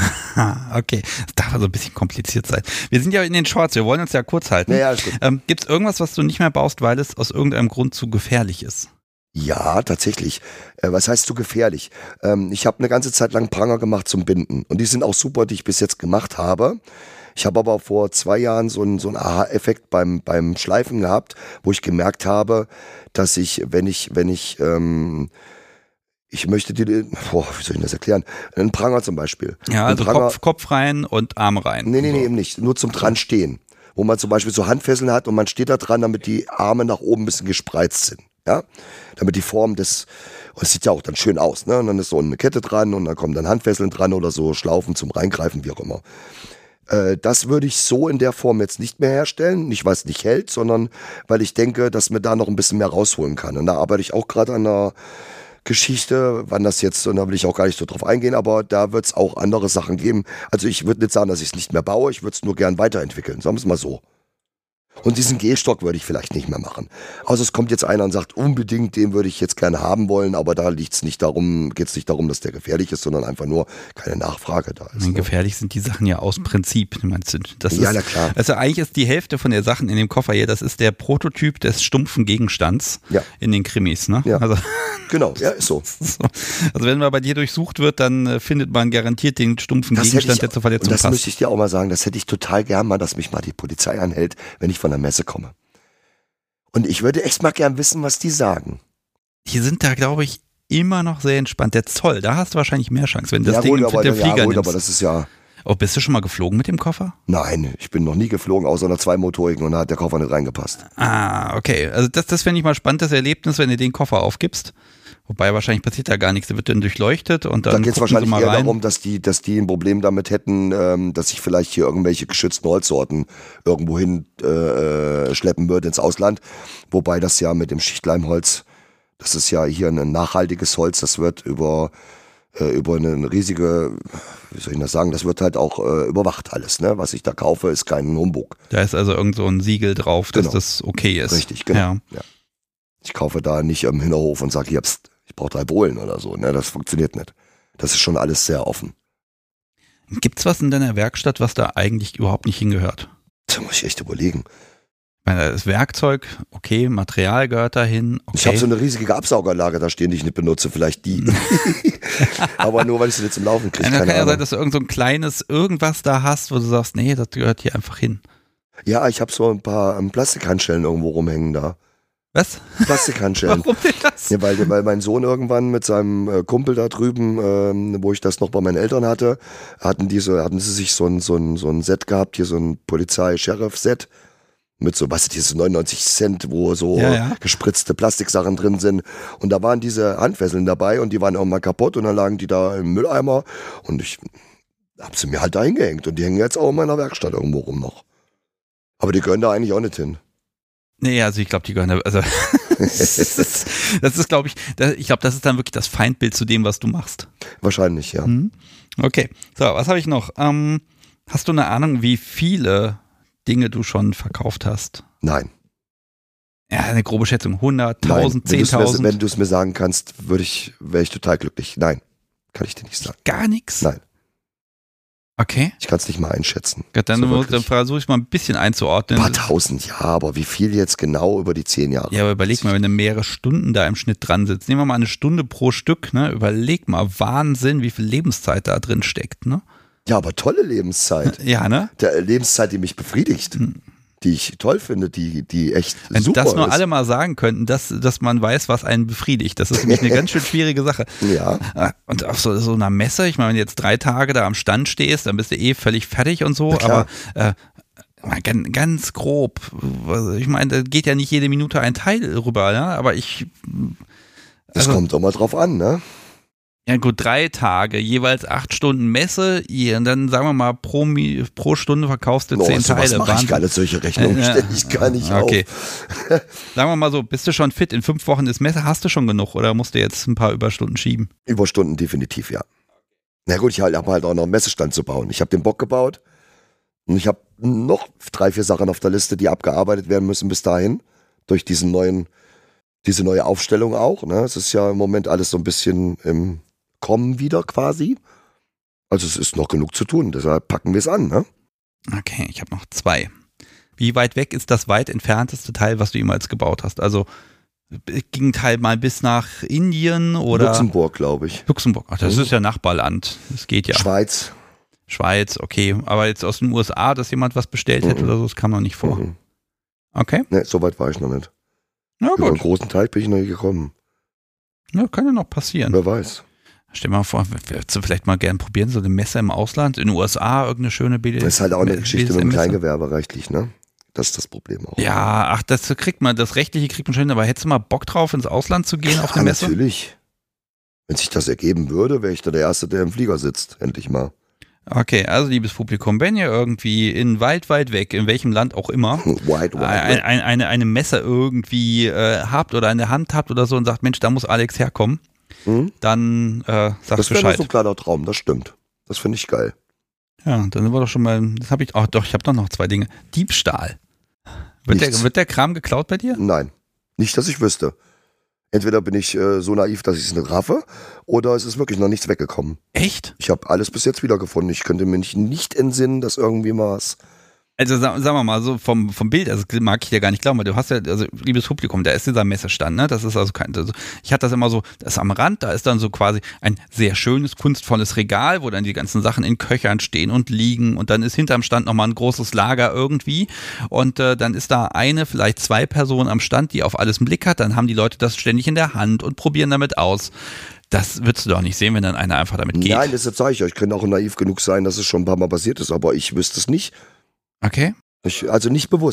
Okay, das darf also ein bisschen kompliziert sein. Wir sind ja in den Shorts, wir wollen uns ja kurz halten. Ja, ja, ähm, gibt es irgendwas, was du nicht mehr baust, weil es aus irgendeinem Grund zu gefährlich ist? Ja, tatsächlich. Äh, was heißt zu gefährlich? Ähm, ich habe eine ganze Zeit lang Pranger gemacht zum Binden. Und die sind auch super, die ich bis jetzt gemacht habe. Ich habe aber vor zwei Jahren so einen, so einen Aha-Effekt beim, beim Schleifen gehabt, wo ich gemerkt habe, dass ich, wenn ich, wenn ich, ähm, ich möchte die, boah, wie soll ich das erklären? Einen Pranger zum Beispiel. Ja, also Pranger, Kopf, Kopf rein und Arm rein. Nee, nee, so. nee, eben nicht. Nur zum dran stehen. Wo man zum Beispiel so Handfesseln hat und man steht da dran, damit die Arme nach oben ein bisschen gespreizt sind. Ja, damit die Form des, und es sieht ja auch dann schön aus, ne? Und dann ist so eine Kette dran und dann kommen dann Handfesseln dran oder so Schlaufen zum Reingreifen, wie auch immer. Äh, das würde ich so in der Form jetzt nicht mehr herstellen, nicht weil es nicht hält, sondern weil ich denke, dass man da noch ein bisschen mehr rausholen kann. Und da arbeite ich auch gerade an einer Geschichte, wann das jetzt, und da will ich auch gar nicht so drauf eingehen, aber da wird es auch andere Sachen geben. Also ich würde nicht sagen, dass ich es nicht mehr baue, ich würde es nur gern weiterentwickeln, sagen wir es mal so. Und diesen Gehstock würde ich vielleicht nicht mehr machen. Also es kommt jetzt einer und sagt, unbedingt, den würde ich jetzt gerne haben wollen, aber da liegt's nicht darum, geht's nicht darum, dass der gefährlich ist, sondern einfach nur keine Nachfrage da ist. Ne? Ne? Gefährlich sind die Sachen ja aus Prinzip. Meinst du, das Ja, ist, na klar. Also eigentlich ist die Hälfte von der Sachen in dem Koffer hier, das ist der Prototyp des stumpfen Gegenstands Ja. in den Krimis. Ne? Ja. Also, Genau, ja, ist so. also wenn man bei dir durchsucht wird, dann äh, findet man garantiert den stumpfen Das hätte Gegenstand, ich, der zur Verletzung und das passt. müsste ich dir auch mal sagen, das hätte ich total gern mal, dass mich mal die Polizei anhält, wenn ich von der Messe komme. Und ich würde echt mal gern wissen, was die sagen. Die sind da, glaube ich, immer noch sehr entspannt. Der Zoll, da hast du wahrscheinlich mehr Chance, wenn das ja, Ding gut, aber, der ja, Flieger gut, nimmst. aber das ist ja... Oh, bist du schon mal geflogen mit dem Koffer? Nein, ich bin noch nie geflogen, außer einer zweimotorigen und da hat der Koffer nicht reingepasst. Ah, okay. Also das, das fände ich mal spannend, das Erlebnis, wenn du den Koffer aufgibst Wobei wahrscheinlich passiert da gar nichts. Der wird dann durchleuchtet und dann Da geht es wahrscheinlich mal eher rein. darum, dass die, dass die ein Problem damit hätten, ähm, dass ich vielleicht hier irgendwelche geschützten Holzsorten irgendwo hin äh, schleppen würde ins Ausland. Wobei das ja mit dem Schichtleimholz, das ist ja hier ein nachhaltiges Holz, das wird über, äh, über eine riesige, wie soll ich das sagen, das wird halt auch äh, überwacht alles. Ne? Was ich da kaufe, ist kein Humbug. Da ist also irgend so ein Siegel drauf, dass Genau. das okay ist. Richtig, genau. Ja. Ja. Ich kaufe da nicht im Hinterhof und sage, ich, ich brauche drei Bohlen oder so. Ne? Das funktioniert nicht. Das ist schon alles sehr offen. Gibt's was in deiner Werkstatt, was da eigentlich überhaupt nicht hingehört? Da muss ich echt überlegen. Ich meine, das Werkzeug, okay, Material gehört dahin, okay. Ich habe so eine riesige Absaugerlage da stehen, die ich nicht benutze. Vielleicht die. Aber nur, weil ich sie jetzt zum Laufen kriege. Ja, Keine kann ja Ahnung. sein, dass du irgend so ein kleines irgendwas da hast, wo du sagst, nee, das gehört hier einfach hin. Ja, ich habe so ein paar ähm, Plastikhandschellen irgendwo rumhängen da. Was? Plastikhandschellen. Warum denn das? Ja, weil, weil mein Sohn irgendwann mit seinem äh, Kumpel da drüben, ähm, wo ich das noch bei meinen Eltern hatte, hatten die so, hatten sie sich so ein, so ein, so ein Set gehabt, hier so ein Polizei-Sheriff-Set mit so, was ist dieses neunundneunzig Cent, wo so Ja, ja. gespritzte Plastiksachen drin sind. Und da waren diese Handfesseln dabei und die waren irgendwann kaputt und dann lagen die da im Mülleimer und ich hab sie mir halt da hingehängt und die hängen jetzt auch in meiner Werkstatt irgendwo rum noch. Aber die gehören da eigentlich auch nicht hin. Nee, also ich glaube, die gehören da, also das ist, das ist glaube ich, das, ich glaube, das ist dann wirklich das Feindbild zu dem, was du machst. Wahrscheinlich, ja. Mhm. Okay, so, was habe ich noch? Ähm, hast du eine Ahnung, wie viele Dinge du schon verkauft hast? Nein. Ja, eine grobe Schätzung, hundert, Nein. tausend, Wenn du's mir- zehntausend? Wenn du es mir sagen kannst, würde ich, wäre ich total glücklich. Nein, kann ich dir nicht sagen. Gar nichts? Nein, Okay, ich kann es nicht mal einschätzen. gut, dann, So muss- wirklich. dann versuche ich mal ein bisschen einzuordnen. Ein paar tausend, ja, aber wie viel jetzt genau über die zehn Jahre? Ja, aber überleg mal, wenn du mehrere Stunden da im Schnitt dran sitzt. Nehmen wir mal eine Stunde pro Stück, ne? Überleg mal, Wahnsinn, wie viel Lebenszeit da drin steckt, ne? Ja, aber tolle Lebenszeit. Ja, ne? Der Lebenszeit, die mich befriedigt, die ich toll finde, die, die echt Wenn super das nur ist. alle mal sagen könnten, dass, dass man weiß, was einen befriedigt. Das ist nämlich eine ganz schön schwierige Sache. Ja, Und auf so, so einer Messe, ich meine, wenn du jetzt drei Tage da am Stand stehst, dann bist du eh völlig fertig und so, Na klar. aber äh, mal ganz, ganz grob. Also ich meine, da geht ja nicht jede Minute ein Teil rüber, ne? Aber ich. das Also- kommt doch mal drauf an, ne? Ja gut, drei Tage, jeweils acht Stunden Messe, und dann sagen wir mal, pro, Mi- pro Stunde verkaufst du Oh, zehn sowas Teile. mache ich Wahnsinn. gar nicht, solche Rechnungen Ja. stelle ich gar nicht Okay. auf. Sagen wir mal so, bist du schon fit? In fünf Wochen ist Messe, hast du schon genug oder musst du jetzt ein paar Überstunden schieben? Überstunden definitiv, ja. Na gut, ich habe halt auch noch einen Messestand zu bauen. Ich habe den Bock gebaut und ich habe noch drei, vier Sachen auf der Liste, die abgearbeitet werden müssen bis dahin. Durch diesen neuen, diese neue Aufstellung auch. Ne? Es ist ja im Moment alles so ein bisschen im Kommen wieder quasi. Also es ist noch genug zu tun, deshalb packen wir es an. Ne? Okay, ich habe noch zwei. Wie weit weg ist das weit entfernteste Teil, was du jemals gebaut hast? Also ging ein Teil mal bis nach Indien oder Luxemburg, glaube ich. Luxemburg? Ach, das Mhm. ist ja Nachbarland. Das geht ja. Schweiz. Schweiz, okay. Aber jetzt aus den U S A, dass jemand was bestellt hätte Mhm. oder so, das kam noch nicht vor. Mhm. Okay, Ne, so weit war ich noch nicht. na Über einen gut. großen Teig bin ich noch nicht gekommen. Ja, kann ja noch passieren. Wer weiß. Stell dir mal vor, würdest du vielleicht mal gern probieren, so eine Messe im Ausland, in den U S A, irgendeine schöne B D S M. Das ist halt auch eine Geschichte mit dem Messe. Kleingewerbe rechtlich, ne? Das ist das Problem auch. Ja, ach, das kriegt man, das Rechtliche kriegt man schon hin, aber hättest du mal Bock drauf, ins Ausland zu gehen auf eine Ja, Messe? natürlich. Wenn sich das ergeben würde, wäre ich da der Erste, der im Flieger sitzt. Endlich mal. Okay, also liebes Publikum, wenn ihr irgendwie in weit, weit weg, in welchem Land auch immer, Wide, wide, ein, ein, eine, eine Messe irgendwie äh, habt oder in der Hand habt oder so und sagt, Mensch, da muss Alex herkommen, Hm? dann äh, sagt Das wäre Bescheid. so ein kleiner Traum, das stimmt. Das finde ich geil. Ja, dann sind wir doch schon mal, das habe ich, ach doch, ich habe doch noch zwei Dinge. Diebstahl. Wird der, Nichts. wird der Kram geklaut bei dir? Nein, nicht, dass ich wüsste. Entweder bin ich äh, so naiv, dass ich es nicht raffe, oder es ist wirklich noch nichts weggekommen. Echt? Ich habe alles bis jetzt wiedergefunden. Ich könnte mir nicht, nicht entsinnen, dass irgendwie mal was... Also sa- sagen wir mal so vom, vom Bild, also mag ich dir gar nicht glauben, weil du hast ja, also liebes Publikum, da ist dieser Messestand, ne? Das ist also kein, also ich hatte das immer so, das ist am Rand, da ist dann so quasi ein sehr schönes, kunstvolles Regal, wo dann die ganzen Sachen in Köchern stehen und liegen und dann ist hinterm Stand nochmal ein großes Lager irgendwie und äh, dann ist da eine, vielleicht zwei Personen am Stand, die auf alles einen Blick hat, dann haben die Leute das ständig in der Hand und probieren damit aus. Das würdest du doch nicht sehen, wenn dann einer einfach damit geht. Nein, deshalb sage ich euch, ich könnte auch naiv genug sein, dass es schon ein paar Mal passiert ist, aber ich wüsste es nicht. Okay. Ich, also nicht bewusst.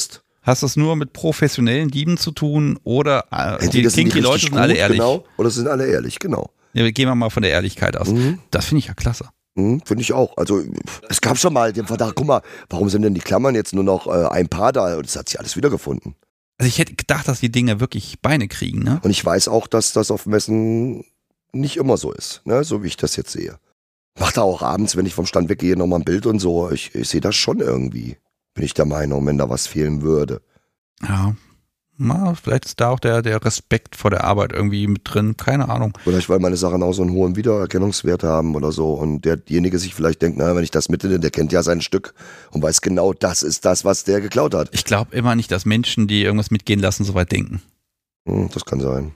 Hast du es nur mit professionellen Dieben zu tun oder äh, die, die, die Leute sind gut, alle ehrlich? Genau, oder sind alle ehrlich, genau. Ja, gehen wir mal von der Ehrlichkeit aus. Mhm. Das finde ich ja klasse. Mhm, finde ich auch. Also es gab schon mal den Verdacht, guck mal, warum sind denn die Klammern jetzt nur noch äh, ein Paar da? Und das hat sich alles wiedergefunden. Also ich hätte gedacht, dass die Dinge wirklich Beine kriegen, ne? Und ich weiß auch, dass das auf Messen nicht immer so ist, ne? So wie ich das jetzt sehe. Macht da auch abends, wenn ich vom Stand weggehe, nochmal ein Bild und so. Ich, ich sehe das schon irgendwie. Bin ich der Meinung, wenn da was fehlen würde. Ja, na, vielleicht ist da auch der, der Respekt vor der Arbeit irgendwie mit drin. Keine Ahnung. Vielleicht, weil meine Sachen auch so einen hohen Wiedererkennungswert haben oder so. Und derjenige sich vielleicht denkt, na, wenn ich das mitnehme, der kennt ja sein Stück und weiß genau, das ist das, was der geklaut hat. Ich glaube immer nicht, dass Menschen, die irgendwas mitgehen lassen, so weit denken. Hm, das kann sein.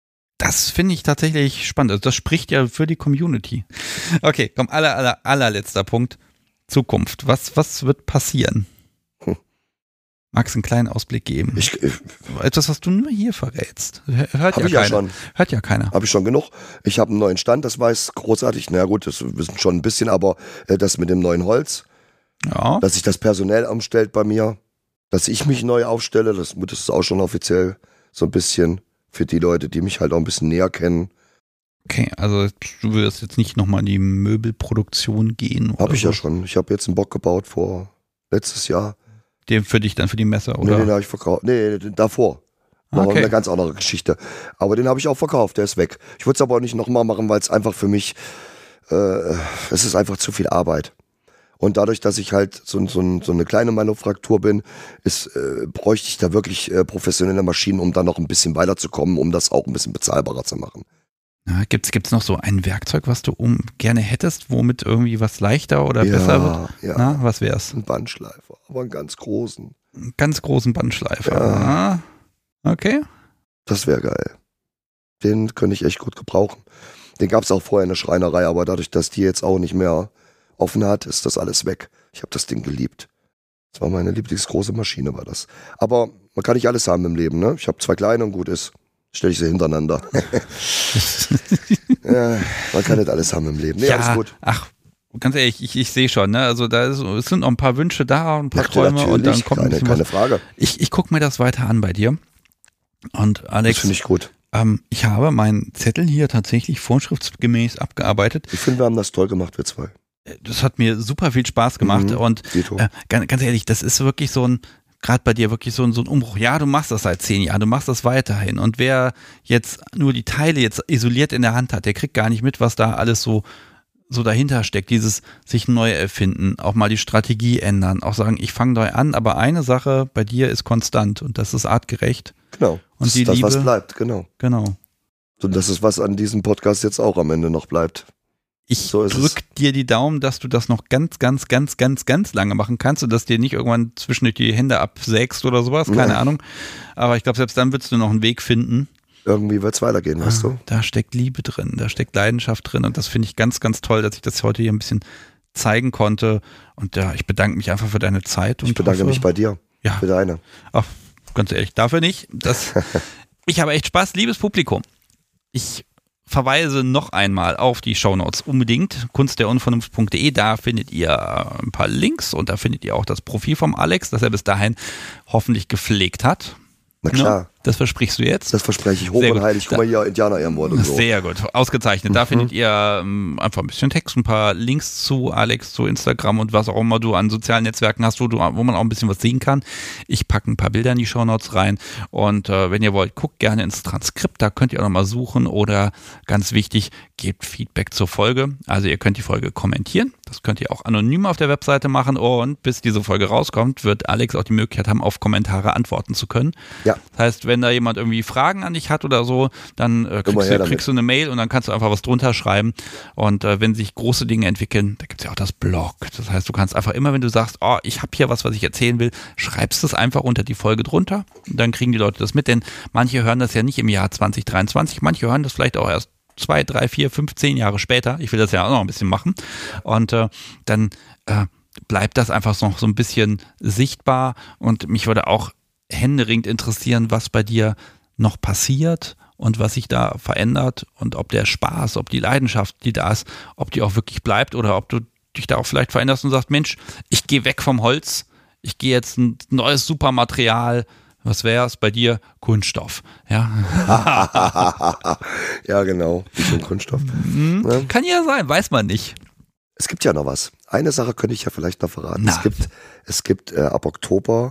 Das finde ich tatsächlich spannend. Also das spricht ja für die Community. Okay, komm, aller, aller, allerletzter Punkt. Zukunft. Was, was wird passieren? Hm. Magst du einen kleinen Ausblick geben? Ich, ich, Etwas, was du nur hier verrätst. Hört ja ich keiner. Ja schon. Hört ja keiner. Habe ich schon genug. Ich habe einen neuen Stand, das weiß großartig. Na gut, das wissen schon ein bisschen, aber äh, das mit dem neuen Holz, ja. Dass sich das personell umstellt bei mir, dass ich mich neu aufstelle, das, das ist auch schon offiziell so ein bisschen für die Leute, die mich halt auch ein bisschen näher kennen. Okay, also du würdest jetzt nicht nochmal in die Möbelproduktion gehen? Habe ich so? ja schon. Ich habe jetzt einen Bock gebaut vor letztes Jahr. Den für dich dann für die Messe, oder? Nee, den habe ich verkauft. Nee, davor. Noch Okay. eine ganz andere Geschichte. Aber den habe ich auch verkauft, der ist weg. Ich würde es aber auch nicht nochmal machen, weil es einfach für mich, äh, es ist einfach zu viel Arbeit. Und dadurch, dass ich halt so, so, so eine kleine Manufaktur bin, ist, äh, bräuchte ich da wirklich äh, professionelle Maschinen, um da noch ein bisschen weiterzukommen, um das auch ein bisschen bezahlbarer zu machen. Ja, gibt's, gibt's noch so ein Werkzeug, was du um gerne hättest, womit irgendwie was leichter oder ja, besser wird? Ja, Na, was wär's? Ein Bandschleifer, aber einen ganz großen. Einen ganz großen Bandschleifer. Ja. Okay. Das wäre geil. Den könnte ich echt gut gebrauchen. Den gab's auch vorher in der Schreinerei, aber dadurch, dass die jetzt auch nicht mehr offen hat, ist das alles weg. Ich habe das Ding geliebt. Das war meine lieblingsgroße Maschine, war das. Aber man kann nicht alles haben im Leben, ne? Ich habe zwei kleine und gut ist. Stelle ich sie hintereinander. Ja, man kann nicht alles haben im Leben. Nee, ja, alles gut. Ach, ganz ehrlich, ich, ich sehe schon, ne? Also da ist, es sind noch ein paar Wünsche da, ein paar Ja, Träume und dann kommt keine, ein bisschen keine was. Frage. Ich, ich gucke mir das weiter an bei dir. Und Alex, Das finde ich gut. ähm, ich habe meinen Zettel hier tatsächlich vorschriftsgemäß abgearbeitet. Ich finde, wir haben das toll gemacht, wir zwei. Das hat mir super viel Spaß gemacht Mhm, und Dito. äh, ganz, ganz ehrlich, das ist wirklich so ein, gerade bei dir wirklich so ein, so ein Umbruch. Ja, du machst das seit zehn Jahren, du machst das weiterhin. Und wer jetzt nur die Teile jetzt isoliert in der Hand hat, der kriegt gar nicht mit, was da alles so, so dahinter steckt. Dieses sich neu erfinden, auch mal die Strategie ändern, auch sagen, ich fange neu an, aber eine Sache bei dir ist konstant und das ist artgerecht. Genau. Und das die ist das, Liebe, was bleibt, genau. Genau. Und das ist, was an diesem Podcast jetzt auch am Ende noch bleibt. Ich So ist drück dir die Daumen, dass du das noch ganz, ganz, ganz, ganz, ganz lange machen kannst und dass dir nicht irgendwann zwischendurch die Hände absägst oder sowas, keine Ja. Ahnung. Aber ich glaube, selbst dann würdest du noch einen Weg finden. Irgendwie wird es weitergehen, weißt du? Da steckt Liebe drin, da steckt Leidenschaft drin und das finde ich ganz, ganz toll, dass ich das heute hier ein bisschen zeigen konnte. Und ja, ich bedanke mich einfach für deine Zeit. Und Ich bedanke hoffe, mich bei dir. Ja, Für deine. ach, ganz ehrlich, dafür nicht. Das, ich habe echt Spaß, liebes Publikum. Ich verweise noch einmal auf die Shownotes unbedingt, kunst der unvernunft punkt de, da findet ihr ein paar Links und da findet ihr auch das Profil vom Alex, das er bis dahin hoffentlich gepflegt hat. Na klar. Ja, das versprichst du jetzt? Das verspreche ich hoch Sehr und gut. heilig. Guck mal hier, Indianer-Ehrenwort und so. Sehr gut, ausgezeichnet. Da Mhm. findet ihr ähm, einfach ein bisschen Text, ein paar Links zu Alex, zu Instagram und was auch immer du an sozialen Netzwerken hast, wo, du, wo man auch ein bisschen was sehen kann. Ich packe ein paar Bilder in die Shownotes rein und äh, wenn ihr wollt, guckt gerne ins Transkript, da könnt ihr auch nochmal suchen oder ganz wichtig, gebt Feedback zur Folge. Also ihr könnt die Folge kommentieren, das könnt ihr auch anonym auf der Webseite machen und bis diese Folge rauskommt, wird Alex auch die Möglichkeit haben, auf Kommentare antworten zu können. Ja. Das heißt, wenn da jemand irgendwie Fragen an dich hat oder so, dann äh, kriegst, du, kriegst du eine Mail und dann kannst du einfach was drunter schreiben. Und äh, wenn sich große Dinge entwickeln, da gibt es ja auch das Blog. Das heißt, du kannst einfach immer, wenn du sagst, oh, ich habe hier was, was ich erzählen will, schreibst es einfach unter die Folge drunter. Und dann kriegen die Leute das mit, denn manche hören das ja nicht im Jahr zwanzig dreiundzwanzig, manche hören das vielleicht auch erst zwei, drei, vier, fünf, zehn Jahre später. Ich will das ja auch noch ein bisschen machen. Und äh, dann äh, bleibt das einfach noch so ein bisschen sichtbar. Und mich würde auch händeringend interessieren, was bei dir noch passiert und was sich da verändert und ob der Spaß, ob die Leidenschaft, die da ist, ob die auch wirklich bleibt oder ob du dich da auch vielleicht veränderst und sagst, Mensch, ich gehe weg vom Holz, ich gehe jetzt ein neues Supermaterial. Was wäre es bei dir? Kunststoff. Ja, ja genau. Ein Kunststoff. Mhm. Ja. Kann ja sein, weiß man nicht. Es gibt ja noch was. Eine Sache könnte ich ja vielleicht noch verraten. Na. Es gibt, es gibt äh, ab Oktober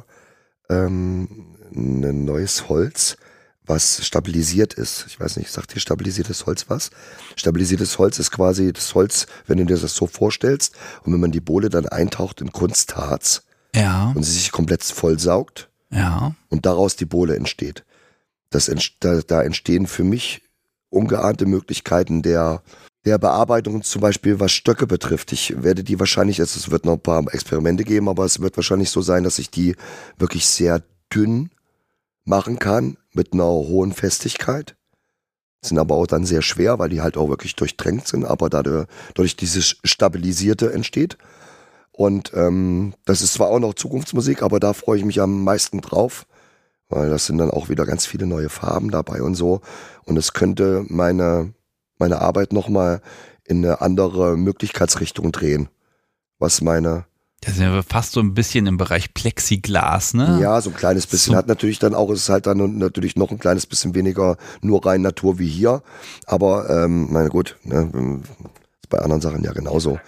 ähm, ein neues Holz, was stabilisiert ist. Ich weiß nicht, sagt dir stabilisiertes Holz was? Stabilisiertes Holz ist quasi das Holz, wenn du dir das so vorstellst, und wenn man die Bohle dann eintaucht in Kunstharz ja. und sie sich komplett vollsaugt ja. und daraus die Bohle entsteht. Das ent, da, da entstehen für mich ungeahnte Möglichkeiten der, der Bearbeitung, zum Beispiel was Stöcke betrifft. Ich werde die wahrscheinlich, es wird noch ein paar Experimente geben, aber es wird wahrscheinlich so sein, dass ich die wirklich sehr dünn machen kann, mit einer hohen Festigkeit. Sind aber auch dann sehr schwer, weil die halt auch wirklich durchtränkt sind, aber dadurch, dadurch dieses Stabilisierte entsteht. Und ähm, das ist zwar auch noch Zukunftsmusik, aber da freue ich mich am meisten drauf, weil das sind dann auch wieder ganz viele neue Farben dabei und so. Und es könnte meine, meine Arbeit nochmal in eine andere Möglichkeitsrichtung drehen, was meine... Da sind wir fast so ein bisschen im Bereich Plexiglas, ne? Ja, so ein kleines bisschen. So. Hat natürlich dann auch, es ist halt dann natürlich noch ein kleines bisschen weniger nur rein Natur wie hier. Aber, ähm, na gut, ne, ist bei anderen Sachen ja genauso.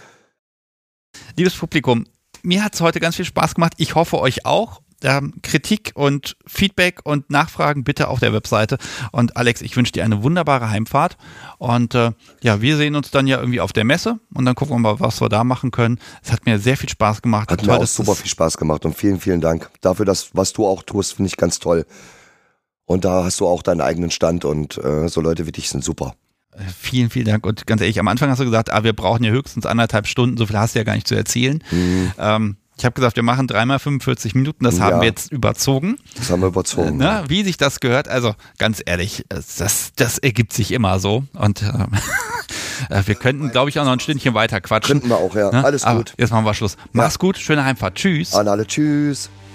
Liebes Publikum, mir hat es heute ganz viel Spaß gemacht. Ich hoffe euch auch. Ähm, Kritik und Feedback und Nachfragen bitte auf der Webseite. Und Alex, ich wünsche dir eine wunderbare Heimfahrt. Und äh, ja, wir sehen uns dann ja irgendwie auf der Messe und dann gucken wir mal, was wir da machen können. Es hat mir sehr viel Spaß gemacht. Hat toll, mir auch super viel Spaß gemacht und vielen, vielen Dank dafür, dass, was du auch tust, finde ich ganz toll. Und da hast du auch deinen eigenen Stand und äh, so Leute wie dich sind super. Vielen, vielen Dank. Und ganz ehrlich, am Anfang hast du gesagt, ah, wir brauchen ja höchstens anderthalb Stunden, so viel hast du ja gar nicht zu erzählen. Mhm. Ähm, Ich habe gesagt, wir machen dreimal fünfundvierzig Minuten, das ja, haben wir jetzt überzogen. Das haben wir überzogen. Äh, ne? Wie sich das gehört, also ganz ehrlich, das, das ergibt sich immer so. Und äh, wir könnten, glaube ich, auch noch ein Stündchen weiter quatschen. Könnten wir auch, ja. Ne? Alles Aber gut. jetzt machen wir Schluss. Mach's ja. gut, schöne Heimfahrt. Tschüss. An alle, tschüss.